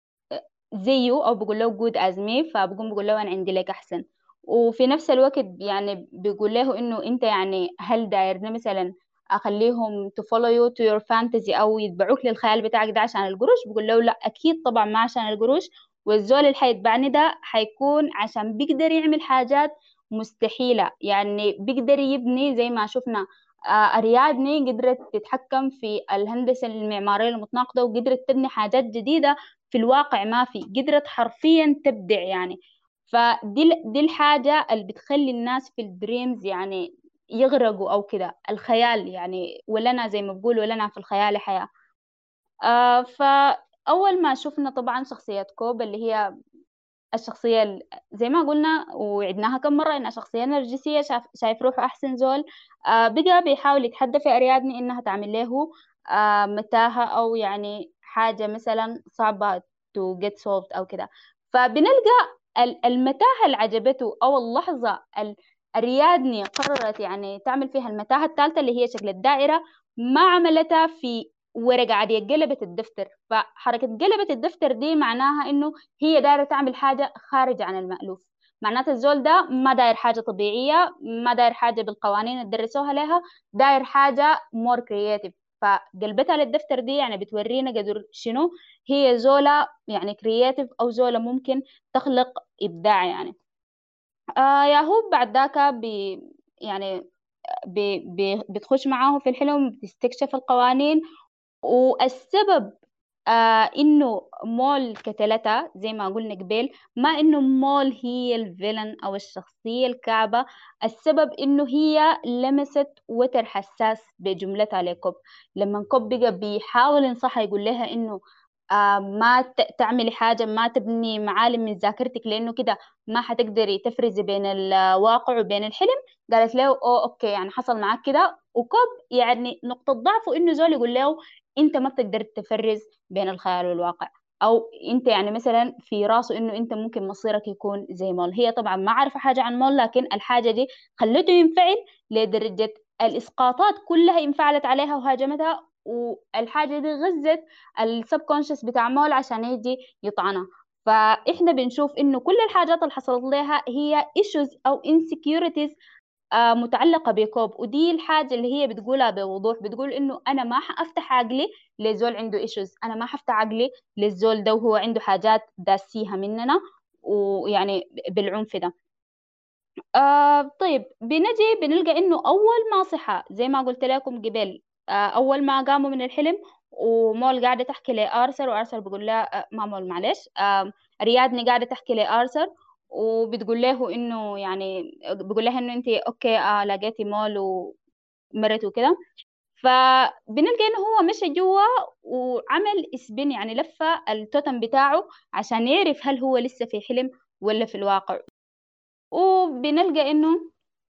زيه، او بيقول له good as me، فبقوم بيقول له انا عندي لك احسن. وفي نفس الوقت يعني بيقول له انه انت يعني هل دايرني مثلا اخليهم to follow you to your fantasy او يتبعوك للخيال بتاعك ده عشان القروش؟ بيقول له لا اكيد طبعا ما عشان القروش، والزول اللي حيتبعني ده حيكون عشان بيقدر يعمل حاجات مستحيلة، يعني بيقدر يبني زي ما شفنا. آه، أريادني قدرت تتحكم في الهندسة المعمارية المتناقضة وقدرت تبني حاجات جديدة في الواقع ما في، قدرت حرفيا تبدع يعني. فدي ال- دي الحاجة اللي بتخلي الناس في الدريمز يعني يغرقوا أو كده الخيال يعني، ولنا زي ما بقول ولنا في الخيال حياة. آه فأول ما شفنا طبعا شخصية كوب اللي هي الشخصية ال- زي ما قلنا وعدناها كم مرة إنها شخصية نرجسية، شاف شايف روحه أحسن زول. آه بقى بيحاول يتحدى في أريادني إنها تعمل له آه متاهة أو يعني حاجة مثلا صعبة to get solved أو كده. فبنلقى ال- المتاهة اللي عجبته أو اللحظة ال- أريادني قررت يعني تعمل فيها المتاهة الثالثة اللي هي شكل الدائرة، ما عملتها في ورقة عادية، قلبت الدفتر. فحركة قلبت الدفتر دي معناها إنه هي دايرة تعمل حاجة خارجة عن المألوف. معناته الزول ده ما داير حاجة طبيعية، ما داير حاجة بالقوانين اللي درسوها لها، داير حاجة more creative. فقلبتها للدفتر دي يعني بتورينا قدر شنو هي زولة يعني creative أو زولة ممكن تخلق إبداع يعني. آه ياهو بعد ذاك بي يعني بي بي بتخش معاه في الحلم، بتستكشف القوانين. والسبب آه انه مول كتلتها زي ما قلنا قبل، ما انه مول هي الفيلن او الشخصية الكعبة. السبب انه هي لمست وتر حساس بجملتها لكوب. لما كوب بقى بيحاول ينصحها يقول لها انه آه ما ت- تعملي حاجة، ما تبني معالم من ذاكرتك، لانه كده ما حتقدري تفرزي بين الواقع وبين الحلم. قالت له اوه اوكي، يعني حصل معاك كده. وكوب يعني نقطة ضعفه انه زول يقول له انت ما بتقدر تفرز بين الخيال والواقع، او انت يعني مثلا في راسه انه انت ممكن مصيرك يكون زي مول. هي طبعا ما عارفه حاجه عن مول، لكن الحاجه دي خلته ينفعل لدرجه الاسقاطات كلها انفعلت عليها وهاجمتها، والحاجه دي غزت السب كونشس بتاع مول عشان يجي يطعنها. فاحنا بنشوف انه كل الحاجات اللي حصلت لها هي ايشوز او insecurities آه، متعلقة بكوب. ودي الحاجة اللي هي بتقولها بوضوح، بتقول إنه أنا ما حأفتح عقلي لزول عنده إيشوز، أنا ما حفتح عقلي للزول ده وهو عنده حاجات داسيها مننا، ويعني بالعنف ده. آه طيب بنجي بنلقى إنه أول ما صحى زي ما قلت لكم قبل، آه أول ما قاموا من الحلم ومول قاعدة تحكي لآرثر، وآرثر بيقول لها آه ما مول معلش، آه ريادني قاعدة تحكي لآرثر وبتقول له إنه يعني بيقول لها إنه أنت أوكي آه لقيتي مول ومرته وكده. فبنلقى إنه هو مشى جوا وعمل سبين، يعني لفة التوتم بتاعه عشان يعرف هل هو لسه في حلم ولا في الواقع. وبنلقى إنه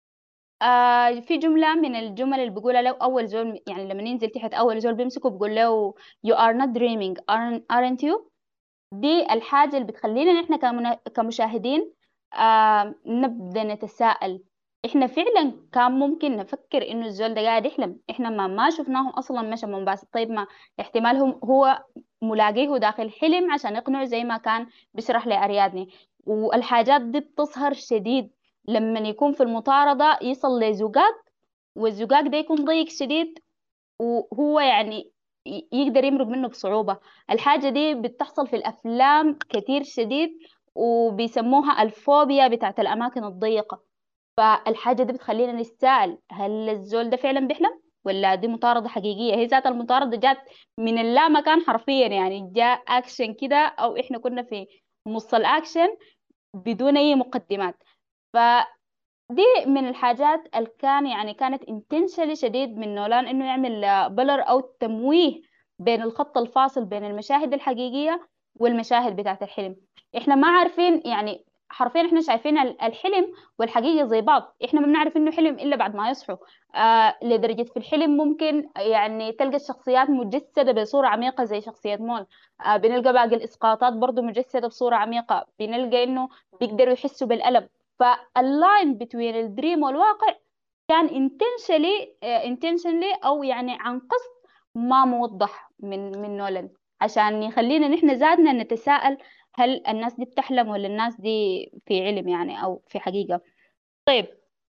آه في جملة من الجمل اللي بيقولها له أول زول، يعني لما ننزل تحت أول زول بيمسكه بيقول له you are not dreaming aren't aren't you. دي الحاجة اللي بتخلينا نحن كمنا- كمشاهدين آه نبدأ نتساءل، احنا فعلا كان ممكن نفكر انه الزول ده قاعد يحلم؟ احنا ما ما شفناه اصلا مشى مومباسا. طيب ما احتمال هم- هو ملاقيه داخل حلم عشان يقنعه زي ما كان بيشرح لأريادني. والحاجات دي بتظهر شديد لما يكون في المطاردة يصل لزقاق، والزقاق ده يكون ضيق شديد وهو يعني ي- يقدر يمرق منه بصعوبة. الحاجة دي بتحصل في الأفلام كتير شديد، وبيسموها الفوبيا بتاعت الأماكن الضيقة. فالحاجة دي بتخلينا نتساءل هل الزول ده فعلا بيحلم ولا دي مطاردة حقيقية؟ هي ذات المطاردة جات من اللا مكان حرفيا، يعني جاء أكشن كده أو إحنا كنا في نص الأكشن بدون أي مقدمات. ف دي من الحاجات اللي كان يعني كانت انتنشالي شديد من نولان انه يعمل بلر او تمويه بين الخط الفاصل بين المشاهد الحقيقية والمشاهد بتاعت الحلم. احنا ما عارفين، يعني حرفيا احنا شايفين ال- الحلم والحقيقة زي بعض. احنا ما بنعرف انه حلم الا بعد ما يصحوا. آه لدرجة في الحلم ممكن يعني تلقى الشخصيات مجسدة بصورة عميقة زي شخصية مول. آه بنلقى باقي الاسقاطات برضو مجسدة بصورة عميقة، بنلقى انه بيقدروا يحسوا بالألم. فاللاين بين الدريم والواقع كان intentionally آه، intentionally او يعني عن قصد ما موضح من من نولان، عشان يخلينا نحن زادنا نتساءل هل الناس دي بتحلم ولا الناس دي في علم يعني او في حقيقة. طيب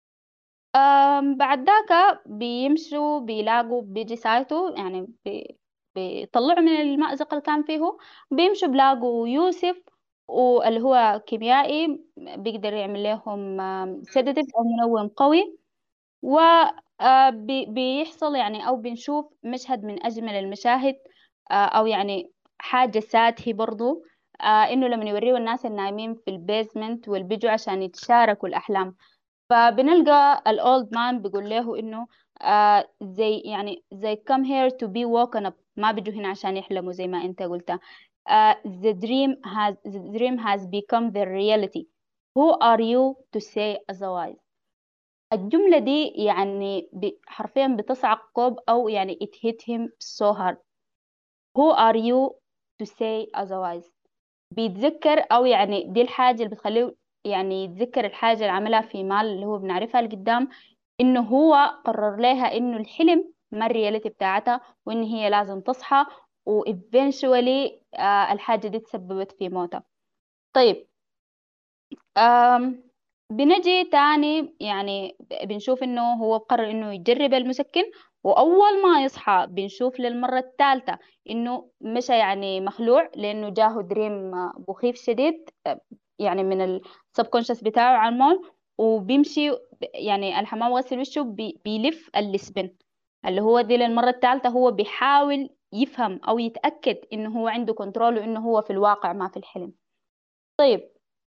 آم، بعد ذاك بيمشوا بيلاقوا بيجي سايتو، يعني بي بيطلعوا من المأزق اللي كان فيه. بيمشوا بيلاقوا يوسف، واللي هو كيميائي بيقدر يعمل لهم سيداتيف أو منوم قوي. وبيحصل يعني أو بنشوف مشهد من أجمل المشاهد، آه، أو يعني حاجة ساتهي برضو، آه، إنه لما يوريوا الناس النايمين في البيزمنت والبيجوا عشان يتشاركوا الأحلام. فبنلقى الاولد مان بيقول له انه آه زي يعني زي come here to be woken up، ما بيجوا هنا عشان يحلموا زي ما انت قلت. آه the dream has the dream has become the reality. who are you to say otherwise. الجملة دي يعني ب- حرفيا بتصعق كوب، او يعني it hit him so hard. who are you to say otherwise. بيتذكر او يعني دي الحاجة اللي بتخليه يعني يتذكر الحاجة اللي عملها في مال اللي هو بنعرفها لقدام، انه هو قرر لها انه الحلم ما الرياليتي بتاعتها، وان هي لازم تصحى، و eventually آه الحاجة دي تسببت في موتها. طيب آم بنجي تاني يعني بنشوف انه هو قرر انه يجرب المسكن. واول ما يصحى بنشوف للمرة الثالثة انه مش يعني مخلوع، لانه جاه دريم آه، مخيف شديد، آه، يعني من السبكونشس بتاعه على المول. وبيمشي يعني الحمام غسل وشه بي بيلف السبن اللي هو دي للمرة الثالثة هو بيحاول يفهم أو يتأكد إنه هو عنده كنترول وإنه هو في الواقع ما في الحلم. طيب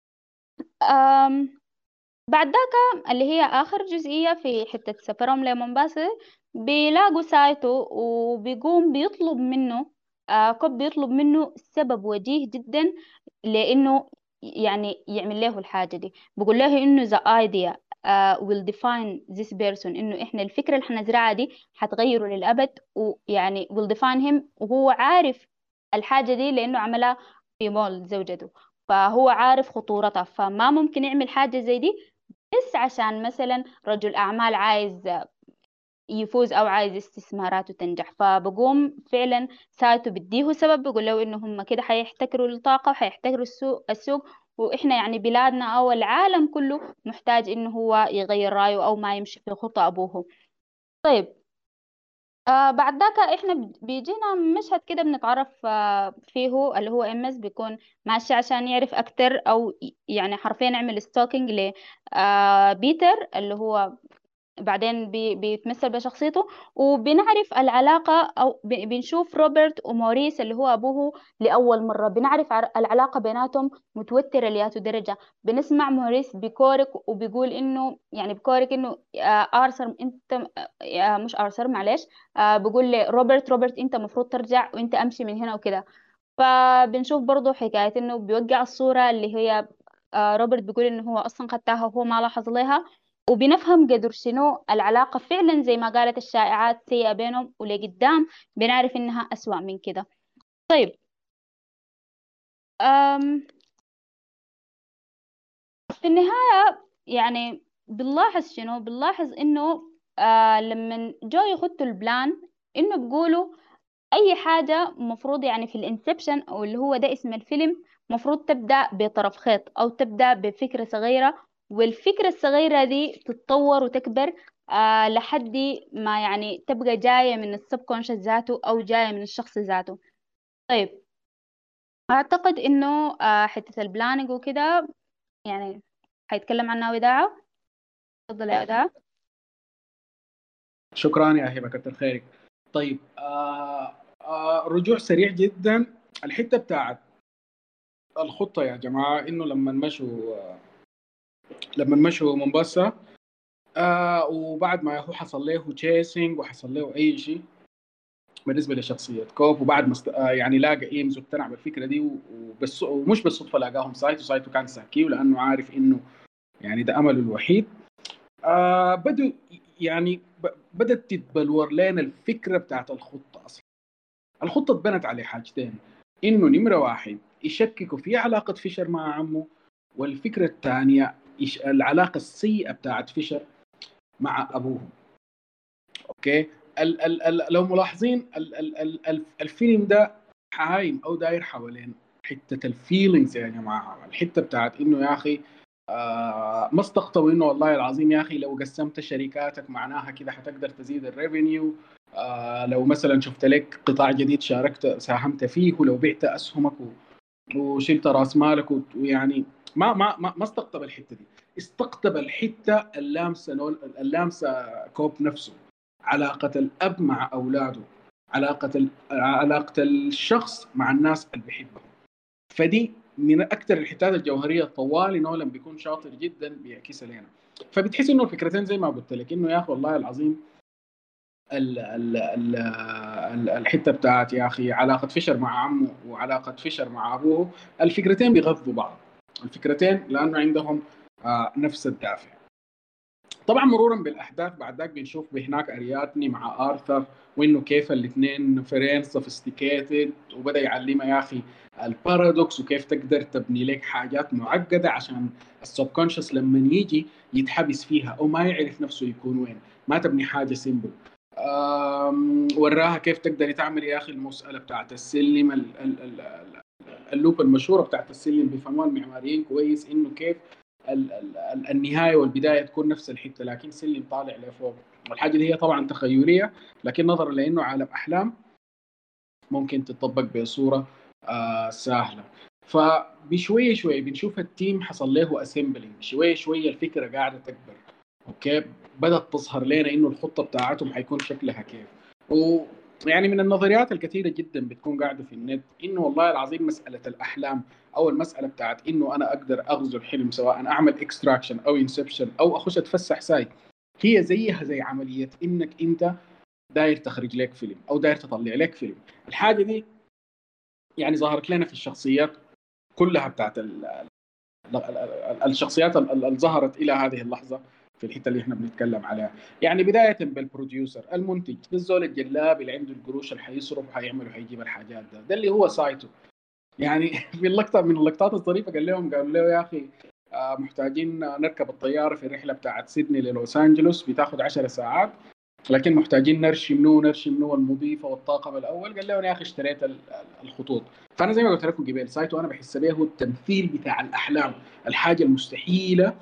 أم بعد ذاك اللي هي آخر جزئية في حتة سفرهم لمومباسا، بيلاقوا سايتو وبيقوم بيطلب منه آه كوب بيطلب منه سبب وجيه جدا لأنه يعني يعمل له الحاجة دي. بيقول له إنه the idea uh, will define this person، إنه إحنا الفكرة اللي حنزرعها دي حتغيره للأبد، ويعني will define him، وهو عارف الحاجة دي لأنه عملها في مول زوجته، فهو عارف خطورتها، فما ممكن يعمل حاجة زي دي بس عشان مثلا رجل أعمال عايز يفوز أو عايز استثماراته تنجح. فبقوم فعلا سايتو بديه سبب، بيقول له إنه هم كده حيحتكروا الطاقة وحيحتكروا السوق السوق وإحنا يعني بلادنا أو العالم كله محتاج إنه هو يغير رأيه أو ما يمشي في خطى أبوه. طيب آه بعد ذاك إحنا ب- بيجينا مشهد كده بنتعرف آه فيه اللي هو إمس بيكون ماشي عشان يعرف أكتر أو ي- يعني حرفيا يعمل ستوكينج ل آه بيتر اللي هو بعدين بي بيتمثل بشخصيته، وبنعرف العلاقة أو ب- بنشوف روبرت وموريس اللي هو أبوه لأول مرة، بنعرف عر- العلاقة بيناتهم متوترة لياتو درجة. بنسمع موريس بيكورك وبيقول إنه يعني بيكورك إنه آه، أرثر أنت آه، مش أرثر معلش آه، بيقول لروبرت روبرت أنت مفروض ترجع وأنت أمشي من هنا وكده. فبنشوف برضو حكاية إنه بيوقع الصورة اللي هي آه، روبرت بيقول إنه هو أصلا خدتها وهو ما لاحظ لها، وبنفهم قدر شنو العلاقة فعلا زي ما قالت الشائعات سيئة بينهم، ولقدام بنعرف إنها أسوأ من كده. طيب أم في النهاية يعني بنلاحظ شنو بنلاحظ إنه آه لما جو يخطوا البلان إنه بيقولوا اي حاجه مفروض يعني في الانسبشن او اللي هو ده اسم الفيلم مفروض تبدا بطرف خيط او تبدا بفكره صغيره، والفكره الصغيره دي تتطور وتكبر آه لحد ما يعني تبقى جايه من السبكونشس ذاته او جايه من الشخص ذاته. طيب اعتقد انه آه حته البلاننج وكده يعني هيتكلم عنها وداعه. تفضل يا وداعه. شكرا يا هبه، كتر خيرك. طيب آه آه رجوع سريع جدا. الحته بتاعت الخطه يا جماعه، انه لما مشوا لما مشوا مومباسا، آه وبعد ما هو حصل له تشيسنج وحصل له اي شيء بالنسبه لشخصيه كوب، وبعد ما است... آه يعني لاقى ايمز واقتنع بالفكره دي، وبس ومش بالصدفه لاقاهم سايتو سايتو كان ساكيو لانه عارف انه يعني ده امله الوحيد. آه بدوا يعني ب... بدات تتبلور لنا الفكره بتاعت الخطه. اصلا الخطه اتبنت على حاجتين: انه نمره واحد يشككوا في علاقه فيشر مع عمه، والفكره الثانيه العلاقه السيئه بتاعت فيشر مع ابوه. اوكي، ال ال ال لو ملاحظين ال ال ال ال الفيلم ده حايم او داير حوالين حته الفيلينجز يا جماعه، الحته بتاعت انه يا اخي آه ما استقطبوا انه والله العظيم يا اخي لو قسمت شركاتك معناها كده حتقدر تزيد الريفينيو. آه لو مثلا شفت لك قطاع جديد شاركت ساهمت فيه، ولو بعت اسهمك وشلت راس مالك، ويعني ما ما ما ما استقطب الحته دي. استقطب الحته اللامسه نول اللامسه كوب نفسه، علاقه الاب مع اولاده، علاقه ال... علاقه الشخص مع الناس اللي بيحبهم. فدي من اكثر الحتات الجوهريه طوالي نولان بيكون شاطر جدا بيعكسها لنا. فبتحس انه الفكرتين زي ما قلت لك، انه يا اخي والله العظيم ال ال ال ال الحته بتاعت يا اخي علاقه فيشر مع عمه وعلاقه فيشر مع ابوه، الفكرتين بيغذوا بعض، الفكرتين لانه عندهم آه نفس الدافع. طبعا مرورا بالاحداث بعد ذاك بنشوف هناك ارياتني مع ارثر، وانه كيف الاثنين فرين سوفيستيكيتد، وبدا يعلمها يا اخي البارادوكس وكيف تقدر تبني لك حاجات معقده عشان السبكونشس لما يجي يتحبس فيها او ما يعرف نفسه يكون وين، ما تبني حاجه سيمبل. وراها كيف تقدري تعملي يا اخي المساله بتاعت السلم، ال- ال- ال- اللوب المشهوره بتاعت السلم بيفهموها المعماريين كويس، انه كيف ال- ال- النهايه والبدايه تكون نفس الحته لكن سلم طالع لفوق. والحاجه دي هي طبعا تخيليه، لكن نظرا لانه عالم احلام ممكن تطبق بصوره آه سهله. فبشويه شويه بنشوف التيم حصل له اسمبلينج، شويه شويه الفكره قاعده تكبر. اوكي، بدات تظهر لنا انه الخطه بتاعتهم حيكون شكلها كيف. يعني من النظريات الكثيرة جدا بتكون قاعدة في النت إنه والله العظيم مسألة الأحلام أو المسألة بتاعت إنه أنا أقدر أغزو الحلم، سواء أعمل إكستراكشن أو إنسبشن أو أخش أتفسح ساي، هي زيها زي عملية إنك أنت داير تخرج لك فيلم أو داير تطلع لك فيلم. الحاجة دي يعني ظهرت لنا في الشخصيات كلها بتاعت الشخصيات اللي ظهرت الى هذه اللحظه في الحته اللي احنا بنتكلم عليها. يعني بدايه بالبروديوسر المنتج، ده الزول الجلاب اللي عنده القروش اللي حيصرف وحيعمل وحيجيب الحاجات، ده ده اللي هو سايتو. يعني في اللقطه من اللقطات الظريفه قال لهم قالوا له يا اخي آه محتاجين نركب الطياره في الرحله بتاعت سيدني للوس انجلوس بتاخذ عشر ساعات، لكن محتاجين نرشي منو نرشي منو المضيفه والطاقم الاول. قال له يا اخي اشتريت الخطوط. فانا زي ما قلت لكم قبل، سايتو انا بحس به هو التمثيل بتاع الاحلام، الحاجه المستحيله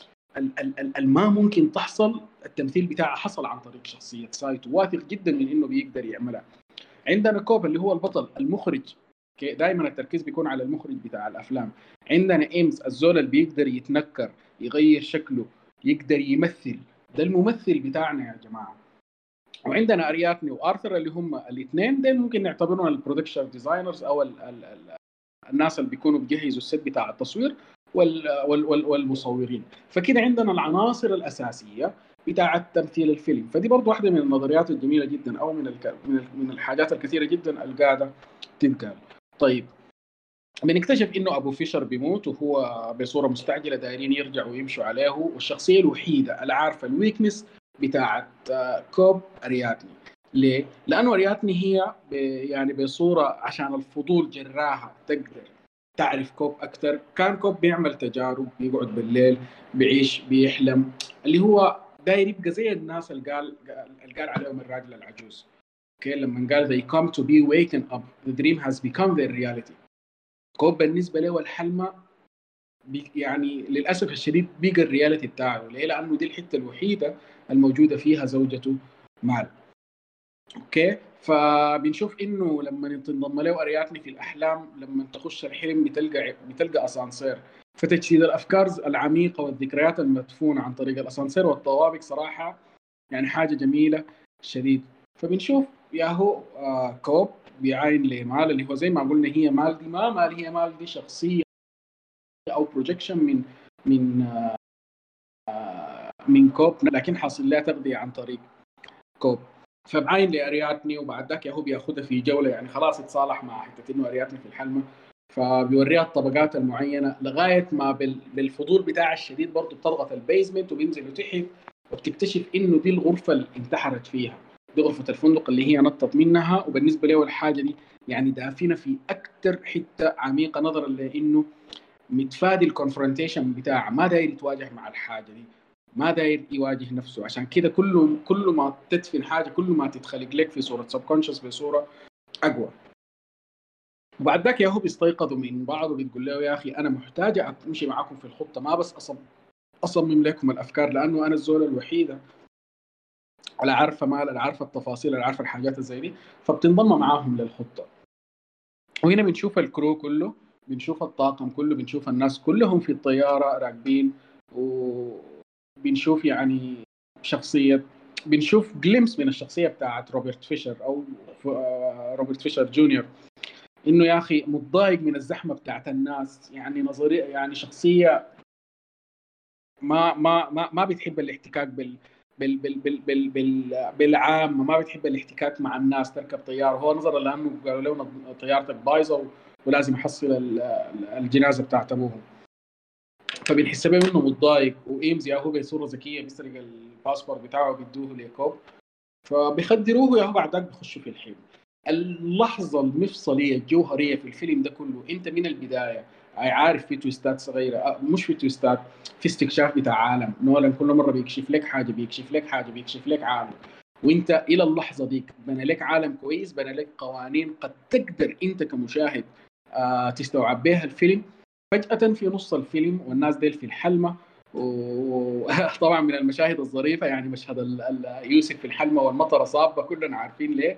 الما ممكن تحصل، التمثيل بتاعها حصل عن طريق شخصيه سايتو، واثق جدا من انه بيقدر يعملها. عندنا كوب اللي هو البطل المخرج، دائما التركيز بيكون على المخرج بتاع الافلام. عندنا ايمز الزول اللي بيقدر يتنكر يغير شكله يقدر يمثل، ده الممثل بتاعنا يا جماعه. وعندنا ارياتني وارثر اللي هم الاثنين دول ممكن نعتبرهم البرودكشن ديزاينرز او ال ال ال الناس اللي بيكونوا بيجهزوا الست بتاع التصوير وال وال وال والمصورين. فكده عندنا العناصر الاساسيه بتاعه تمثيل الفيلم. فدي برضو واحده من النظريات الجميله جدا او من الك... من من الحاجات الكثيره جدا اللي قاعده تنقال. طيب بنكتشف انه ابو فيشر بيموت وهو بصوره مستعجله دايرين يرجعوا ويمشوا عليه، والشخصيه الوحيده اللي عارفه الويكنس بتاعت كوب ارياتني. ليه؟ لانه ارياتني هي ب... يعني بصوره عشان الفضول جراها تقدر تعرف كوب اكثر. كان كوب بيعمل تجارب، بيقعد بالليل بيعيش بيحلم، اللي هو داير يبقى زي الناس اللي قال اللي قال عليهم الراجل العجوز. اوكي لما قال they come to be waken up the dream has become their reality. كوب بالنسبه له الحلمه يعني للاسف الشديد بيجي الرياليتي بتاعه. ليه؟ لانه دي الحته الوحيده الموجوده فيها زوجته مال. اوكي فبنشوف انه لما تنضم له ارياتني في الاحلام، لما تخش الحلم بتلقى بتلقى اسانسير، فتجسيد الافكار العميقه والذكريات المدفونه عن طريق الاسانسير والطوابق صراحه يعني حاجه جميله شديد. فبنشوف ياهو آه كوب بيعاين لمال اللي هو زي ما قلنا هي مال دي ما مال هي مال دي شخصيه او بروجكشن من من آه من كوب، لكن حاصل لها تغذيه عن طريق كوب. فبعاين لارياتني وبعد ذاك ياهو بياخذها في جوله، يعني خلاص اتصالح مع حته انه ارياتني في الحلمه، فبيوريها الطبقات المعينه لغايه ما بالفضول بتاع الشديد برضه بتضغط البيزمنت وبينزلوا تحت وبتكتشف انه دي الغرفه اللي انتحرت فيها، دي غرفه الفندق اللي هي نطت منها. وبالنسبه له الحاجه دي يعني دافنه في اكثر حته عميقه، نظرا لانه متفادي الكونفرونتيشن بتاعه، ما داير يتواجه مع الحاجه دي، ما داير يواجه نفسه. عشان كده كل كل ما تدفن حاجه كل ما تتخلق لك في صوره سبكونشس بصوره اقوى. وبعد ذاك ياهو بيستيقظوا من بعض وبتقول له يا اخي انا محتاجه امشي معاكم في الخطه، ما بس اصمم اصمم لكم الافكار، لانه انا الزوله الوحيده اللي عارفه مال اللي عارفه التفاصيل اللي عارفه الحاجات زي دي. فبتنضم معاهم للخطه. وهنا بنشوف الكرو كله، بنشوف الطاقم كله، بنشوف الناس كلهم في الطياره راكبين، وبنشوف يعني شخصيه، بنشوف جليمس من الشخصيه بتاعت روبرت فيشر او روبرت فيشر جونيور، انه يا اخي متضايق من الزحمه بتاعت الناس، يعني نظريه يعني شخصيه ما ما ما ما بتحب الاحتكاك بال بال بال بال بال بال بالعام، ما بتحب الاحتكاك مع الناس، تركب طياره. هو نظرا لانه قالوا له طيارتك بايظه ولازم يحصل الجنازه بتاعت ابوه، فبنحس به انه متضايق. وايمز يا هو بصوره ذكيه بيسرق الباسبور بتاعه وبيدوه ليكوب، فبيخدروه يا هو بعد ذاك بيخشوا في الحلم. اللحظه المفصليه الجوهريه في الفيلم ده كله، انت من البدايه عارف في تويستات صغيره، مش في تويستات، في استكشاف بتاع عالم. نولان كل مره بيكشف لك حاجه بيكشف لك حاجه بيكشف لك عالم، وانت الى اللحظه ديك بنى لك عالم كويس، بنى لك قوانين قد تقدر انت كمشاهد آه تستوعب بها الفيلم. فجاه في نص الفيلم والناس ديل في الحلمه، وطبعا من المشاهد الظريفه يعني مشهد يوسف في الحلمه والمطره صابه كلنا عارفين ليه.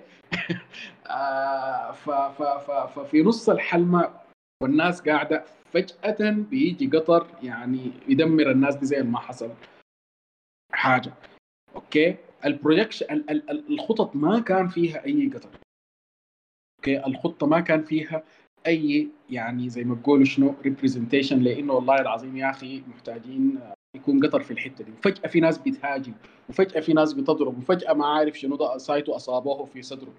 ففي نص الحلمه والناس قاعده فجاه بيجي قطر يعني يدمر الناس دي زي ما حصل حاجه. اوكي البروجكشن ال- ال- ال- الخطط ما كان فيها اي قطر. اوكي، الخطه ما كان فيها اي يعني زي ما بقولوا شنو ريبريزنتيشن، لانه والله العظيم يا اخي محتاجين يكون قطر في الحته دي، وفجاه في ناس بتهاجم، وفجاه في ناس بتضرب، وفجاه ما عارف شنو ده سايتو اصابوه في صدره.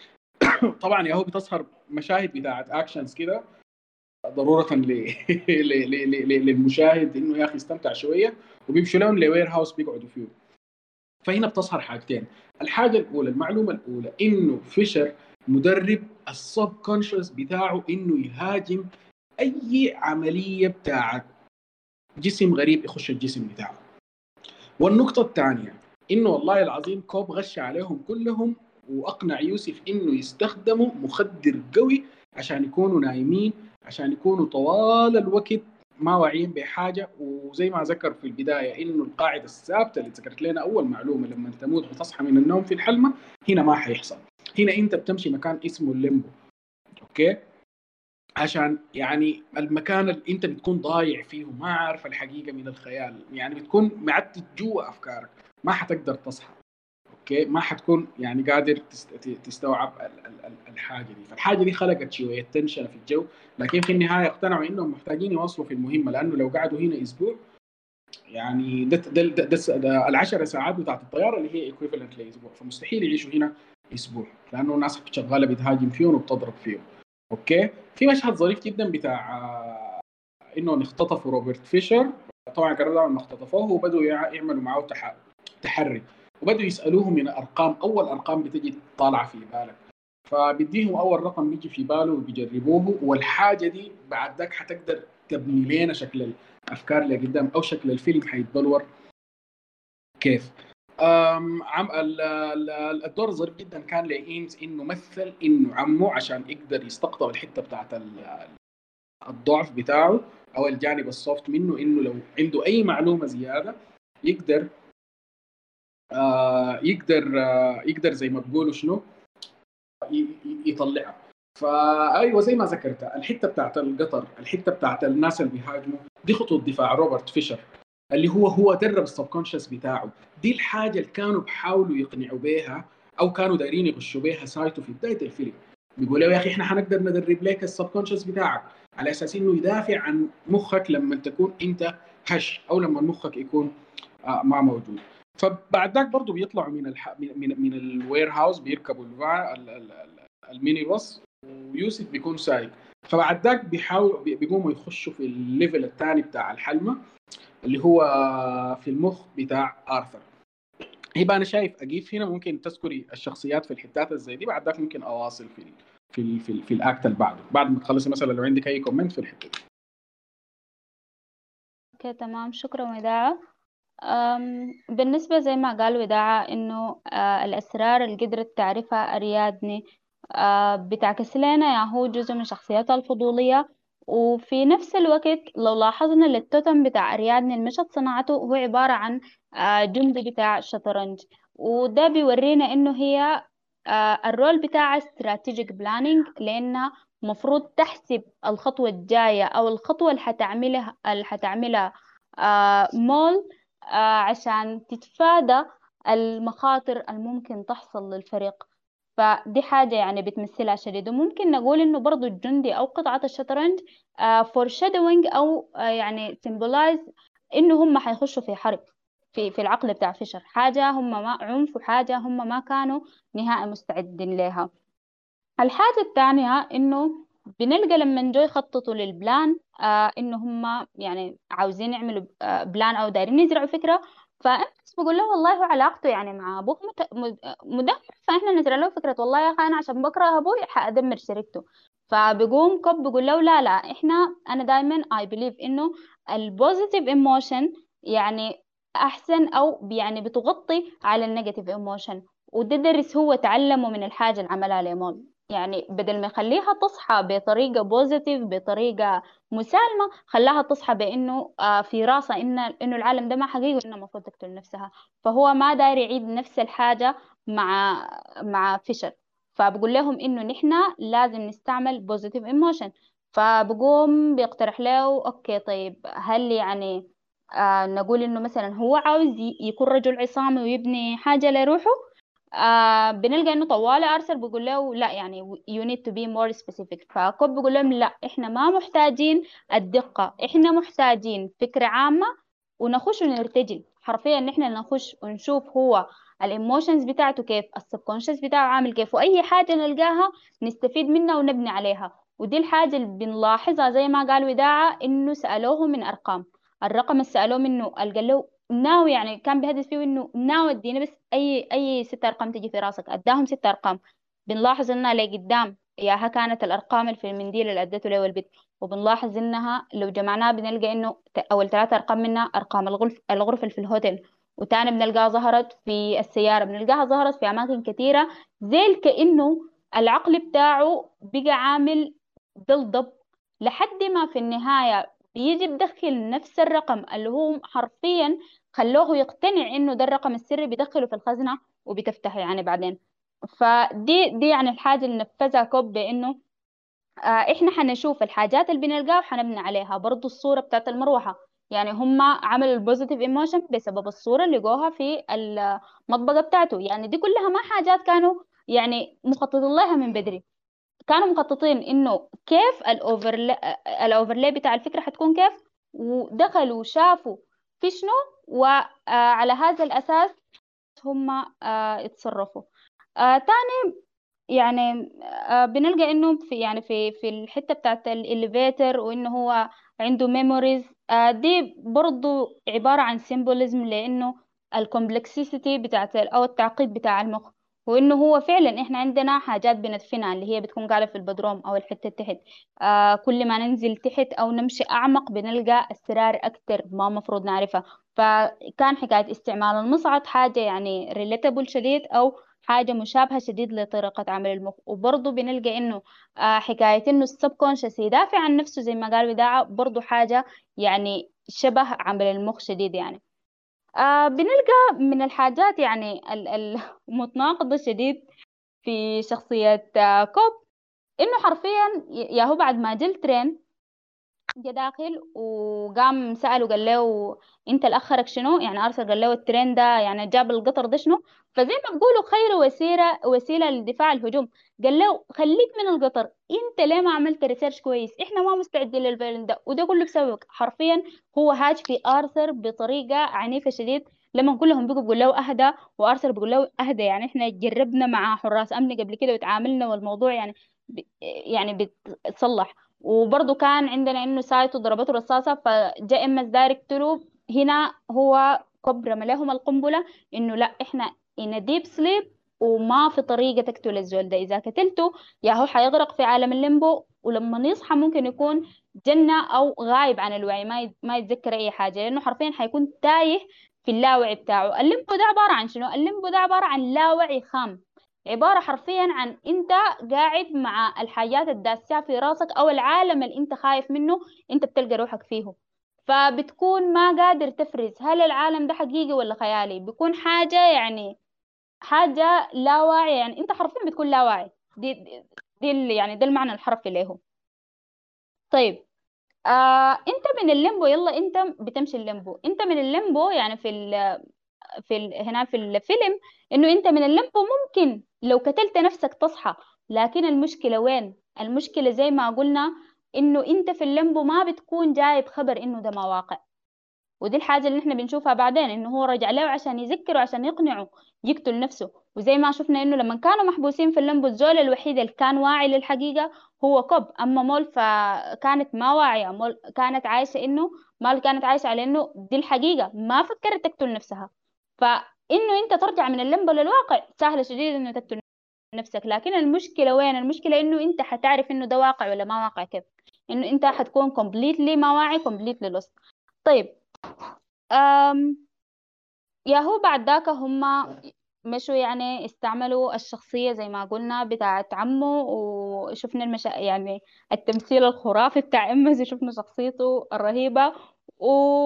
طبعا يا هو بتظهر مشاهد بتاعت اكشنز كده ضروره ل... ل... ل... ل... للمشاهد انه يا اخي يستمتع شويه، وبيمشوا لهم لوير هاوس بيقعدوا فيه. فهنا بتظهر حاجتين. الحاجه الاولى، المعلومه الاولى، انه فيشر مدرب السب كونشس بتاعه انه يهاجم اي عمليه بتاعت جسم غريب يخش الجسم بتاعه. والنقطه الثانيه انه والله العظيم كوب غش عليهم كلهم واقنع يوسف انه يستخدموا مخدر قوي عشان يكونوا نايمين، عشان يكونوا طوال الوقت ما واعيين بحاجه. وزي ما ذكر في البدايه انه القاعده الثابته اللي ذكرت لنا اول معلومه، لما تموت بتصحى من النوم في الحلمه، هنا ما حيحصل. هنا انت بتمشي مكان اسمه الليمبو. اوكي، عشان يعني المكان اللي انت بتكون ضايع فيه وما عارف الحقيقه من الخيال، يعني بتكون معتد جوا افكارك، ما حتقدر تصحى. اوكي، ما حتكون يعني قادر تستوعب الحاجه دي. فالحاجه دي خلقت شويه تنشن في الجو، لكن في النهايه اقتنعوا انهم محتاجين يواصلوا في المهمه، لانه لو قعدوا هنا اسبوع يعني ده ده, ده, ده, ده العشر ساعات بتاعت الطياره اللي هي ايكويفالنت لاسبوع، فمستحيل يعيشوا هنا اسبوع، لانه الناس شغاله بتهاجم فيهم وبتضرب فيهم. اوكي، في مشهد ظريف جدا بتاع آه، انهم اختطفوا روبرت فيشر. طبعا كانوا لما اختطفوه وبدوا يعملوا معه تحري، وبدوا يسالوه من ارقام، اول ارقام بتجي طالعه في بالك، فبيديهم اول رقم بيجي في باله وبيجربوه، والحاجه دي بعد ذاك حتقدر تبني لنا شكل الافكار اللي قدام، او شكل الفيلم حيتبلور كيف. أم عم ال- ال- الدور الظريف جدا كان لاينز انه مثل انه عمه عشان يقدر يستقطب الحته بتاعت ال- الضعف بتاعه او الجانب السوفت منه، انه لو عنده اي معلومه زياده يقدر آه يقدر آه يقدر زي ما بقولوا شنو ي- ي- يطلعها. فايوه زي ما ذكرت الحته بتاعت القطر، الحته بتاعت الناس اللي بيهاجموا، دي خطوه دفاع روبرت فيشر اللي هو هو درب السبكونشس بتاعه. دي الحاجه اللي كانوا بيحاولوا يقنعوا بيها او كانوا دايرين يغشوا بيها سايتو في بدايه الفيلم. بيقولوا يا اخي احنا حنقدر ندرب لك السبكونشس بتاعك على اساس انه يدافع عن مخك لما تكون انت هش، او لما مخك يكون آه ما موجود. فبعد ذاك برضه بيطلعوا من الح... من من, من الوير هاوس، بيركبوا الفا... ال... ال... ال- الميني باص، ويوسف بيكون سايق. فبعد ذاك بيحاولوا بي- بيقوموا يخشوا في الليفل الثاني بتاع الحلمه اللي هو في المخ بتاع ارثر. يبقى انا شايف اجيف هنا ممكن تذكري الشخصيات في الحتات الزي دي، بعد ذاك ممكن اواصل في ال... في ال... في, ال... في الاكت اللي بعده بعد ما تخلصي، مثلا لو عندك اي كومنت في الحته دي. اوكي تمام، شكرا وداعة. أم، بالنسبة زي ما قال وداعة إنه آه، الأسرار اللي قدرت تعرفها أريادني آه، بتعكس لنا يا هو جزء من شخصيتها الفضولية. وفي نفس الوقت لو لاحظنا للتوتم بتاع أريادني المشهد صناعته هو عبارة عن آه، جندي بتاع الشطرنج. وده بيورينا إنه هي آه، الرول بتاعها استراتيجيك بلانينج، لأنها مفروض تحسب الخطوة الجاية أو الخطوة اللي حتعملها اللي حتعملها آه، مول آه، عشان تتفادى المخاطر الممكن تحصل للفريق. فدي حاجة يعني بتمثلها شديد. وممكن نقول إنه برضو الجندي أو قطعة الشطرنج فور شادوينج أو آه، يعني سيمبولايز إنه هم حيخشوا في حرب في في العقل بتاع فيشر، حاجة هم ما عنف، وحاجة هم ما كانوا نهائي مستعدين لها. الحاجة الثانية إنه بنلقى لما جو يخططوا للبلان آه إنه هم يعني عاوزين يعملوا آه بلان أو دايرين يزرعوا فكرة. فأنس بقول له والله هو علاقته يعني مع أبوه مت- مد- مدمر، فإحنا نزرع له فكرة والله يا أخي أنا عشان بكره أبوي حأدمر شركته. فبيقوم كوب بيقول له لا لا، إحنا أنا دايما I believe إنه البوزيتيف ايموشن يعني أحسن، أو يعني بتغطي على النيجاتيف ايموشن. وده درس هو تعلمه من الحاجة اللي عملها ليمون. يعني بدل ما يخليها تصحى بطريقة بوزيتيف بطريقة مسالمة، خلاها تصحى بأنه آه، في راسها إن إنه العالم ده ما حقيقي وإنها المفروض تقتل نفسها. فهو ما داير يعيد نفس الحاجة مع مع فيشر. فبقول لهم إنه نحن لازم نستعمل بوزيتيف ايموشن. فبقوم بيقترح له أوكي طيب هل يعني آه نقول إنه مثلا هو عاوز ي- يكون رجل عصامي ويبني حاجة لروحه، آه بنلقى إنه طوال أرسل بيقول له لا، يعني you need to be more specific. فكوب بيقول لهم لا، إحنا ما محتاجين الدقة، إحنا محتاجين فكرة عامة ونخش ونرتجل حرفيا، ان احنا نخش ونشوف هو الايموشنز بتاعته كيف، السبكونشس بتاعه عامل كيف، واي حاجه نلقاها نستفيد منها ونبني عليها. ودي الحاجه اللي بنلاحظها زي ما قال وداعة، انه سالوه من ارقام. الرقم اللي سالوه منه قال له ناوي، يعني كان بيهدف فيه انه ناوي ادينا بس اي اي ست ارقام تجي في راسك، اداهم ست ارقام. بنلاحظ انها لقدام ياها كانت الارقام اللي في المنديل اللي ادته له البت، وبنلاحظ انها لو جمعناها بنلقى انه ت- اول ثلاثة ارقام منها ارقام الغرف الغرفة اللي في الهوتيل، وتاني بنلقاها ظهرت في السيارة، بنلقاها ظهرت في اماكن كثيرة، زي كأنه العقل بتاعه بقى عامل بالضبط، لحد ما في النهاية بيجي بدخل نفس الرقم اللي هو حرفيا خلوه يقتنع انه ده الرقم السري، بيدخله في الخزنة وبتفتح يعني بعدين. فدي دي يعني الحاجة اللي نفذها كوب، بانه آه، احنا حنشوف الحاجات اللي بنلقاها وحنبني عليها. برضو الصورة بتاعت المروحة، يعني هم عملوا البوزيتيف ايموشن بسبب الصورة اللي لقوها في المطبقة بتاعته. يعني دي كلها ما حاجات كانوا يعني مخططين لها من بدري، كانوا مخططين انه كيف الاوفرلاي الاوفرلاي بتاع الفكرة حتكون كيف، ودخلوا شافوا في شنو، وعلى هذا الاساس هم آه، اتصرفوا. آه، يعني آه، بنلقى انه في يعني في في الحته بتاعت الاليفيتر، وانه هو عنده ميموريز، دي برضو عباره عن سيمبوليزم، لانه الكومبلكسيتي بتاعت او التعقيد بتاع المخ، وانه هو فعلا احنا عندنا حاجات بندفنها اللي هي بتكون قاعده في البدروم او الحته تحت. آه كل ما ننزل تحت او نمشي اعمق بنلقى اسرار اكتر ما مفروض نعرفها. فكان حكايه استعمال المصعد حاجه يعني ريليتابل شديد، او حاجة مشابهة شديد لطريقة عمل المخ. وبرضه بنلقى إنه آه حكاية إنه السبكونشس يدافع عن نفسه زي ما قال وداعة، برضه حاجة يعني شبه عمل المخ شديد يعني. آه بنلقى من الحاجات يعني ال- المتناقضة شديد في شخصية آه كوب، إنه حرفيا ي- يا هو بعد ما جل ترين جه داخل وقام سأله قال له انت اللي اخرك شنو، يعني ارسل قال له الترين ده يعني جاب القطر ده شنو. فزي ما بقولوا خير وسيله وسيله للدفاع عن الهجوم، قال له خليك من القطر، انت ليه ما عملت ريسيرش كويس، احنا ما مستعدين للفيلم ده، وده كله بسببك حرفيا. هو هاج في ارثر بطريقه عنيفه شديد، لما كلهم بيقوا بيقول له اهدى، وارثر بيقول له اهدى، يعني احنا جربنا مع حراس امن قبل كده وتعاملنا والموضوع يعني ب... يعني بيتصلح. وبرضه كان عندنا انه سايتو ضربته رصاصه فجاء ام اس داير يقتله. هنا هو كوب رمى لهم القنبله، انه لا احنا ان ديب سليب، وما في طريقه تقتل الزول ده، اذا قتلته يا هو حيغرق في عالم الليمبو، ولما يصحى ممكن يكون جنة او غايب عن الوعي، ما يت- ما يتذكر اي حاجه، لانه حرفيا حيكون تايه في اللاوعي بتاعه. الليمبو ده عباره عن شنو؟ الليمبو ده عباره عن لاوعي خام، عبارة حرفيا عن انت قاعد مع الحاجات الداسة في راسك، او العالم اللي انت خايف منه انت بتلقى روحك فيه. فبتكون ما قادر تفرز هل العالم ده حقيقي ولا خيالي، بيكون حاجة يعني حاجة لا واعية، يعني انت حرفيا بتكون لا واعي. دي دي دي ال- يعني ده المعنى الحرفي له. طيب آه انت من الليمبو، يلا انت بتمشي الليمبو، انت من الليمبو يعني في في ال... هنا في الفيلم، انه انت من الليمبو ممكن لو قتلت نفسك تصحى. لكن المشكلة وين؟ المشكلة زي ما قلنا انه انت في الليمبو ما بتكون جايب خبر انه ده ما واقع. ودي الحاجة اللي احنا بنشوفها بعدين، انه هو رجع له عشان يذكره عشان يقنعه يقتل نفسه. وزي ما شفنا انه لما كانوا محبوسين في الليمبو الزول الوحيد اللي كان واعي للحقيقة هو كوب، اما مول فكانت ما واعية، مول كانت عايشة انه مال كانت عايشة على انه دي الحقيقة، ما فكرت تقتل نفسها. فانه انت ترجع من الليمبو للواقع سهل شديد انه تقتل نفسك. لكن المشكلة وين؟ المشكلة انه انت حتعرف انه ده واقع ولا ما واقع كيف، انه انت حتكون completely ما واعي completely lost. طيب أم ياهو بعد ذاك هم مشوا يعني استعملوا الشخصية زي ما قلنا بتاعت عمه، وشفنا المشا... يعني التمثيل الخرافي بتاع إمز، وشفنا شخصيته الرهيبة.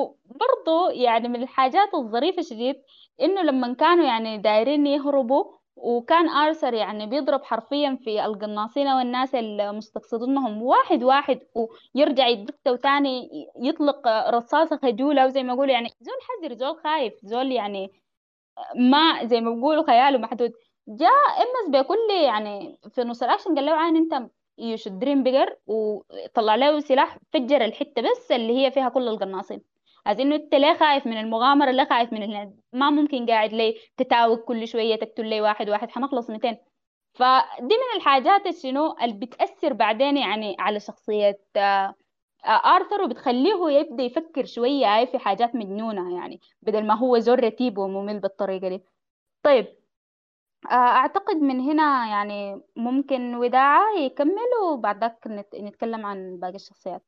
وبرضه يعني من الحاجات الظريفة شديد إنه لما كانوا يعني دايرين يهربوا وكان آرثر يعني بيضرب حرفيا في القناصين والناس المستقصدينهم واحد واحد، ويرجع يدق وتاني يطلق رصاصة خجولة، وزي ما يقولوا يعني زول حذر، زول خايف، زول يعني ما زي ما بيقولوا خياله محدود. جاء امس بكل يعني في نص الاكشن قال له عين انت يو شود دريم بيجر، وطلع له سلاح فجر الحته بس اللي هي فيها كل القناصين. عايز انه انت ليه خايف من المغامره، ليه خايف من ال... ما ممكن قاعد ليه تتاوج كل شويه تقتل لي واحد واحد، حنخلص مئتين. فدي من الحاجات اللي شنو اللي بتاثر بعدين يعني على شخصيه آه، آه، آرثر، وبتخليه يبدأ يفكر شوية هاي في حاجات مجنونة، يعني بدل ما هو زور رتيب وممل بالطريقة دي. طيب، آه، أعتقد من هنا يعني ممكن وداعة يكمل، وبعد ذاك نت- نتكلم عن باقي الشخصيات.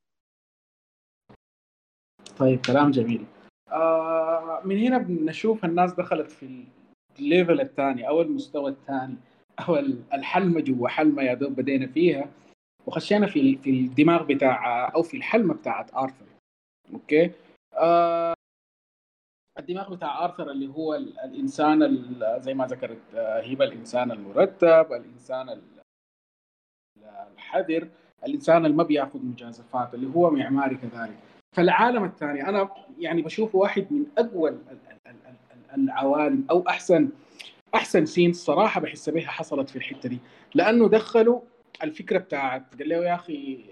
طيب كلام جميل. آه من هنا بنشوف الناس دخلت في الليفل الثاني او المستوى الثاني او الحلمه جوا حلمه يا دوب بدينا فيها، وخشينا في في الدماغ بتاع او في الحلمه بتاعت ارثر. اوكي. آه الدماغ بتاع ارثر اللي هو ال- الانسان ال- زي ما ذكرت آه، هبه، الانسان المرتب، الانسان ال- الحذر، الانسان اللي ما بياخذ مجازفات، اللي هو معماري كذلك. فالعالم الثاني انا يعني بشوفه واحد من اقوى ال- ال- ال- ال- العوالم، او احسن احسن سين صراحه بحس بها حصلت في الحته دي، لانه دخلوا الفكره بتاعت قال له يا اخي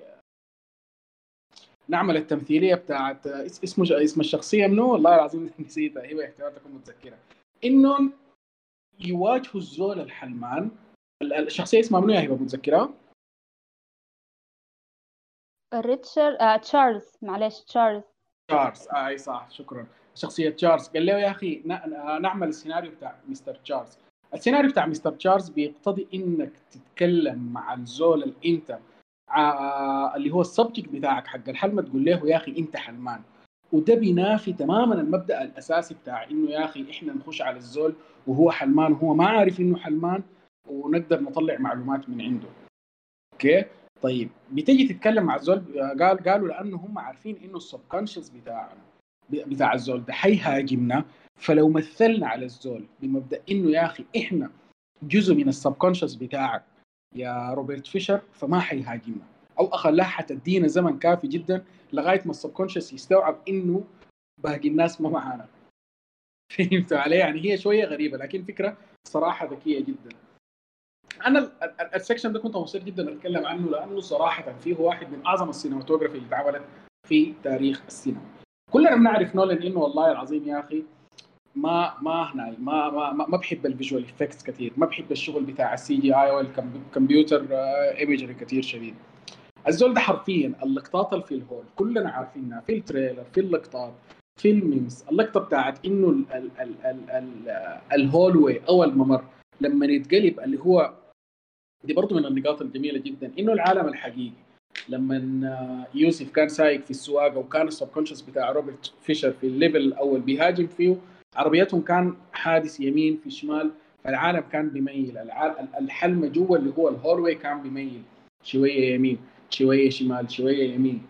نعمل التمثيليه بتاعت اس- اسمه اسم الشخصيه منو والله العظيم نسيتها، هي احتمال تكون متذكره، انهم يواجهوا الزول الحلمان. ال- الشخصيه اسمها منو يا هبه متذكرها؟ ريتشارد آه تشارلز، معلش تشارلز. تشارلز، آه اي صح، شكرا. شخصيه تشارلز قال له يا اخي ن- نعمل السيناريو بتاع مستر تشارلز. السيناريو بتاع مستر تشارلز بيقتضي انك تتكلم مع الزول اللي انت ع- اللي هو السبجكت بتاعك حق الحلمه، تقول له يا اخي انت حلمان. وده بينافي تماما المبدا الاساسي بتاع انه يا اخي احنا نخش على الزول وهو حلمان وهو ما عارف انه حلمان، ونقدر نطلع معلومات من عنده. اوكي. طيب بتيجي تتكلم مع الزول، قال قالوا لانه هم عارفين انه السبكونشس بتاعنا بتاع الزول ده حيهاجمنا، فلو مثلنا على الزول بمبدا انه يا اخي احنا جزء من السبكونشس بتاعك يا روبرت فيشر، فما حيهاجمنا، او اخلاها حتدينا زمن كافي جدا لغايه ما السبكونشس يستوعب انه باقي الناس ما معانا. فهمتوا علي؟ يعني هي شويه غريبه لكن فكره صراحه ذكيه جدا. انا ال- ال- السكشن ده كنت مبسوط جدا اتكلم عنه، لانه صراحه فيه واحد من اعظم السينماتوجرافي اللي اتعملت في تاريخ السينما. كلنا بنعرف نولان انه والله العظيم يا اخي ما ما هنا ما ما ما ما بحب الفيجوال افكتس كثير، ما بحب الشغل بتاع السي جي اي والكمبيوتر ايمجري كثير شديد. الزول ده حرفيا اللقطات اللي في الهول كلنا عارفينها، في التريلر، في اللقطات، في الميمز، اللقطه بتاعت انه ال- ال- ال- ال- ال- الهول واي او الممر لما يتقلب، اللي هو دي برضو من النقاط الجميله جدا، انه العالم الحقيقي لما يوسف كان سايق في السواقه وكان السبكونشس بتاع روبرت فيشر في الليفل الاول بيهاجم فيه، عربيتهم كان حادث يمين في شمال، فالعالم كان بيميل، الحلمه جوا اللي هو الهولوي كان بيميل شويه يمين شويه شمال شويه يمين.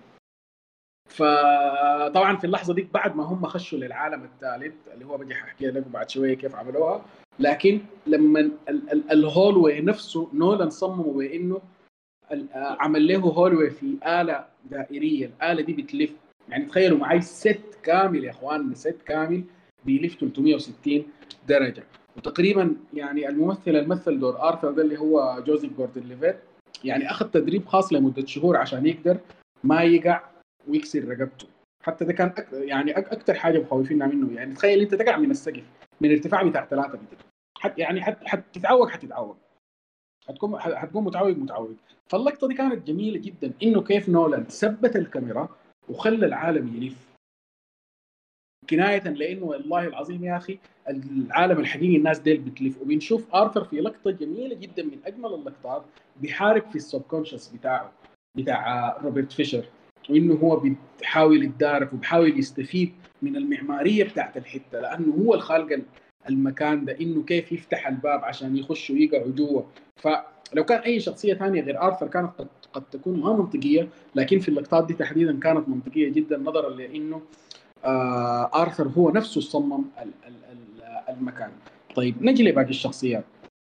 فطبعا في اللحظه دي بعد ما هم خشوا للعالم الثالث اللي هو بجي احكي لكم بعد شويه كيف عملوها، لكن لما الهولوي نفسه نولان صممه بانه عمل له هولوي في آلة دائرية، الآلة دي بتلف، يعني تخيلوا معي ست كامل يا اخوان، ست كامل بيلف ثلاثمئة وستين درجة. وتقريبا يعني الممثل الممثل دور آرثر ده اللي هو جوزيف جوردن ليفيت يعني أخذ تدريب خاص لمدة شهور عشان يقدر ما يقع ويكسر رقبته. حتى ده كان أك... يعني أك... أكثر حاجة مخوفيننا منه، يعني تخيل أنت تقع من السقف من ارتفاع بتاع ثلاثة متر، حت... يعني حت... حتتعوق حتتعوق هتكون هتكون متعوق متعوق. فاللقطه دي كانت جميله جدا، انه كيف نولان ثبت الكاميرا وخلى العالم يلف، كنايه لانه والله العظيم يا اخي العالم الحقيقي الناس ديل بتلف. وبنشوف ارثر في لقطه جميله جدا من اجمل اللقطات بيحارب في السبكونشس بتاعه بتاع روبرت فيشر، وانه هو بيحاول يتدارك وبيحاول يستفيد من المعماريه بتاعت الحته، لانه هو الخالق المكان ده، انه كيف يفتح الباب عشان يخشوا ويقعوا جوا. فلو كان اي شخصيه ثانيه غير ارثر كانت قد, قد تكون ما منطقيه، لكن في اللقطات دي تحديدا كانت منطقيه جدا، نظرا لانه آه آرثر هو نفسه صمم ال- ال- ال- المكان. طيب نجي لباقي الشخصيات.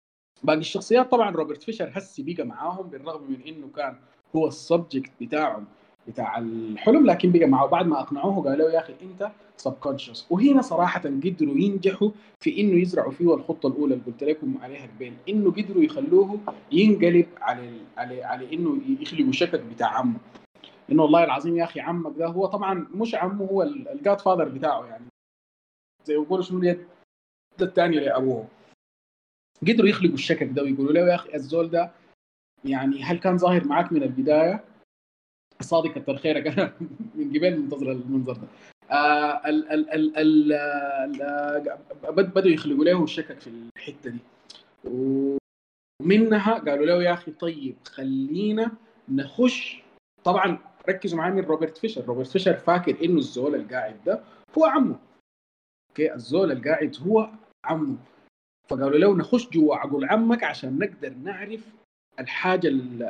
باقي الشخصيات طبعا روبرت فيشر هسي بقى معاهم بالرغم من انه كان هو السبجكت بتاعهم بتاع الحلم، لكن بقى معه بعد ما اقنعوه قالوا يا اخي انت سبكونشس. وهنا صراحه قدروا ينجحوا في انه يزرعوا فيه الخطه الاولى اللي قلت لكم عليها قبل، انه قدروا يخلوه ينقلب على على على انه يخلقوا شكل بتاع عمه، انه والله العظيم يا اخي عمك ده هو طبعا مش عمه، هو الجاد فاذر بتاعه، يعني زي ما يقولوا شنو اليد الثانيه لابوه. قدروا يخلقوا الشكل ده ويقولوا له يا اخي الزول ده يعني هل كان ظاهر معك من البدايه؟ صادق كتر خيرك انا من قبل منتظر المنظر ده. آه ال ال ال ال ال بدوا يخلقوا له الشكك في الحته دي، ومنها قالوا له يا اخي طيب خلينا نخش. طبعا ركزوا معايا من روبرت فيشر، روبرت فيشر فاكر انه الزول القاعد ده هو عمه. اوكي الزول القاعد هو عمه، فقالوا له نخش جوا عقل عمك عشان نقدر نعرف الحاجه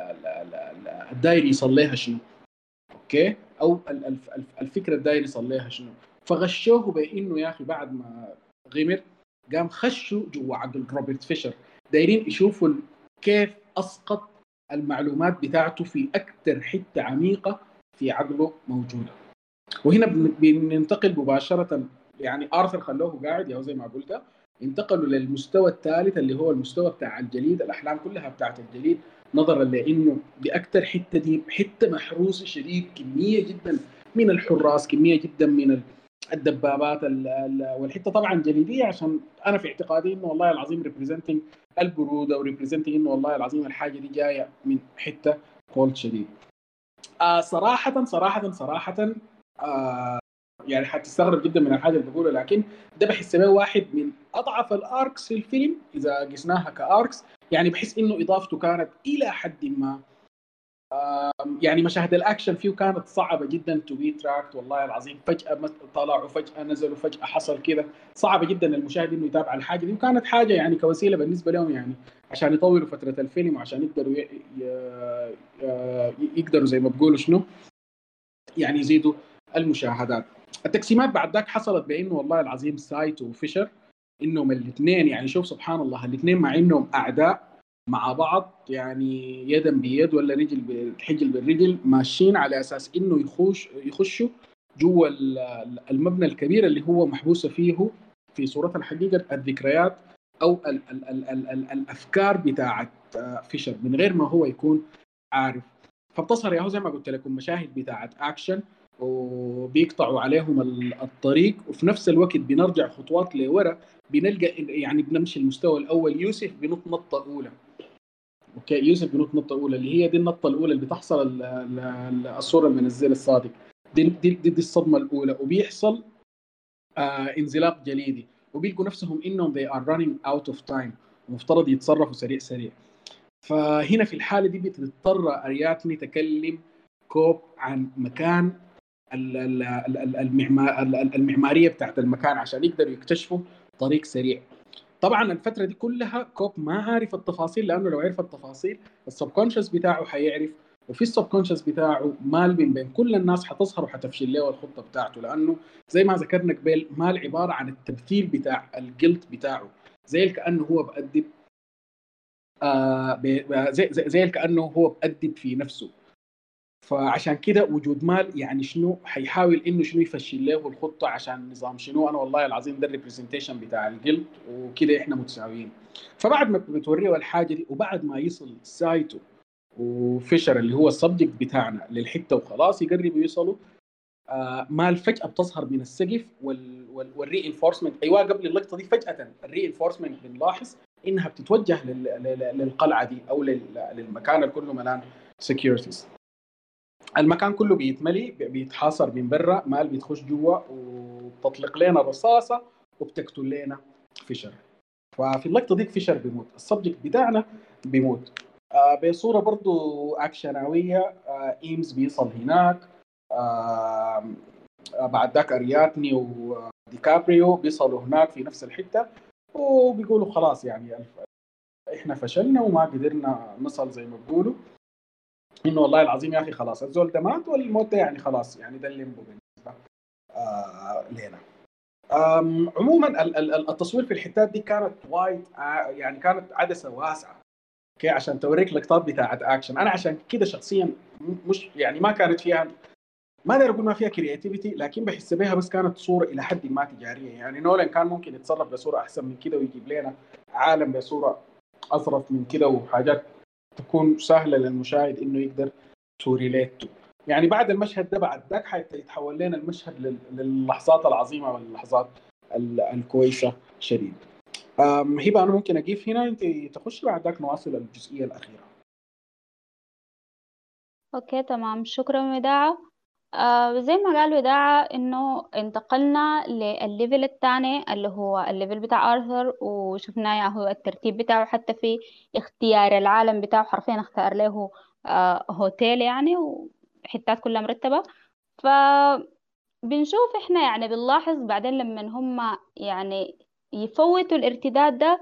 الداير يصليها شنو، اوكي، او الفكره الداير يصليها شنو. فغشوه بانه يا اخي بعد ما غمر قام خشوا جوا عقل روبرت فيشر، دايرين يشوفوا كيف اسقط المعلومات بتاعته في اكثر حته عميقه في عقله موجوده. وهنا بننتقل مباشره، يعني ارثر خلوه قاعد يا زي ما قلت، انتقلوا للمستوى الثالث اللي هو المستوى بتاع الجليد، الاحلام كلها بتاعت الجليد، نظرا لانه باكثر حته دي حته محروسه شديد، كميه جدا من الحراس، كميه جدا من الدبابات، والحته طبعا جليديه، عشان انا في اعتقادي انه والله العظيم ريبريزنتنج البروده وريبريزنتنج انه والله العظيم الحاجه دي جايه من حته كولد شديد. آه صراحه صراحه صراحه آه يعني حتستغرب جدا من الحاجه اللي بقولها، لكن ده بحس به واحد من اضعف الاركس في الفيلم اذا قسناها كاركس. يعني بحس انه اضافته كانت الى حد ما، يعني مشاهد الاكشن فيه كانت صعبه جدا تو بي تراكت، والله العظيم فجاه طلعوا فجاه نزلوا فجاه حصل كذا، صعبه جدا المشاهد انه يتابع الحاجه دي، وكانت حاجه يعني كوسيله بالنسبه لهم يعني عشان يطولوا فتره الفيلم وعشان يقدروا ي... ي... يقدروا زي ما بقولوا شنو يعني يزيدوا المشاهدات. التقسيمات بعد ذاك حصلت بانه والله العظيم سايتو وفيشر انهم الاثنين، يعني شوف سبحان الله، الاثنين مع انهم اعداء مع بعض يعني يدا بيد ولا رجل بالحجل بالرجل، ماشيين على اساس انه يخش يخشوا جوا المبنى الكبير اللي هو محبوسه فيه في صورة الحقيقه الذكريات او ال ال ال ال ال الافكار بتاعت فيشر من غير ما هو يكون عارف. فبتظهر يا هو زي ما قلت لكم مشاهد بتاعت اكشن وبيقطعوا عليهم الطريق، وفي نفس الوقت بنرجع خطوات لورا بنلقى يعني بنمشي المستوى الاول، يوسف بنط نطه اولى. اوكي يوسف بنط نطه اولى اللي هي دي النطه الاولى اللي بتحصل الصوره المنزله الصادق دي دي, دي, دي الصدمه الاولى، وبيحصل آه انزلاق جليدي، وبيلقوا نفسهم انهم they are running out of time ومفترض يتصرفوا سريع سريع. فهنا في الحاله دي بتضطر ارياتني تكلم كوب عن مكان المعماريه بتاعت المكان عشان يقدروا يكتشفوا طريق سريع. طبعا الفتره دي كلها كوب ما عارف التفاصيل، لانه لو عرف التفاصيل السبكونشس بتاعه حيعرف، وفي السبكونشس بتاعه مال بين بين كل الناس حتظهر وحتفشل له الخطه بتاعته، لانه زي ما ذكرنا قبل مال عباره عن التمثيل بتاع الجلد بتاعه، زي كانه هو بأدب آه زي, زي زي كانه هو بأدب في نفسه. فعشان كده وجود مال يعني شنو حيحاول انه شنو يفشل له الخطه عشان نظام شنو انا والله العظيم ده الريبريزنتيشن بتاع الجلد وكده احنا متساويين. فبعد ما بتوريه الحاجه دي وبعد ما يصل سايتو وفيشر اللي هو السبجكت بتاعنا للحته وخلاص يقربوا يوصلوا، آه مال فجاه بتظهر من السقف وال وال والري انفورسمنت. ايوه قبل اللقطه دي فجاه الري انفورسمنت بنلاحظ انها بتتوجه للقلعه دي او للمكان اللي كله ملان سكيورتيز. المكان كله بيتملي بيتحاصر من برا، مال بتخش جوا وبتطلق لنا رصاصه وبتقتل لنا فيشر. ففي اللقطه دي فيشر بيموت، السبجكت بتاعنا بيموت آه بصوره برضو اكشناويه. آه ايمز بيصل هناك، آه بعد ذاك ارياتني وديكابريو بيصلوا هناك في نفس الحته وبيقولوا خلاص يعني احنا فشلنا وما قدرنا نصل زي ما بيقولوا انه والله العظيم يا اخي خلاص الزول ده مات والموت ده يعني خلاص يعني ده الليمبو بالنسبه آه لنا. أم، عموما ال- ال- التصوير في الحتات دي كانت وايد، ع- يعني كانت عدسه واسعه، اوكي، عشان توريك لقطات بتاعت اكشن. انا عشان كده شخصيا م- مش يعني ما كانت فيها، ما اقدر اقول ما فيها كرياتيفيتي، لكن بحس بها بس كانت صوره الى حد ما تجاريه. يعني نولان كان ممكن يتصرف بصوره احسن من كده ويجيب لنا عالم بصوره اظرف من كده، وحاجات تكون سهله للمشاهد انه يقدر تو ريليت. يعني بعد المشهد ده، بعد ذاك حيتحول لنا المشهد لل- للحظات العظيمه واللحظات ال- الكويسه شديد. أم، هبه، انا ممكن اجيب هنا، انت تخش بعد ذاك نواصل الجزئيه الاخيره. اوكي تمام، شكرا وداعة. آه زي ما قال وداعة انه انتقلنا للليفل الثاني اللي هو الليفل بتاع ارثر، وشفناه يا هو الترتيب بتاعه حتى في اختيار العالم بتاعه، حرفيا اختار له آه هوتيل يعني، وحتات كلها مرتبة. فبنشوف احنا يعني بنلاحظ بعدين لما هم يعني يفوتوا الارتداد ده،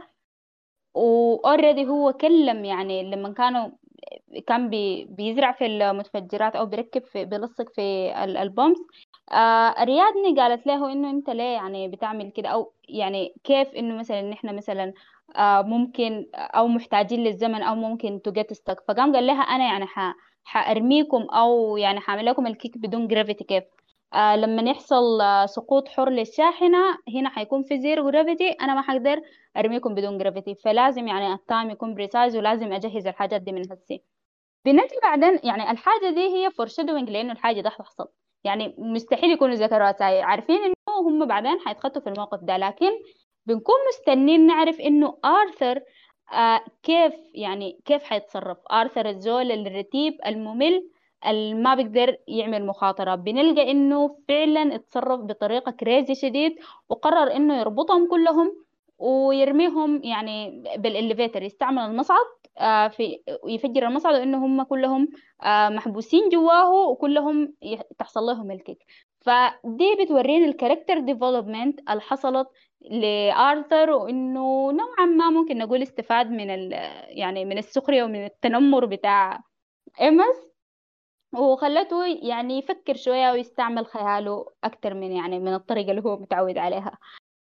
واوريدي هو كلم يعني لما كانوا كان بي بيزرع في المتفجرات او بيركب في بيلصق في ال- البومبس. آه اريادني قالت له انه انت ليه يعني بتعمل كده، او يعني كيف انه مثلا ان احنا مثلا آه ممكن او محتاجين للزمن، او ممكن تو جيت ستك. فقام قال لها انا يعني ح حارميكم، او يعني حاعمل لكم الكيك بدون جرافيتي. كيف؟ آه لما يحصل آه سقوط حر للشاحنة هنا حيكون في زيرو جرافيتي، انا ما حقدر ارميكم بدون جرافيتي، فلازم يعني التايم يكون بريسايز، ولازم اجهز الحاجات دي من هسه. بنجي بعدين يعني الحاجة دي هي فورشادوينج لأنه الحاجة ده هتحصل، يعني مستحيل يكونوا ذكروها ساي، عارفين إنه هم بعدين هيتخطوا في الموقف ده، لكن بنكون مستنين نعرف إنه آرثر آه كيف يعني كيف هيتصرف. آرثر الزول الرتيب الممل اللي ما بيقدر يعمل مخاطرة، بنلقى إنه فعلا اتصرف بطريقة كريزي شديد، وقرر إنه يربطهم كلهم ويرميهم يعني بالإليفيتر، يستعمل المصعد آه، في يفجر المصعد، وانه هم كلهم آه، محبوسين جواه، وكلهم يح- تحصل لهم الكيك. فدي بتوريني الكاركتر ديفلوبمنت اللي حصلت لآرثر، وانه نوعا ما ممكن نقول استفاد من ال يعني من السخرية ومن التنمر بتاع إيمس، وخلته يعني يفكر شوية ويستعمل خياله أكتر من يعني من الطريقة اللي هو متعود عليها.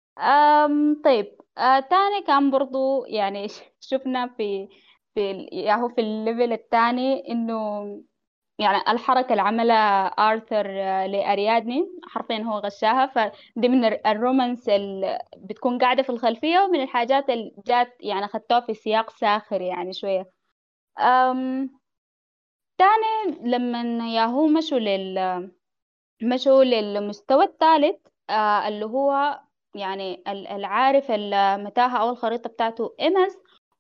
أم طيب، آه تاني كان برضو يعني ش- شفنا في في ال- ياهو في الليفل التاني انه يعني الحركة اللي عملها آرثر آه، لأريادني حرفيا هو غشاها، فدي من الر- الرومانس اللي بتكون قاعدة في الخلفية، ومن الحاجات اللي جات يعني خدتها في سياق ساخر يعني شوية. أم تاني لما ياهو مشوا لل مشوا للمستوى الثالث، آه اللي هو يعني ال- العارف المتاهة أو الخريطة بتاعته إمس،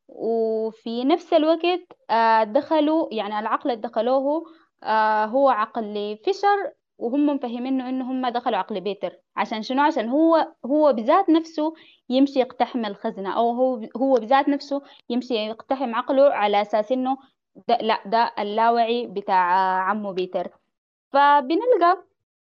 وفي نفس الوقت آه دخلوا يعني العقل اللي دخلوه آه هو عقل فيشر، وهم مفهمينه إنه هم دخلوا عقل بيتر عشان شنو؟ عشان هو هو بذات نفسه يمشي يقتحم الخزنة، أو هو هو بذات نفسه يمشي يقتحم عقله على أساس إنه ده لا ده اللاوعي بتاع آه، عمه بيتر. فبنلقى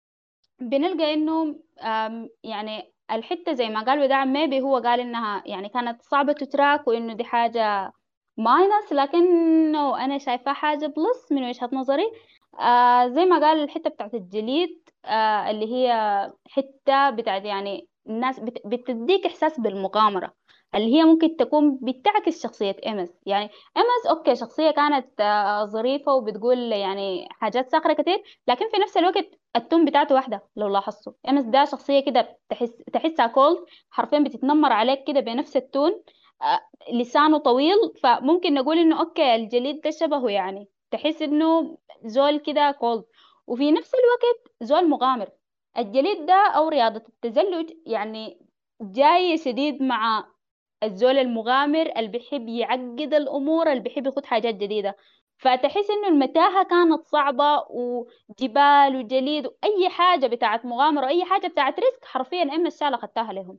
بنلقى انه آم، يعني الحتة زي ما قال وداع ميبي هو قال انها يعني كانت صعبة تتراك، وانه دي حاجة ماينس، لكنه انا شايفاها حاجة بلس من وجهة نظري. آه زي ما قال الحتة بتاعت الجليد، آه اللي هي حتة بتاعت يعني الناس بت بتديك احساس بالمغامرة، اللي هي ممكن تكون بتعكس شخصية إيمس. يعني إيمس أوكي شخصية كانت آه ظريفة وبتقول يعني حاجات ساخرة كتير، لكن في نفس الوقت التون بتاعته واحدة. لو لاحظتوا امس ده شخصية كده تحس تحسها كولد، حرفيا بتتنمر عليك كده بنفس التون. آه، لسانه طويل، فممكن نقول انه اوكي الجليد ده شبهه، يعني تحس انه زول كده كولد، وفي نفس الوقت زول مغامر. الجليد ده او رياضة التزلج يعني جاي شديد مع الزول المغامر اللي بيحب يعقد الامور، اللي بيحب يخد حاجات جديدة. فتحس انه المتاهة كانت صعبة، جبال وجليد واي حاجه بتاعت مغامره واي حاجه بتاعت ريسك، حرفيا ام الشغله خدتها لهم.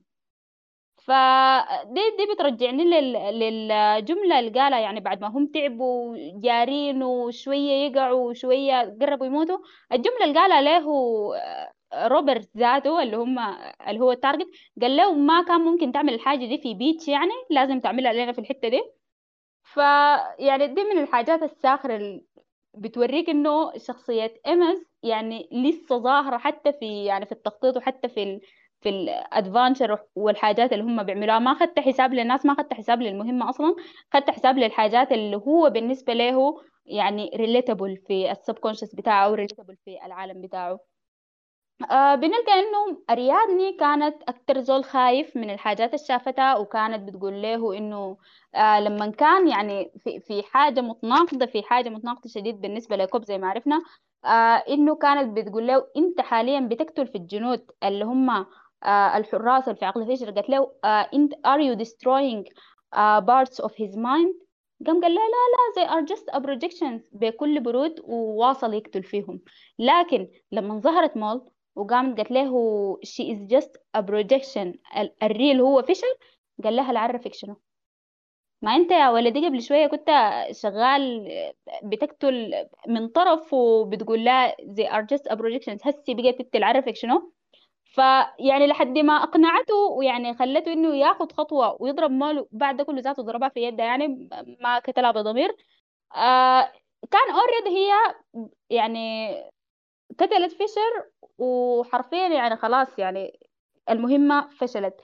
فدي دي بترجعني لل... للجمله اللي قالها، يعني بعد ما هم تعبوا جارين وشويه يقعوا وشويه قربوا يموتوا، الجمله اللي قالها له آه، روبرت ذاته اللي هم اللي هو التارجت، قال له ما كان ممكن تعمل الحاجه دي في بيتش، يعني لازم تعملها لنا في الحته دي. ف يعني دي من الحاجات الساخرة بتوريك انه شخصية ايمس يعني لسه ظاهرة حتى في يعني في التخطيط، وحتى في ال... في الادفانشر والحاجات اللي هم بيعملوها، ما خدت حساب للناس، ما خدت حساب للمهمة اصلا، خدت حساب للحاجات اللي هو بالنسبة له يعني ريليتابل في السبكونشس بتاعه او ريليتابل في العالم بتاعه. آه بنلقى انه اريادني كانت اكتر زول خايف من الحاجات اللي شافتها، وكانت بتقول له انه آه لما كان يعني في في حاجه متناقضه في حاجه متناقضه شديد بالنسبه لكوب زي ما عرفنا، آه انه كانت بتقول له انت حاليا بتقتل في الجنود اللي هم آه الحراس اللي في عقل فيشر. قالت له آه انت are you destroying uh, parts of his mind. قام قال لا لا لا they are just a projections بكل برود، وواصل يقتل فيهم. لكن لما ظهرت مول وقامت قالت له she is just a projection ال- الريل هو فشل، قال لها العرفك شنو؟ ما انت يا ولدي قبل شوية كنت شغال بتقتل من طرف وبتقول لا they are just a projections، هسي بقيت انت العرفك شنو؟ فيعني لحد ما اقنعته ويعني خلته انه ياخد خطوة ويضرب ماله، بعد ده كله ذاته ضربها في يدها يعني ما كتلها بضمير. آه كان اوريدي هي يعني قتلت فيشر، وحرفيا يعني خلاص يعني المهمة فشلت.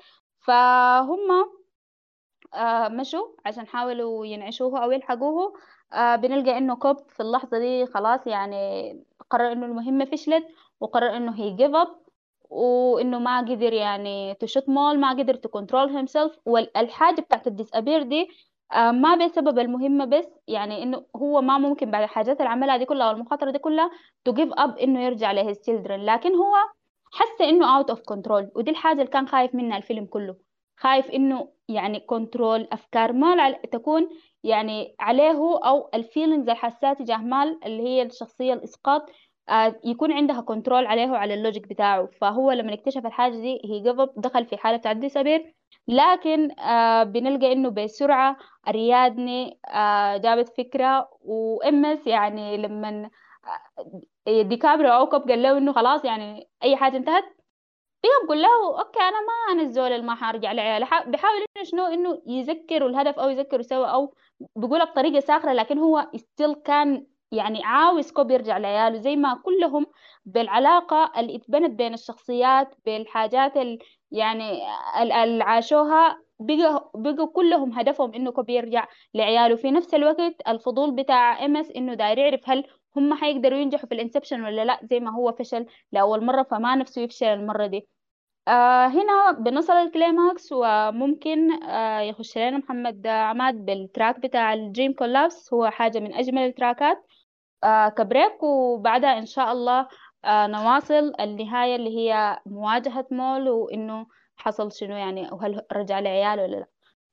فهم آه مشوا عشان حاولوا ينعشوه أو يلحقوه. آه بنلقى إنه كوب في اللحظة دي خلاص يعني قرر إنه المهمة فشلت، وقرر إنه هي give up، وإنه ما قدر يعني تشوت مول، ما قدر تكنترول هيم سيلف. والحاجة بتاعت الديسابير دي آه ما بسبب المهمة بس، يعني إنه هو ما ممكن بعد الحاجات اللي عملها دي كلها والمخاطرة دي كلها to give up إنه يرجع له his children، لكن هو حس إنه out of control. ودي الحاجة اللي كان خايف منها الفيلم كله، خايف انه يعني كنترول افكار مال على تكون يعني عليه، او الفيلينجز الحساسه تجاه مال اللي هي الشخصيه الاسقاط آه يكون عندها كنترول عليه وعلى اللوجيك بتاعه. فهو لما اكتشف الحاجه دي هي جاب دخل في حاله تعدي سبير. لكن آه بنلقى انه بسرعه اريادني آه جابت فكره، وام اس يعني لما آه، ديكابريو او كوب قال له انه خلاص يعني اي حاجه انتهت، بيقوم بقول له اوكي انا ما انا الزول اللي ما حارجع لعيالي. ح- بيحاول انه شنو انه يذكر الهدف او يذكر سوا او بيقولها بطريقه ساخره، لكن هو ستيل كان يعني عاوز كوب يرجع لعياله زي ما كلهم بالعلاقه اللي اتبنت بين الشخصيات بالحاجات اللي يعني ال- اللي عاشوها، بقى بقوا كلهم هدفهم انه كوب يرجع لعياله. في نفس الوقت الفضول بتاع ام اس انه داير يعرف هل هم حيقدروا ينجحوا في الانسبشن ولا لا، زي ما هو فشل لأول مرة فما نفسه يفشل المرة دي. آه هنا بنوصل الكليماكس، وممكن آه يخش لنا محمد عماد بالتراك بتاع الدريم كولابس، هو حاجة من أجمل التراكات آه كبريك. وبعدها إن شاء الله آه نواصل النهاية اللي هي مواجهة مول، وإنه حصل شنو يعني، وهل رجع لعياله ولا لا.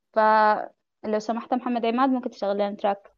فلو سمحت محمد عماد ممكن تشغل لنا تراك.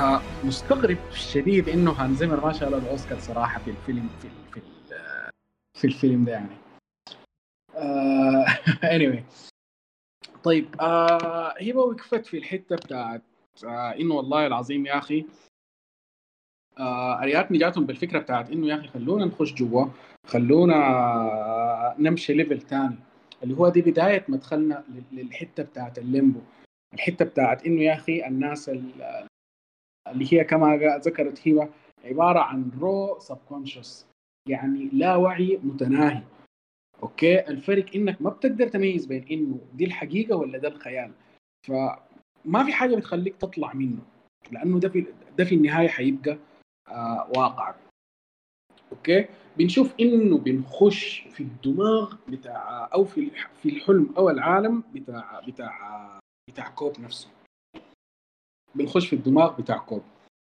آه مستغرب شديد انه هانز زيمر ما شال الاوسكار صراحه في الفيلم في ال- في ال- في الفيلم ده يعني. آه anyway طيب آه هي وقفت في الحته بتاعت آه انه والله العظيم يا اخي آه ارياتني جاتهم بالفكره بتاعت انه يا اخي خلونا نخش جوا، خلونا آه نمشي ليفل تاني، اللي هو دي بدايه مدخلنا لل- للحته بتاعت الليمبو، الحته بتاعت انه يا اخي الناس ال- اللي هي كما ذكرت هي عباره عن رو سبكونشس، يعني لا وعي متناهي. اوكي الفرق انك ما بتقدر تميز بين انه دي الحقيقه ولا ده الخيال، فما في حاجه بتخليك تطلع منه، لانه ده في ده في النهايه حيبقى آه واقع. اوكي بنشوف انه بنخش في الدماغ بتاع او في في الحلم او العالم بتاع بتاع بتاع كوب نفسه، بنخش في الدماغ بتاع كوب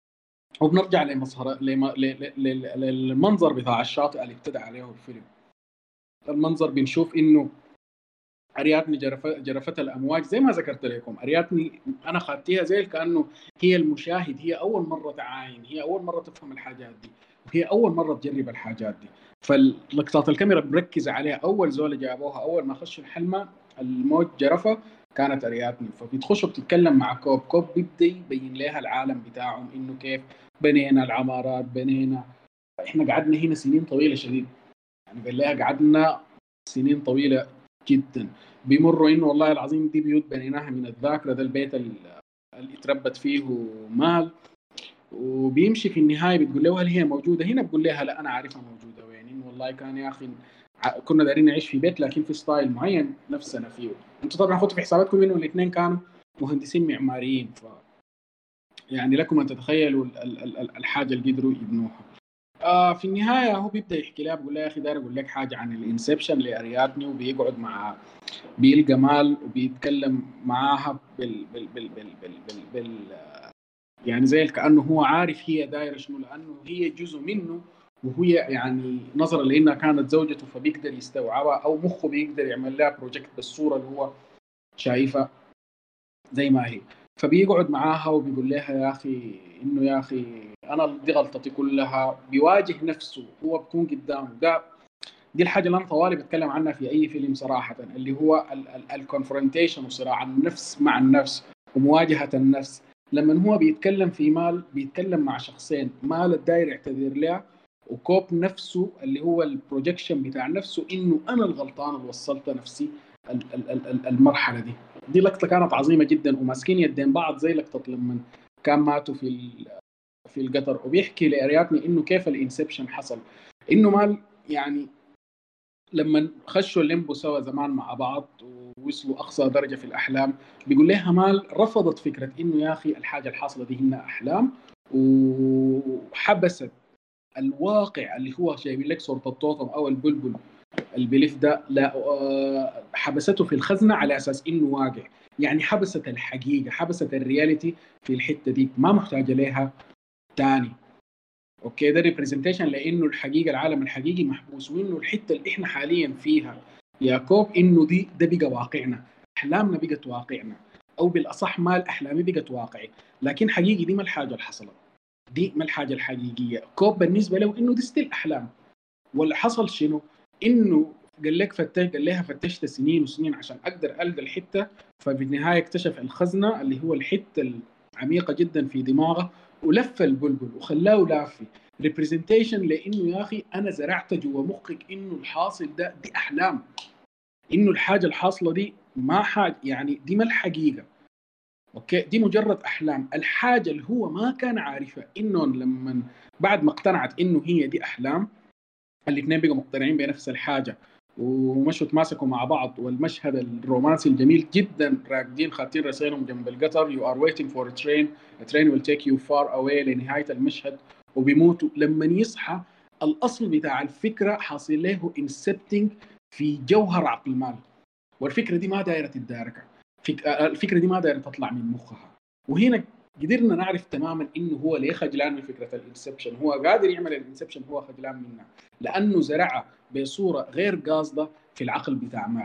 وبنرجع لمظهر لما- ل- ل- ل- للمنظر بتاع الشاطئ اللي ابتدى عليه الفيلم. المنظر بنشوف انه ارياتني جرف جرفت الامواج زي ما ذكرت لكم، ارياتني انا خدتيها زي كانه هي المشاهد، هي اول مره تعاين، هي اول مره تفهم الحاجات دي، وهي اول مره تجرب الحاجات دي. فلقطات الكاميرا بركز عليها، اول زول جابوها اول ما خشوا الحلمه الموج جرفه كانت ارياتني، فبتخش وبتتكلم مع كوب، كوب بيبدا يبين لها العالم بتاعهم، انه كيف بنينا العمارات، بنينا احنا قعدنا هنا سنين طويله شديد، يعني قال لها قعدنا سنين طويله جدا، بيمروا انه والله العظيم دي بيوت بنيناها من الذاكره، ده البيت اللي اتربت فيه مال، وبيمشي في النهايه بتقول له هل هي موجوده هنا، بقول لها لا انا عارفها موجوده وين، انه والله كان يا اخي كنا دايرين نعيش في بيت لكن في ستايل معين نفسنا فيه. انتوا طبعا خدوا في حساباتكم انه الاثنين كانوا مهندسين معماريين، ف يعني لكم ان تتخيلوا الحاجه اللي قدروا يبنوها. آه في النهايه هو بيبدا يحكي لها، بقول لها يا اخي داير اقول لك حاجه عن الانسبشن لاريادني، وبيقعد مع بيلقى مال وبيتكلم معاها بال بال بال بال بال, بال, بال يعني زي كأنه هو عارف هي دايرة شنو، لأنه هي جزء منه، وهي يعني نظرا لأنها كانت زوجته فبيقدر يستوعبها، أو مخه بيقدر يعمل لها بروجكت بالصورة اللي هو شايفها زي ما هي. فبيقعد معاها وبيقول لها يا أخي إنه يا أخي أنا دي غلطتي كلها، بيواجه نفسه، هو بكون قدامه ده. دي الحاجة اللي أنا طوالي بتكلم عنها في أي فيلم صراحة، اللي هو الكونفرونتيشن وصراع النفس مع النفس ومواجهة النفس. لما هو بيتكلم في مال بيتكلم مع شخصين، مال الداير يعتذر له، وكوب نفسه اللي هو البروجكشن بتاع نفسه انه انا الغلطان اللي وصلت نفسي المرحله دي. دي لقطه كانت عظيمه جدا، وماسكين يدين بعض زي لقطه لما كان ماتوا في في القطر، وبيحكي لارياتني انه كيف الانسبشن حصل، انه مال يعني لما خشوا الليمبو سوا زمان مع بعض ووصلوا اقصى درجه في الاحلام، بيقول لها مال رفضت فكره انه يا اخي الحاجه الحاصله دي هنا احلام، وحبست الواقع اللي هو جايبين لك صوره الطوطم او البلبل البليف ده، لا حبسته في الخزنه على اساس انه واقع، يعني حبست الحقيقه، حبست الرياليتي في الحته دي، ما محتاجه لها تاني. اوكي ده ريبريزنتيشن لانه الحقيقه العالم الحقيقي محبوس، وانه الحته اللي احنا حاليا فيها يا كوب انه دي ده بقى واقعنا، احلامنا بقت واقعنا، او بالاصح مال احلامي بقت واقعي، لكن حقيقي دي ما الحاجه اللي حصلت، دي ما الحاجه الحقيقيه. كوب بالنسبه له انه دي ستيل احلام، واللي حصل شنو؟ انه قال لك فتش قال لها فتشت سنين وسنين عشان اقدر القى الحته، ففي النهايه اكتشف الخزنه اللي هو الحته العميقه جدا في دماغه، ولف البلبل وخلاه لافي ريبريزنتيشن لانه يا اخي انا زرعت جوا مخك انه الحاصل ده دي احلام، انه الحاجه الحاصله دي ما حاجه، يعني دي ما الحقيقه. اوكي دي مجرد احلام. الحاجه اللي هو ما كان عارفها انه لما بعد ما اقتنعت انه هي دي احلام، الاثنين بقوا مقتنعين بنفس الحاجه ومشوا تماسكوا مع بعض، والمشهد الرومانسي الجميل جدا راكدين خاتين رسائلهم جنب القطر you are waiting for a train a train will take you far away لنهايه المشهد، وبيموتوا. لما يصحى الاصل بتاع الفكره حاصل له انسبتنج في جوهر عقل مال، والفكره دي ما دايره تداركها، الفكره دي ما دايره تطلع من مخها. وهنا قدرنا نعرف تماما انه هو ليه خجلان من فكره الانسبشن، هو قادر يعمل الانسبشن هو خجلان منها لانه زرعها بصوره غير قاصده في العقل بتاع مال.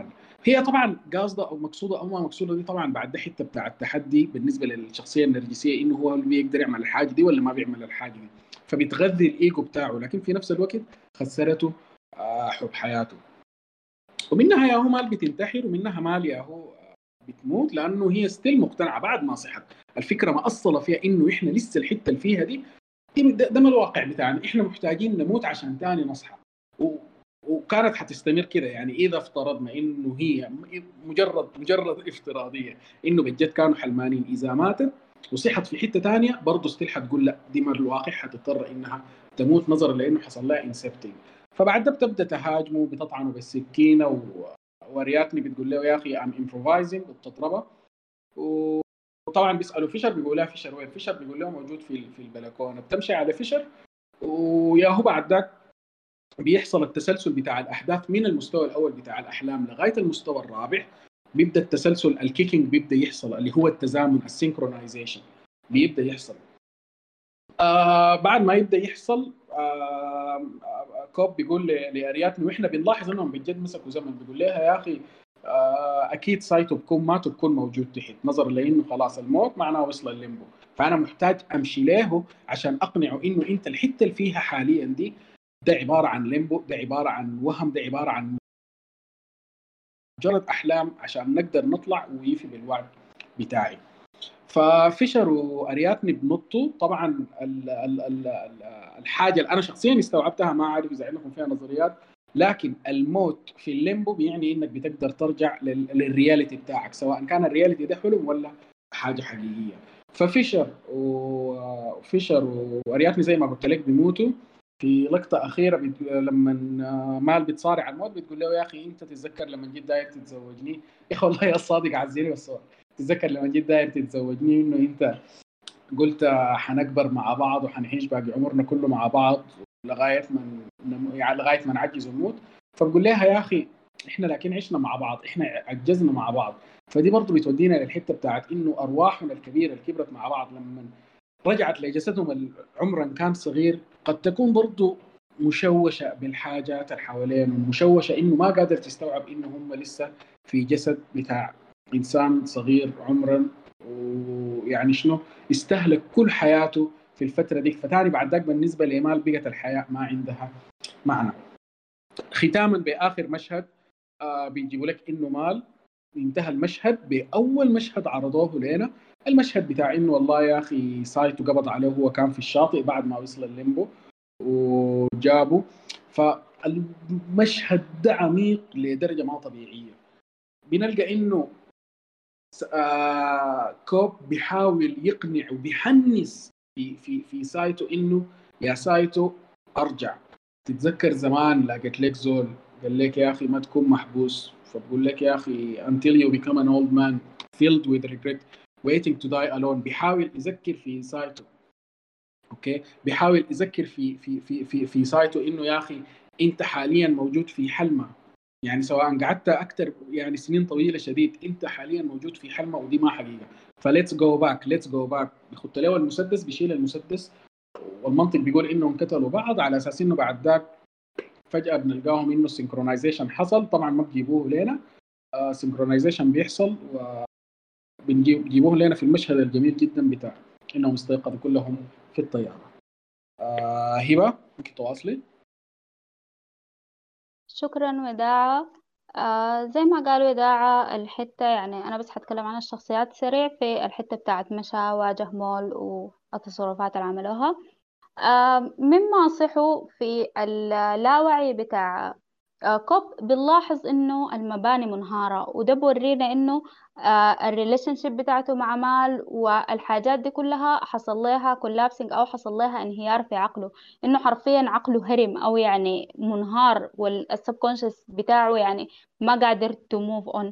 هي طبعا قاصده او مقصوده او ما مقصوده دي طبعا بعد ده حته بتاع التحدي بالنسبه للشخصيه النرجسيه، انه هو اللي بيقدر يعمل الحاجه دي ولا ما بيعمل الحاجه دي، فبتغذي الايجو بتاعه، لكن في نفس الوقت خسرته آه، حب حياته. ومنها يا هو مال بتنتحر، ومنها مال يا هو بتموت، لانه هي ستيل مقتنعه بعد ما صحت. الفكره ما اصل فيها انه احنا لسه الحته اللي فيها دي، ده, ده ما الواقع بتاعنا، احنا محتاجين نموت عشان تاني نصحى. و... وكانت حتستمر كده، يعني اذا افترضنا انه هي مجرد مجرد افتراضيه انه بجد كانوا حلمانين، اذا ماتت وصحت في حته ثانيه برضه ستيل حتقول لا، دي ما الواقع، حتضطر انها تموت نظرا لانه حصل لها انسبتنج. فبعد ده بتبدا تهاجمه، بتطعنه بالسكينه و... ورياتني بتقول له يا اخي ام امبروفايزنج، وبتضربه. وطبعا بيسالوا فيشر، بيقول لها فيشر وين؟ فيشر بيقول له موجود في في البلكونه. بتمشي على فيشر، وياهو بعد ذاك بيحصل التسلسل بتاع الاحداث من المستوى الاول بتاع الاحلام لغايه المستوى الرابع. بيبدا التسلسل الكيكينج بيبدا يحصل، اللي هو التزامن السينكرونايزيشن بيبدا يحصل. آه بعد ما يبدا يحصل، آه آه كوب بيقول لارياتني، واحنا بنلاحظ انهم بجد مسكوا زمن، بيقول لها يا اخي آه اكيد سايتو بكون مات وبكون موجود تحت، نظرا لانه خلاص الموت معناه وصل الليمبو، فانا محتاج امشي له عشان اقنعه انه انت الحته اللي فيها حاليا دي ده عباره عن ليمبو، ده عباره عن وهم، ده عباره عن مجرد احلام، عشان نقدر نطلع ويفي بالوعد بتاعي. ففيشر وارياتني بنطوا طبعا. ال ال ال الحاجه اللي انا شخصيا استوعبتها، ما اعرف اذا عندكم فيها نظريات، لكن الموت في الليمبو بيعني انك بتقدر ترجع للرياليتي بتاعك، سواء كان الرياليتي ده حلم ولا حاجه حقيقيه. ففيشر وفيشر وارياتني زي ما قلت لك بيموتوا في لقطه اخيره. بت... لما مال بتصارع على الموت بتقول له يا اخي انت تتذكر لما جيت داير تتزوجني؟ يا اخي والله يا صادق عزيني بالصور. تتذكر لما جيت داير تتزوجني انه انت قلت حنكبر مع بعض وحنعيش باقي عمرنا كله مع بعض لغايه ما يعني لغايه ما نعجز ونموت. فبقول لها يا اخي احنا لكن عشنا مع بعض، احنا عجزنا مع بعض. فدي برضه بتودينا للحته بتاعت انه ارواحنا الكبيره اللي كبرت مع بعض لما رجعت لجسدهم عمرا كان صغير، قد تكون برضه مشوشه بالحاجات اللي حوالينهم، مشوشه انه ما قادر تستوعب انه هم لسه في جسد بتاع انسان صغير عمرا، ويعني شنو استهلك كل حياته في الفتره دي. فتاني بعد ذاك بالنسبه لإيمال بقت الحياه ما عندها معنى. ختاما باخر مشهد، آه بيجيبوا لك انه مال انتهى المشهد باول مشهد عرضوه لنا، المشهد بتاع انه والله يا اخي سايتو قبض عليه وهو كان في الشاطئ بعد ما وصل الليمبو وجابه. فالمشهد ده عميق لدرجه ما طبيعيه. بنلقى انه آه كوب بيحاول يقنع وبيحنس في في في سايتو انه يا سايتو ارجع. تتذكر زمان لقيت لك زول قال لك يا اخي ما تكون محبوس، فبقول لك يا اخي until you become an old man filled with regret waiting to die alone. بيحاول يذكر في سايتو، اوكي، بيحاول يذكر في في في في في سايتو انه يا اخي انت حاليا موجود في حلمه، يعني سواء قعدت اكثر يعني سنين طويله شديد انت حاليا موجود في حلمه ودي ما حقيقه. فليتس جو باك، ليتس جو باك. بيخط له المسدس، بيشيل المسدس، والمنطق بيقول انهم قتلوا بعض على اساس انه بعد ذاك فجاه بنلقاهم انه السنكرونايزيشن حصل. طبعا ما بجيبوه لنا، آه سنكرونايزيشن بيحصل وبنجيبوه لنا في المشهد الجميل جدا بتاع انهم استيقظوا كلهم في الطياره. آه هبه ممكن تواصلي؟ شكرا وداعة. آه زي ما قالوا وداعة الحتة، يعني أنا بس حتكلم عن الشخصيات سريع في الحتة بتاعت مشى واجه مول والتصرفات اللي عملوها. آه مما صحوا في اللاوعي بتاع آه كوب، بنلاحظ انه المباني منهارة، وده بورينا انه آه الريليشن شيب بتاعته مع مال والحاجات دي كلها حصل لها كولابسنج او حصل لها انهيار في عقله، انه حرفيا عقله هرم او يعني منهار، والسبكونشس بتاعه يعني ما قادر تو موف اون.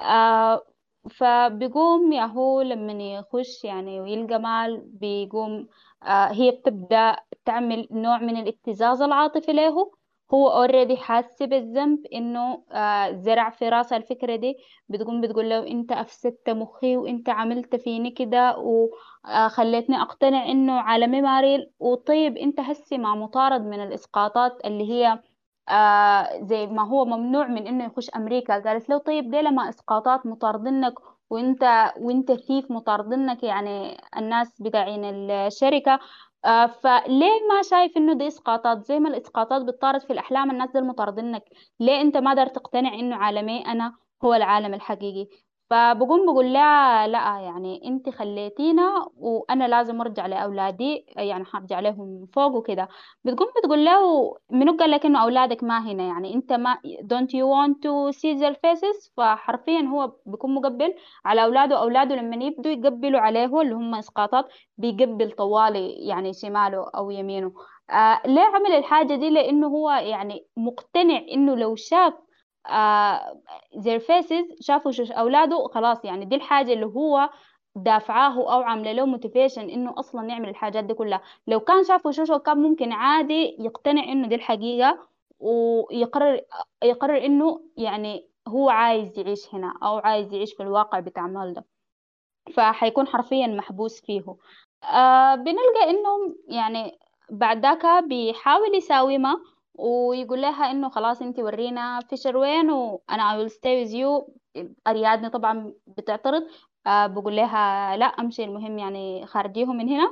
فبيقوم ياهو لما يخش يعني ويلقى مال، بيقوم آه هي بتبدأ تعمل نوع من الابتزاز العاطفي له. هو اوريدي حاسس بالذنب انه آه زرع في راسه الفكرة دي. بتقوم بتقول له انت افسدت مخي وانت عملت فيني كده وخليتني اقتنع انه عالمي ماريل. وطيب انت هسي مع مطارد من الاسقاطات اللي هي آه زي ما هو ممنوع من انه يخش امريكا. قالت له طيب دي لما اسقاطات مطاردنك، وانت وانت ثيف مطاردنك، يعني الناس بتاعين الشركة. آه فليه ما شايف انه دي اسقاطات؟ زي ما الاسقاطات بتطارد في الاحلام، الناس دول مطاردنك، ليه انت ما قدرت تقتنع انه عالمي انا هو العالم الحقيقي؟ فبقوم بقول لها لا، يعني انت خليتينا وانا لازم ارجع لاولادي، يعني هرجع لهم فوق وكده. بتقوم بتقول له منو قال لك انه اولادك ما هنا؟ يعني انت ما don't you want to see their faces؟ فحرفيا هو بيكون مقبل على اولاده. اولاده لما يبدوا يقبلوا عليه اللي هم اسقاطات، بيقبل طوالي يعني شماله او يمينه. آه ليه عمل الحاجة دي؟ لانه هو يعني مقتنع انه لو شاف آه their faces، شافوا شوش اولاده، خلاص يعني دي الحاجة اللي هو دافعاه او عامله له موتيفيشن انه اصلا يعمل الحاجات دي كلها. لو كان شاف وشوشه كان ممكن عادي يقتنع انه دي الحقيقة، ويقرر يقرر انه يعني هو عايز يعيش هنا او عايز يعيش في الواقع بتاع مال ده، فحيكون حرفيا محبوس فيه. آه بنلقى انه يعني بعد ذاك بيحاول يساومها، ويقول لها انه خلاص انت ورينا فيشر وين وانا I will stay with you. اريادني طبعا بتعترض، آه بقول لها لا امشي، المهم يعني خارجيهم من هنا.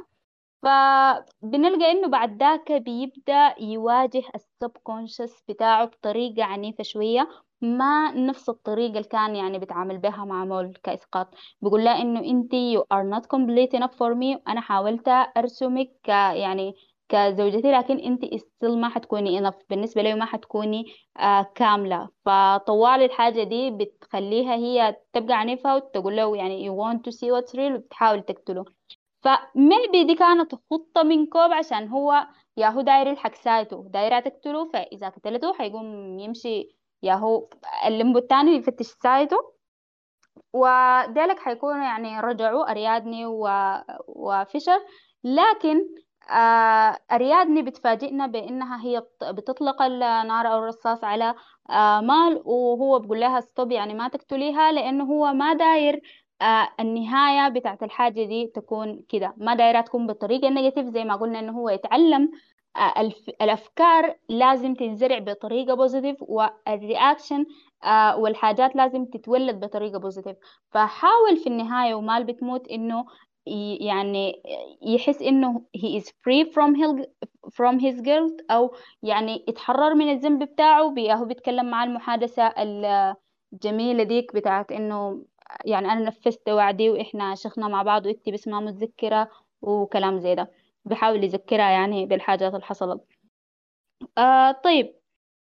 فبنلقى انه بعد ذاك بيبدأ يواجه السبكونشس بتاعه بطريقة عنيفة شوية، ما نفس الطريقة اللي كان يعني بيتعامل بها مع مول كإسقاط. بيقول لها انه انت you are not complete enough for me، انا حاولت ارسمك ك يعني كزوجتي، لكن انت still ما حتكوني enough بالنسبة لي، وما حتكوني آه كاملة. فطوال الحاجة دي بتخليها هي تبقى عنيفة وتقول له يعني you want to see what's real، وبتحاول تقتله. فميبي دي كانت خطة من كوب، عشان هو ياهو داير يلحق سايته، دايرة تقتله، فإذا قتلته حيقوم يمشي ياهو الليمبو التاني يفتش سايته، وذلك حيكونوا يعني رجعوا أريادني و... وفيشر. لكن آه أريادني بتفاجئنا بأنها هي بت- بتطلق النار أو الرصاص على آه مال، وهو بيقول لها ستوب، يعني ما تقتليها، لأنه هو ما داير آه النهاية بتاعت الحاجة دي تكون كده، ما دايرة تكون بالطريقة النيجاتيف. زي ما قلنا إنه هو يتعلم آه الف... الأفكار لازم تنزرع بطريقة بوزيتيف، والرياكشن آه والحاجات لازم تتولد بطريقة بوزيتيف. فحاول في النهاية ومال بتموت إنه ي- يعني يحس إنه he is free from his from his guilt، أو يعني يتحرر من الذنب بتاعه. بي- هو بيتكلم مع المحادثة الجميلة ديك بتاعت إنه يعني أنا نفذت وعدي وإحنا شخنا مع بعض، وإنتي بس ما متذكرة، وكلام زي ده. بحاول يذكرها يعني بالحاجات اللي حصلت. آه طيب،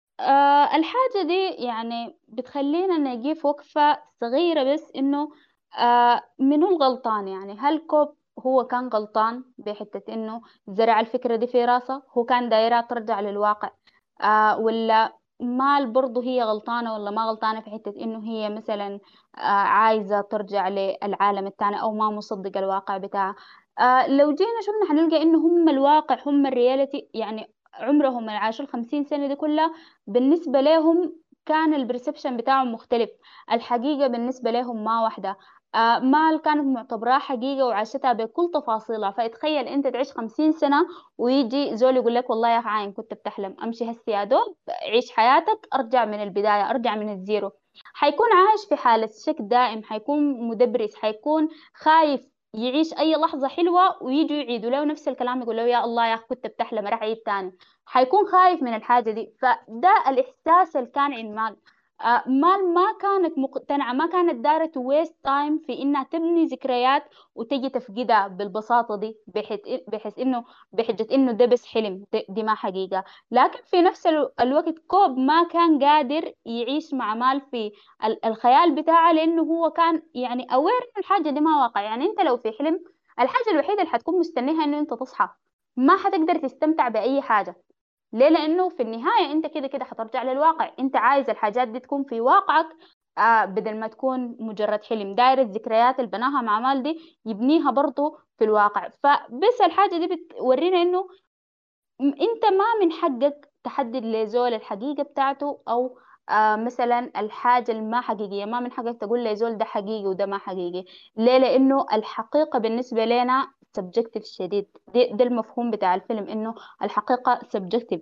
آه الحاجة دي يعني بتخلينا نجيب وقفة صغيرة، بس إنه آه منو الغلطان؟ يعني هل كوب هو كان غلطان بحتة إنه زرع الفكرة دي في راسه؟ هو كان دايرة ترجع للواقع، آه ولا مال برضه هي غلطانة ولا ما غلطانة في حتة إنه هي مثلا آه عايزة ترجع للعالم التاني أو ما مصدقة الواقع بتاعها؟ آه لو جينا شفنا حنلقى إنه هم الواقع، هم الرياليتي، يعني عمرهم اللي عاشوا الخمسين سنة دي كلها بالنسبة لهم كان البرسبشن بتاعهم مختلف. الحقيقة بالنسبة لهم ما واحدة. آه مال كانت معتبراه حقيقة وعاشتها بكل تفاصيلها. فاتخيل انت تعيش خمسين سنة ويجي زول يقول لك والله يا أخي عاين كنت بتحلم، امشي هسي يا دوب عيش حياتك، ارجع من البداية، ارجع من الزيرو. حيكون عايش في حالة شك دائم، حيكون مدبرس، حيكون خايف يعيش اي لحظة حلوة ويجوا يعيدوا له نفس الكلام، يقول له يا الله يا اخي كنت بتحلم، راح عيد تاني. حيكون خايف من الحاجة دي. فده الإحساس اللي كان عند مال. آه، مال ما كانت مقتنعة، ما كانت دايرة تو ويست تايم في إنها تبني ذكريات وتجي تفقدها بالبساطة دي، بحيث بحيث إنه بحجة إنه ده بس حلم، دي, دي ما حقيقة. لكن في نفس الو- الوقت كوب ما كان قادر يعيش مع مال في ال- الخيال بتاعه، لأنه هو كان يعني أوير إنه الحاجة دي ما واقع. يعني أنت لو في حلم، الحاجة الوحيدة اللي حتكون مستنيها إنه أنت تصحى، ما حتقدر تستمتع بأي حاجة. ليه؟ لانه في النهايه انت كده كده حترجع للواقع، انت عايز الحاجات دي تكون في واقعك، آه بدل ما تكون مجرد حلم. داير الذكريات اللي بناها مع مال دي يبنيها برضه في الواقع. فبس الحاجه دي بتورينا انه م- انت ما من حقك تحدد لزول الحقيقه بتاعته، او آه مثلا الحاجه الما حقيقيه ما من حقك تقول لزول ده حقيقي وده ما حقيقي. ليه؟ لانه الحقيقه بالنسبه لنا سبجكتيف شديد. ده, ده المفهوم بتاع الفيلم، انه الحقيقه سبجكتيف.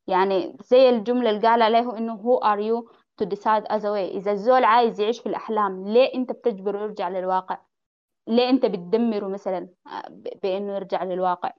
يعني زي الجملة اللي قال عليه إنه who are you to decide other way. إذا الزول عايز يعيش في الأحلام، ليه أنت بتجبره يرجع للواقع؟ ليه أنت بتدمره مثلا آه، ب- بإنه يرجع للواقع؟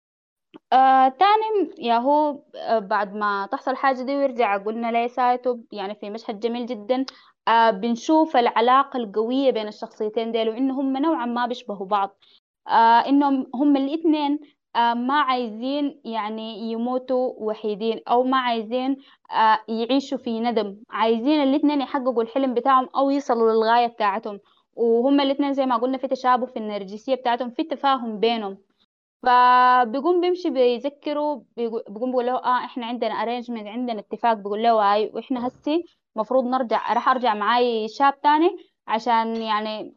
آه تاني يا هو آه بعد ما تحصل حاجة دي ويرجع قلنا ليه سايتو، يعني في مشهد جميل جدا. آه بنشوف العلاقة القوية بين الشخصيتين ديل، وإنه هم نوعا ما بيشبهوا بعض. آه إنهم هم الاثنين آه ما عايزين يعني يموتوا وحيدين، أو ما عايزين آه يعيشوا في ندم، عايزين الاثنين يحققوا الحلم بتاعهم أو يصلوا للغاية بتاعتهم. وهم الاثنين زي ما قلنا في تشابه في النرجسية بتاعتهم، في تفاهم بينهم. فبيقوم بيمشي بيذكره، بيقو- بيقوم بيقول له اه احنا عندنا ارينجمنت، عندنا اتفاق. بيقول له هاي واحنا هسي المفروض نرجع، راح ارجع معاي شاب تاني عشان يعني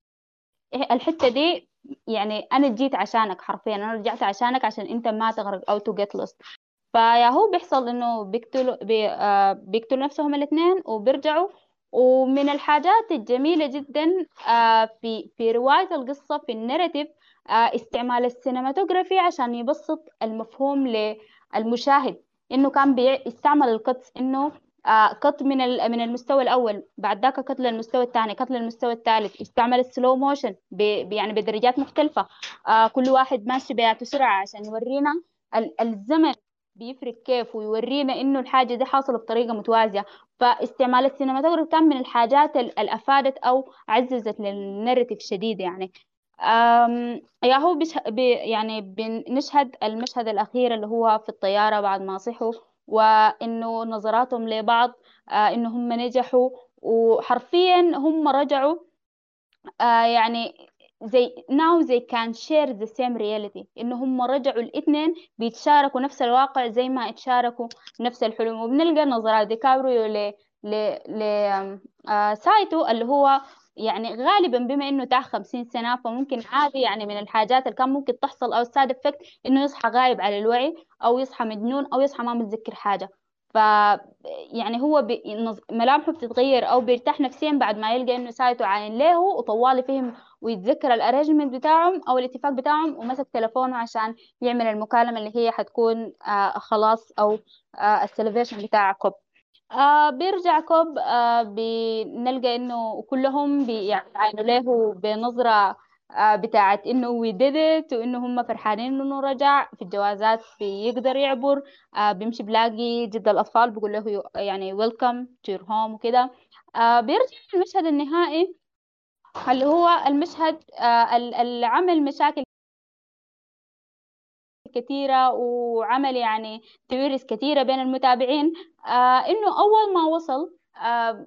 إيه الحتة دي. يعني انا جيت عشانك حرفيا، انا رجعت عشانك عشان انت ما تغرق او تو جيت لوست. فياهو بيحصل انه بيقتلوا بي آه بيقتلوا نفسهم الاثنين وبيرجعوا. ومن الحاجات الجميلة جدا آه في في رواية القصة في الناريتيف آه استعمال السينماتوجرافي عشان يبسط المفهوم للمشاهد. انه كان بيستعمل القط، انه آه قط من ال- من المستوى الاول، بعد ذاك قط للمستوى الثاني، قط للمستوى الثالث. استعمل السلو موشن ب- ب- يعني بدرجات مختلفة. آه كل واحد ماشي بسرعة عشان يورينا ال- الزمن بيفرق كيف، ويورينا انه الحاجه دي حاصله بطريقه متوازيه. فاستعمال السينماتوجراف كان من الحاجات ال- اللي افادت او عززت للناريتيف شديد يعني. أم يا هو بش بي يعني بنشهد المشهد الاخير اللي هو في الطياره بعد ما صحوا، وانه نظراتهم لبعض آه انه هم نجحوا، وحرفيا هم رجعوا آه يعني زي now they can share the same reality. انه هم رجعوا الاثنين بيتشاركوا نفس الواقع زي ما اتشاركوا نفس الحلم. وبنلقى نظرات ديكابريو ل ل ل آم، آه سايتو اللي هو يعني غالبا بما انه تاع خمسين سنة، فممكن عادي يعني من الحاجات اللي كان ممكن تحصل او ساد افكت انه يصحى غايب على الوعي، او يصحى مجنون، او يصحى ما متذكر حاجة. ف يعني هو بي... نظ- ملامحه بتتغير او بيرتاح نفسيا بعد ما يلقى انه سايته عاين له وطوالي فهم ويتذكر الارينجمنت بتاعهم او الاتفاق بتاعهم، ومسك تليفونه عشان يعمل المكالمة اللي هي حتكون آه خلاص، او آه السلفيشن بتاع كوب. آه بيرجع كوب آه بنلقى انه كلهم بيعاينوا له بنظرة آه بتاعت انه we did it، وانه هم فرحانين انه رجع. في الجوازات بيقدر يعبر، آه بيمشي بلاقي جد الاطفال بيقول له يعني welcome to your home وكده. آه بيرجع المشهد النهائي اللي هو المشهد آه اللي عمل مشاكل كثيرة وعمل يعني تيوريز كثيرة بين المتابعين. آه إنه أول ما وصل آه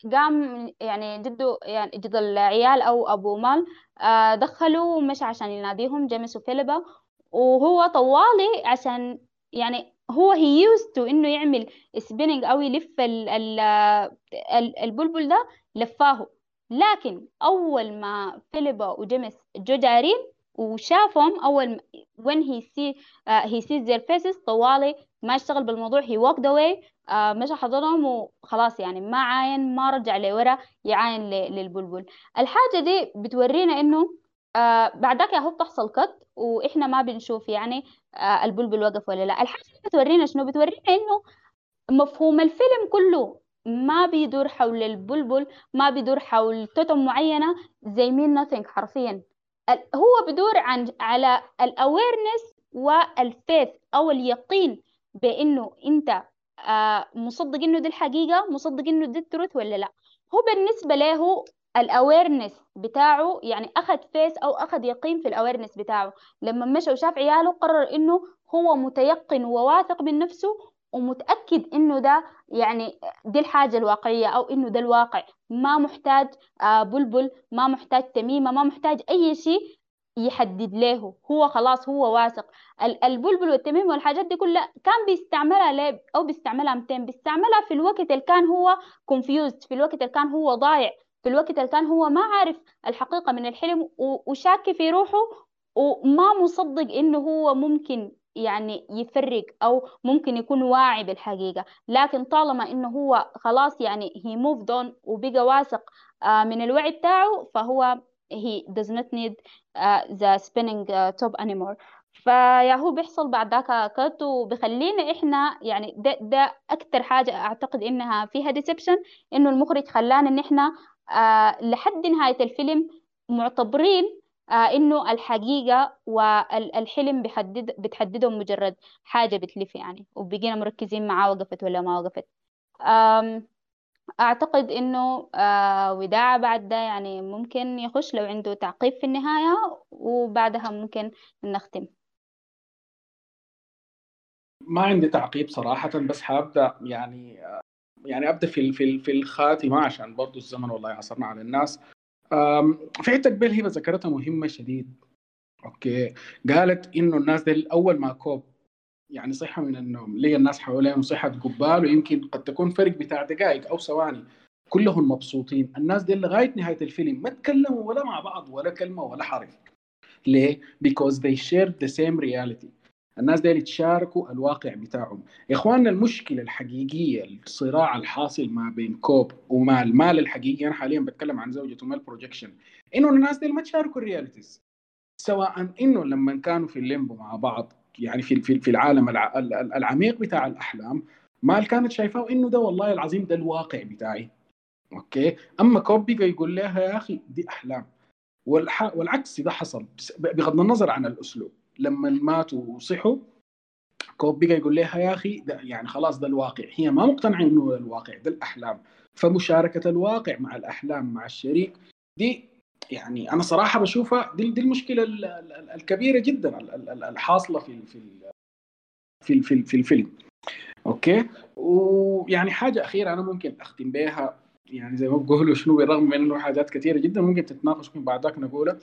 قام يعني جده، يعني جد العيال أو أبو مال آه دخلوا ومشى عشان يناديهم جيمس وفيليبا. وهو طوالي عشان يعني هو هي used to إنه يعمل سبيننج أو يلف ال ال ال- البلبل ده، لفاه. لكن أول ما فيليبا وجيمس جو دارين وشافهم، أول when he see uh, he sees their faces، طوالي ما اشتغل بالموضوع، he walked away. uh, مشى حضنهم وخلاص، يعني ما عاين، ما رجع لورا يعاين ل- للبلبل. الحاجة دي بتورينا انه آه بعدك يا هو بتحصل قط واحنا ما بنشوف يعني آه البلبل وقف ولا لا. الحاجة دي بتورينا شنو؟ بتورينا انه مفهوم الفيلم كله ما بيدور حول البلبل، ما بيدور حول توتم معينة زي مين nothing حرفيا. ال- هو بيدور عن على الاويرنس والفيث او اليقين بانه انت آه، مصدق انه دي الحقيقة، مصدق انه دي التروث ولا لا. هو بالنسبة له الاويرنس بتاعه يعني اخذ فيث او اخذ يقين في الاويرنس بتاعه. لما مشى وشاف عياله قرر انه هو متيقن وواثق من نفسه ومتأكد انه ده يعني دي الحاجة الواقعية، او انه ده الواقع. ما محتاج آه، بلبل، ما محتاج تميمة، ما محتاج اي شيء يحدد له. هو خلاص هو واثق. ال- البلبل والتميم والحاجات دي كلها كان بيستعملها ليه او بيستعملها متين؟ بيستعملها في الوقت اللي كان هو confused، في الوقت اللي كان هو ضايع، في الوقت اللي كان هو ما عارف الحقيقة من الحلم و- وشاك في روحه، وما مصدق انه هو ممكن يعني يفرق او ممكن يكون واعي بالحقيقة. لكن طالما انه هو خلاص يعني he moved on وبقى واثق آه، من الوعي بتاعه، فهو he does not need uh, the spinning uh, top anymore. فيا هو بيحصل بعد ذاك كات، وبخلينا احنا يعني ده ده اكتر حاجه اعتقد انها فيها ديسبشن، انه المخرج خلانا ان احنا آه لحد نهايه الفيلم معتبرين آه انه الحقيقه والحلم بيحدد بتحددهم مجرد حاجه بتلف يعني، وبقينا مركزين معاه وقفت ولا ما وقفت. آم، اعتقد انه آه وداع بعد ده يعني ممكن يخش لو عنده تعقيب في النهايه، وبعدها ممكن نختم. ما عندي تعقيب صراحة، بس حابدأ يعني يعني أبدأ في في في الخاتمة عشان برضو الزمن والله يعصرنا على الناس. أم، في حتة قبل هبة ذكرتها مهمة شديد. أوكي، قالت إنه الناس دي أول ما كوب يعني صحى من النوم لقى الناس حواليهم صحة قبال، ويمكن قد تكون فرق بتاع دقائق أو ثواني كلهم مبسوطين. الناس دي لغاية نهاية الفيلم ما تكلموا ولا مع بعض ولا كلمة ولا حرف. ليه؟ because they share the same reality. الناس دي يتشاركوا الواقع بتاعهم. يا اخواننا المشكله الحقيقيه، الصراع الحاصل ما بين كوب ومال، مال الحقيقي، انا حاليا بتكلم عن زوجته مال بروجكشن، انه الناس دي ما تشاركوا الرياليتيز. سواء انه لما كانوا في الليمبو مع بعض، يعني في في في العالم الع- العميق بتاع الاحلام، مال كانت شايفاه انه ده والله العظيم ده الواقع بتاعي. اوكي، اما كوب بقى يقول لها يا اخي دي احلام. والح... والعكس ده حصل، بغض النظر عن الاسلوب. لما ماتوا وصحوا، كوب بقى يقول لها يا اخي ده يعني خلاص ده الواقع. هي ما مقتنعه انه ده الواقع، ده الاحلام. فمشاركه الواقع مع الاحلام مع الشريك دي، يعني انا صراحه بشوفها دي, دي المشكله ال- ال- الكبيره جدا ال- ال- الحاصله في في في في, في الفيلم. اوكي، ويعني حاجه اخيره انا ممكن اختم بها، يعني زي ما بقولوا شنو، بالرغم من انه حاجات كثيره جدا ممكن تتناقش فيهم بعد ذاك نقولها.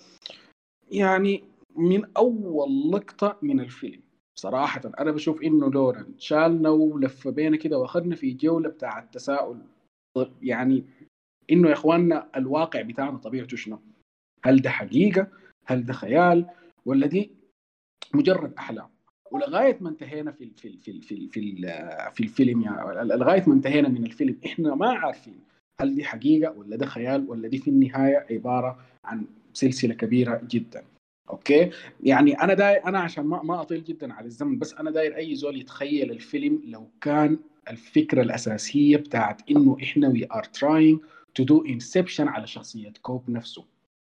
يعني من اول لقطه من الفيلم صراحه انا بشوف انه لورا شالنا ولف بينا كده واخذنا في جوله بتاع التساؤل. يعني انه يا اخواننا الواقع بتاعنا طبيعته شنو؟ هل ده حقيقه؟ هل ده خيال؟ ولا دي مجرد احلام؟ ولغايه ما انتهينا في ال في ال في ال في ال في, ال في الفيلم، يعني لغايه ما انتهينا من الفيلم احنا ما عارفين هل دي حقيقه ولا ده خيال، ولا دي في النهايه عباره عن سلسله كبيره جدا. اوكي، يعني انا داير، انا عشان ما ما اطيل جدا على الزمن، بس انا داير اي زول يتخيل الفيلم لو كان الفكره الاساسيه بتاعت انه احنا وي ار تراينج تو دو انسبشن على شخصيه كوب نفسه.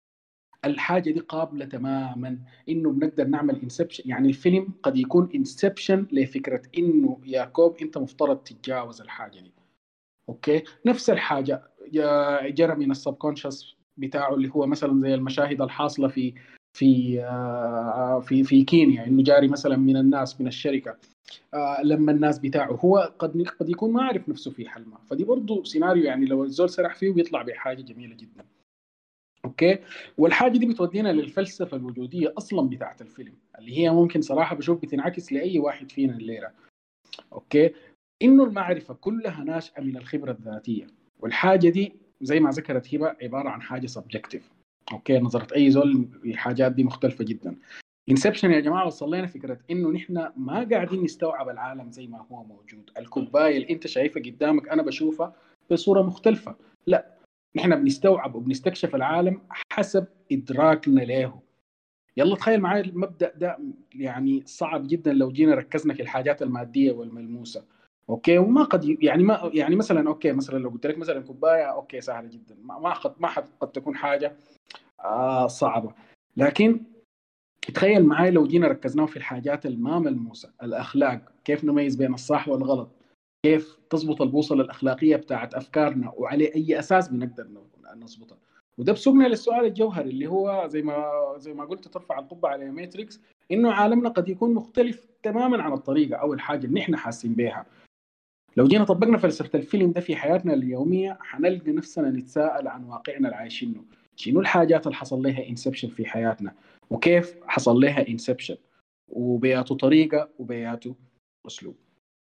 الحاجه دي قابله تماما انه بنقدر نعمل انسبشن. يعني الفيلم قد يكون انسبشن لفكره انه يا كوب انت مفترض تتجاوز الحاجه دي. اوكي، نفس الحاجه يا جرى من السبكونشس بتاعه، اللي هو مثلا زي المشاهد الحاصله في في آه، في في كينيا، انه جاري مثلا من الناس من الشركه. آه، لما الناس بتاعه هو قد قد يكون ما عارف نفسه في حلمه، فدي برضه سيناريو يعني لو الزول سرح فيه بيطلع بحاجه جميله جدا. اوكي، والحاجه دي بتودينا للفلسفه الوجوديه اصلا بتاعت الفيلم، اللي هي ممكن صراحه بشوف بتنعكس لاي واحد فينا الليله. اوكي، انه المعرفه كلها ناشئه من الخبره الذاتيه، والحاجه دي زي ما ذكرت هبه عباره عن حاجه سبجكتيف. اوكي، نظره اي زول الحاجات دي مختلفه جدا. انسبشن يا جماعه وصل لنا فكره انه نحن ما قاعدين نستوعب العالم زي ما هو موجود. الكوبايه اللي انت شايفها قدامك انا بشوفها بصوره مختلفه. لا، نحن بنستوعب وبنستكشف العالم حسب ادراكنا له. يلا تخيل معايا المبدأ ده، يعني صعب جدا لو جينا ركزنا في الحاجات المادية والملموسة. اوكي، وما قد ي- يعني ما يعني مثلا اوكي، مثلا لو قلت لك مثلا كوبايه، اوكي سهله جدا، ما ما قد ما حد قد تكون حاجه آه صعبه. لكن تخيل معايا لو جينا ركزنا في الحاجات الما ملموسه، الاخلاق، كيف نميز بين الصح والغلط، كيف تظبط البوصله الاخلاقيه بتاعت افكارنا، وعلى اي اساس بنقدر نظبطها. وده بسوقنا للسؤال الجوهري اللي هو زي ما زي ما قلت ترفع القبعه على ماتريكس، انه عالمنا قد يكون مختلف تماما عن الطريقه او الحاجه اللي احنا حاسين بها. لو جينا طبقنا فلسفه الفيلم ده في حياتنا اليوميه حنلقى نفسنا نتساءل عن واقعنا العايشينه. شنو الحاجات اللي حصل لها انسبشن في حياتنا، وكيف حصل لها انسبشن، وبياته طريقه وبياته اسلوب.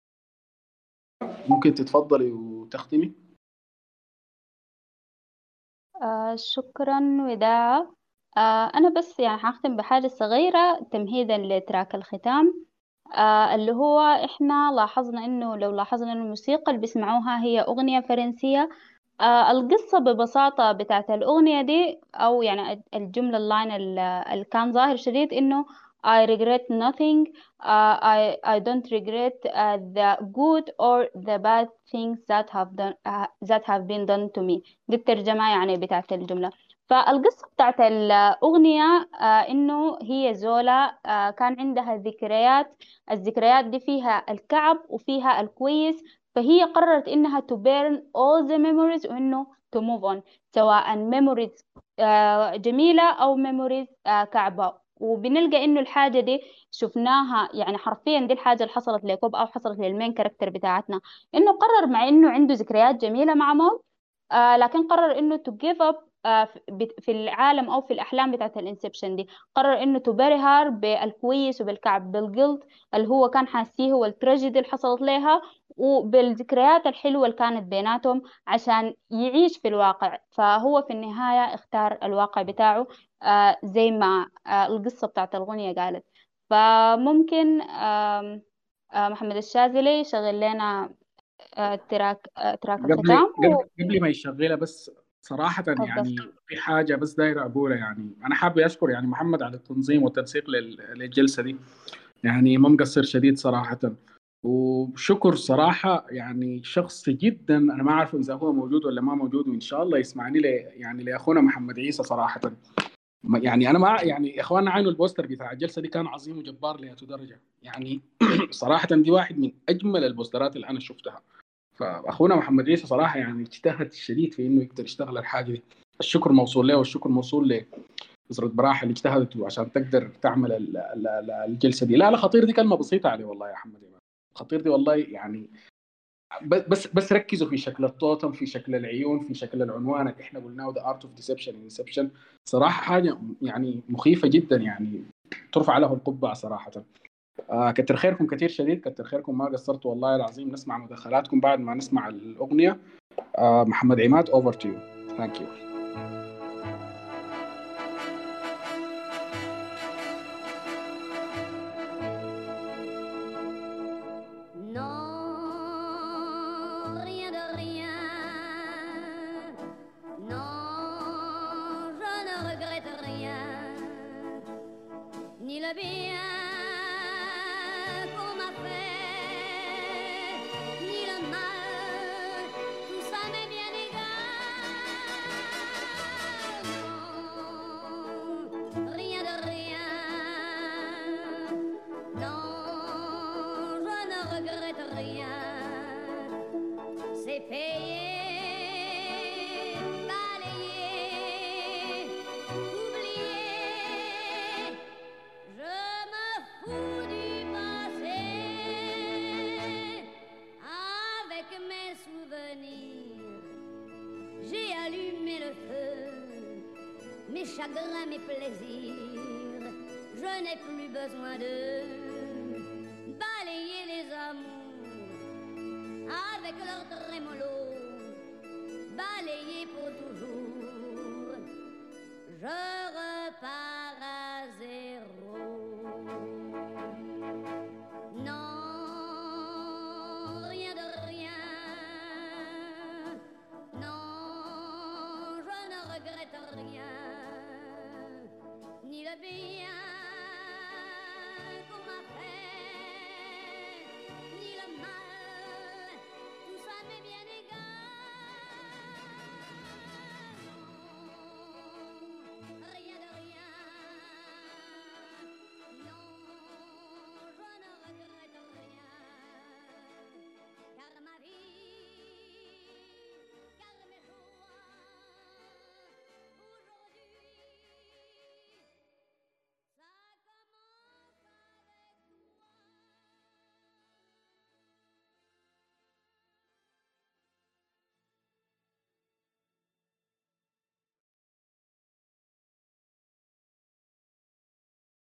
ممكن تتفضلي وتختمي. آه شكرا وداع. آه أنا بس يعني هختم بحاجة صغيرة تمهيدا لتراك الختام. آه اللي هو إحنا لاحظنا إنه لو لاحظنا إنه الموسيقى اللي بيسمعوها هي أغنية فرنسية. آه القصة ببساطة بتاعت الأغنية دي، أو يعني الجملة اللاين اللي كان ظاهر شديد إنه I regret nothing. uh, I I don't regret uh, the good or the bad things that have done uh, that have been done to me. دي الترجمة يعني بتاعت الجملة. فالقصة بتاعت الأغنية آه إنه هي زولا آه كان عندها ذكريات. الذكريات دي فيها الكعب وفيها الكويس، فهي قررت إنها to burn all the memories وإنه to move on، سواء memories آه جميلة أو memories آه كعبة. وبنلقى إنه الحاجة دي شفناها يعني حرفيا، دي الحاجة اللي حصلت لكوب أو حصلت للمين كاركتر بتاعتنا، إنه قرر مع إنه عنده ذكريات جميلة مع موب آه لكن قرر إنه to give up آه في في العالم أو في الأحلام بتاعت الانسبشن دي. قرر إنه تباري هار بالكويس وبالكعب، بالجلد اللي هو كان حاسيه والتراجيدي اللي حصلت لها، وبالذكريات الحلوة اللي كانت بيناتهم عشان يعيش في الواقع. فهو في النهاية اختار الواقع بتاعه آه زي ما آه القصة بتاعت الغنية قالت. فممكن آم، آه محمد الشاذلي يشغل لنا آه تراك آه تراك قبل الختام. قبل قبل ما يشغلها بس صراحة وتفضل. يعني في حاجة بس داير أقولها. يعني أنا حابب أشكر يعني محمد على التنظيم والتنسيق لل- للجلسة دي. يعني ما مقصر شديد صراحة. وشكر صراحة يعني شخص جدا أنا ما أعرف إذا هو موجود ولا ما موجود، وإن شاء الله يسمعني لي يعني لأخونا محمد عيسى صراحة. ما- يعني أنا ما يعني يا إخواننا عينوا البوستر بتاع الجلسة دي كان عظيم وجبار لأتو درجة يعني. صراحة دي واحد من أجمل البوسترات اللي أنا شفتها. فاخونا محمد عيسى صراحه يعني اجتهد شديد في انه يقدر يشتغل الحاجه دي. الشكر موصول له، والشكر موصول لأسرة براح اللي اجتهدت عشان تقدر تعمل ال- ال- ال- الجلسه دي. لا لا، خطير دي كلمه بسيطه عليه والله يا محمد إمام. خطير دي والله يعني. ب- بس بس ركزوا في شكل الطوطم، في شكل العيون، في شكل العنوان اللي احنا قلناه ذا ارت اوف ديسبشن انسبشن. صراحه حاجه يعني مخيفه جدا يعني، ترفع له القبعه صراحه. آه كتر خيركم كثير شديد، كتر خيركم ما قصرتوا والله العظيم. نسمع مداخلاتكم بعد ما نسمع الأغنية. آه محمد عماد over to you. Thank you. Non, rien de rien. Non, je ne regrette rien. Ni le bien qu'on m'a fait, ni le mal, tout ça m'est bien égal. Non, rien de rien. Non, je ne regrette rien. C'est payé, balayé, oublié. Je me fous du passé. Avec mes souvenirs, j'ai allumé le feu. Mes chagrins, mes plaisirs, je n'ai plus besoin de balayer les amours avec leur trémolo, balayer pour toujours. Je repars à zéro. Non, rien de rien. Non, je ne regrette rien. Ni le bien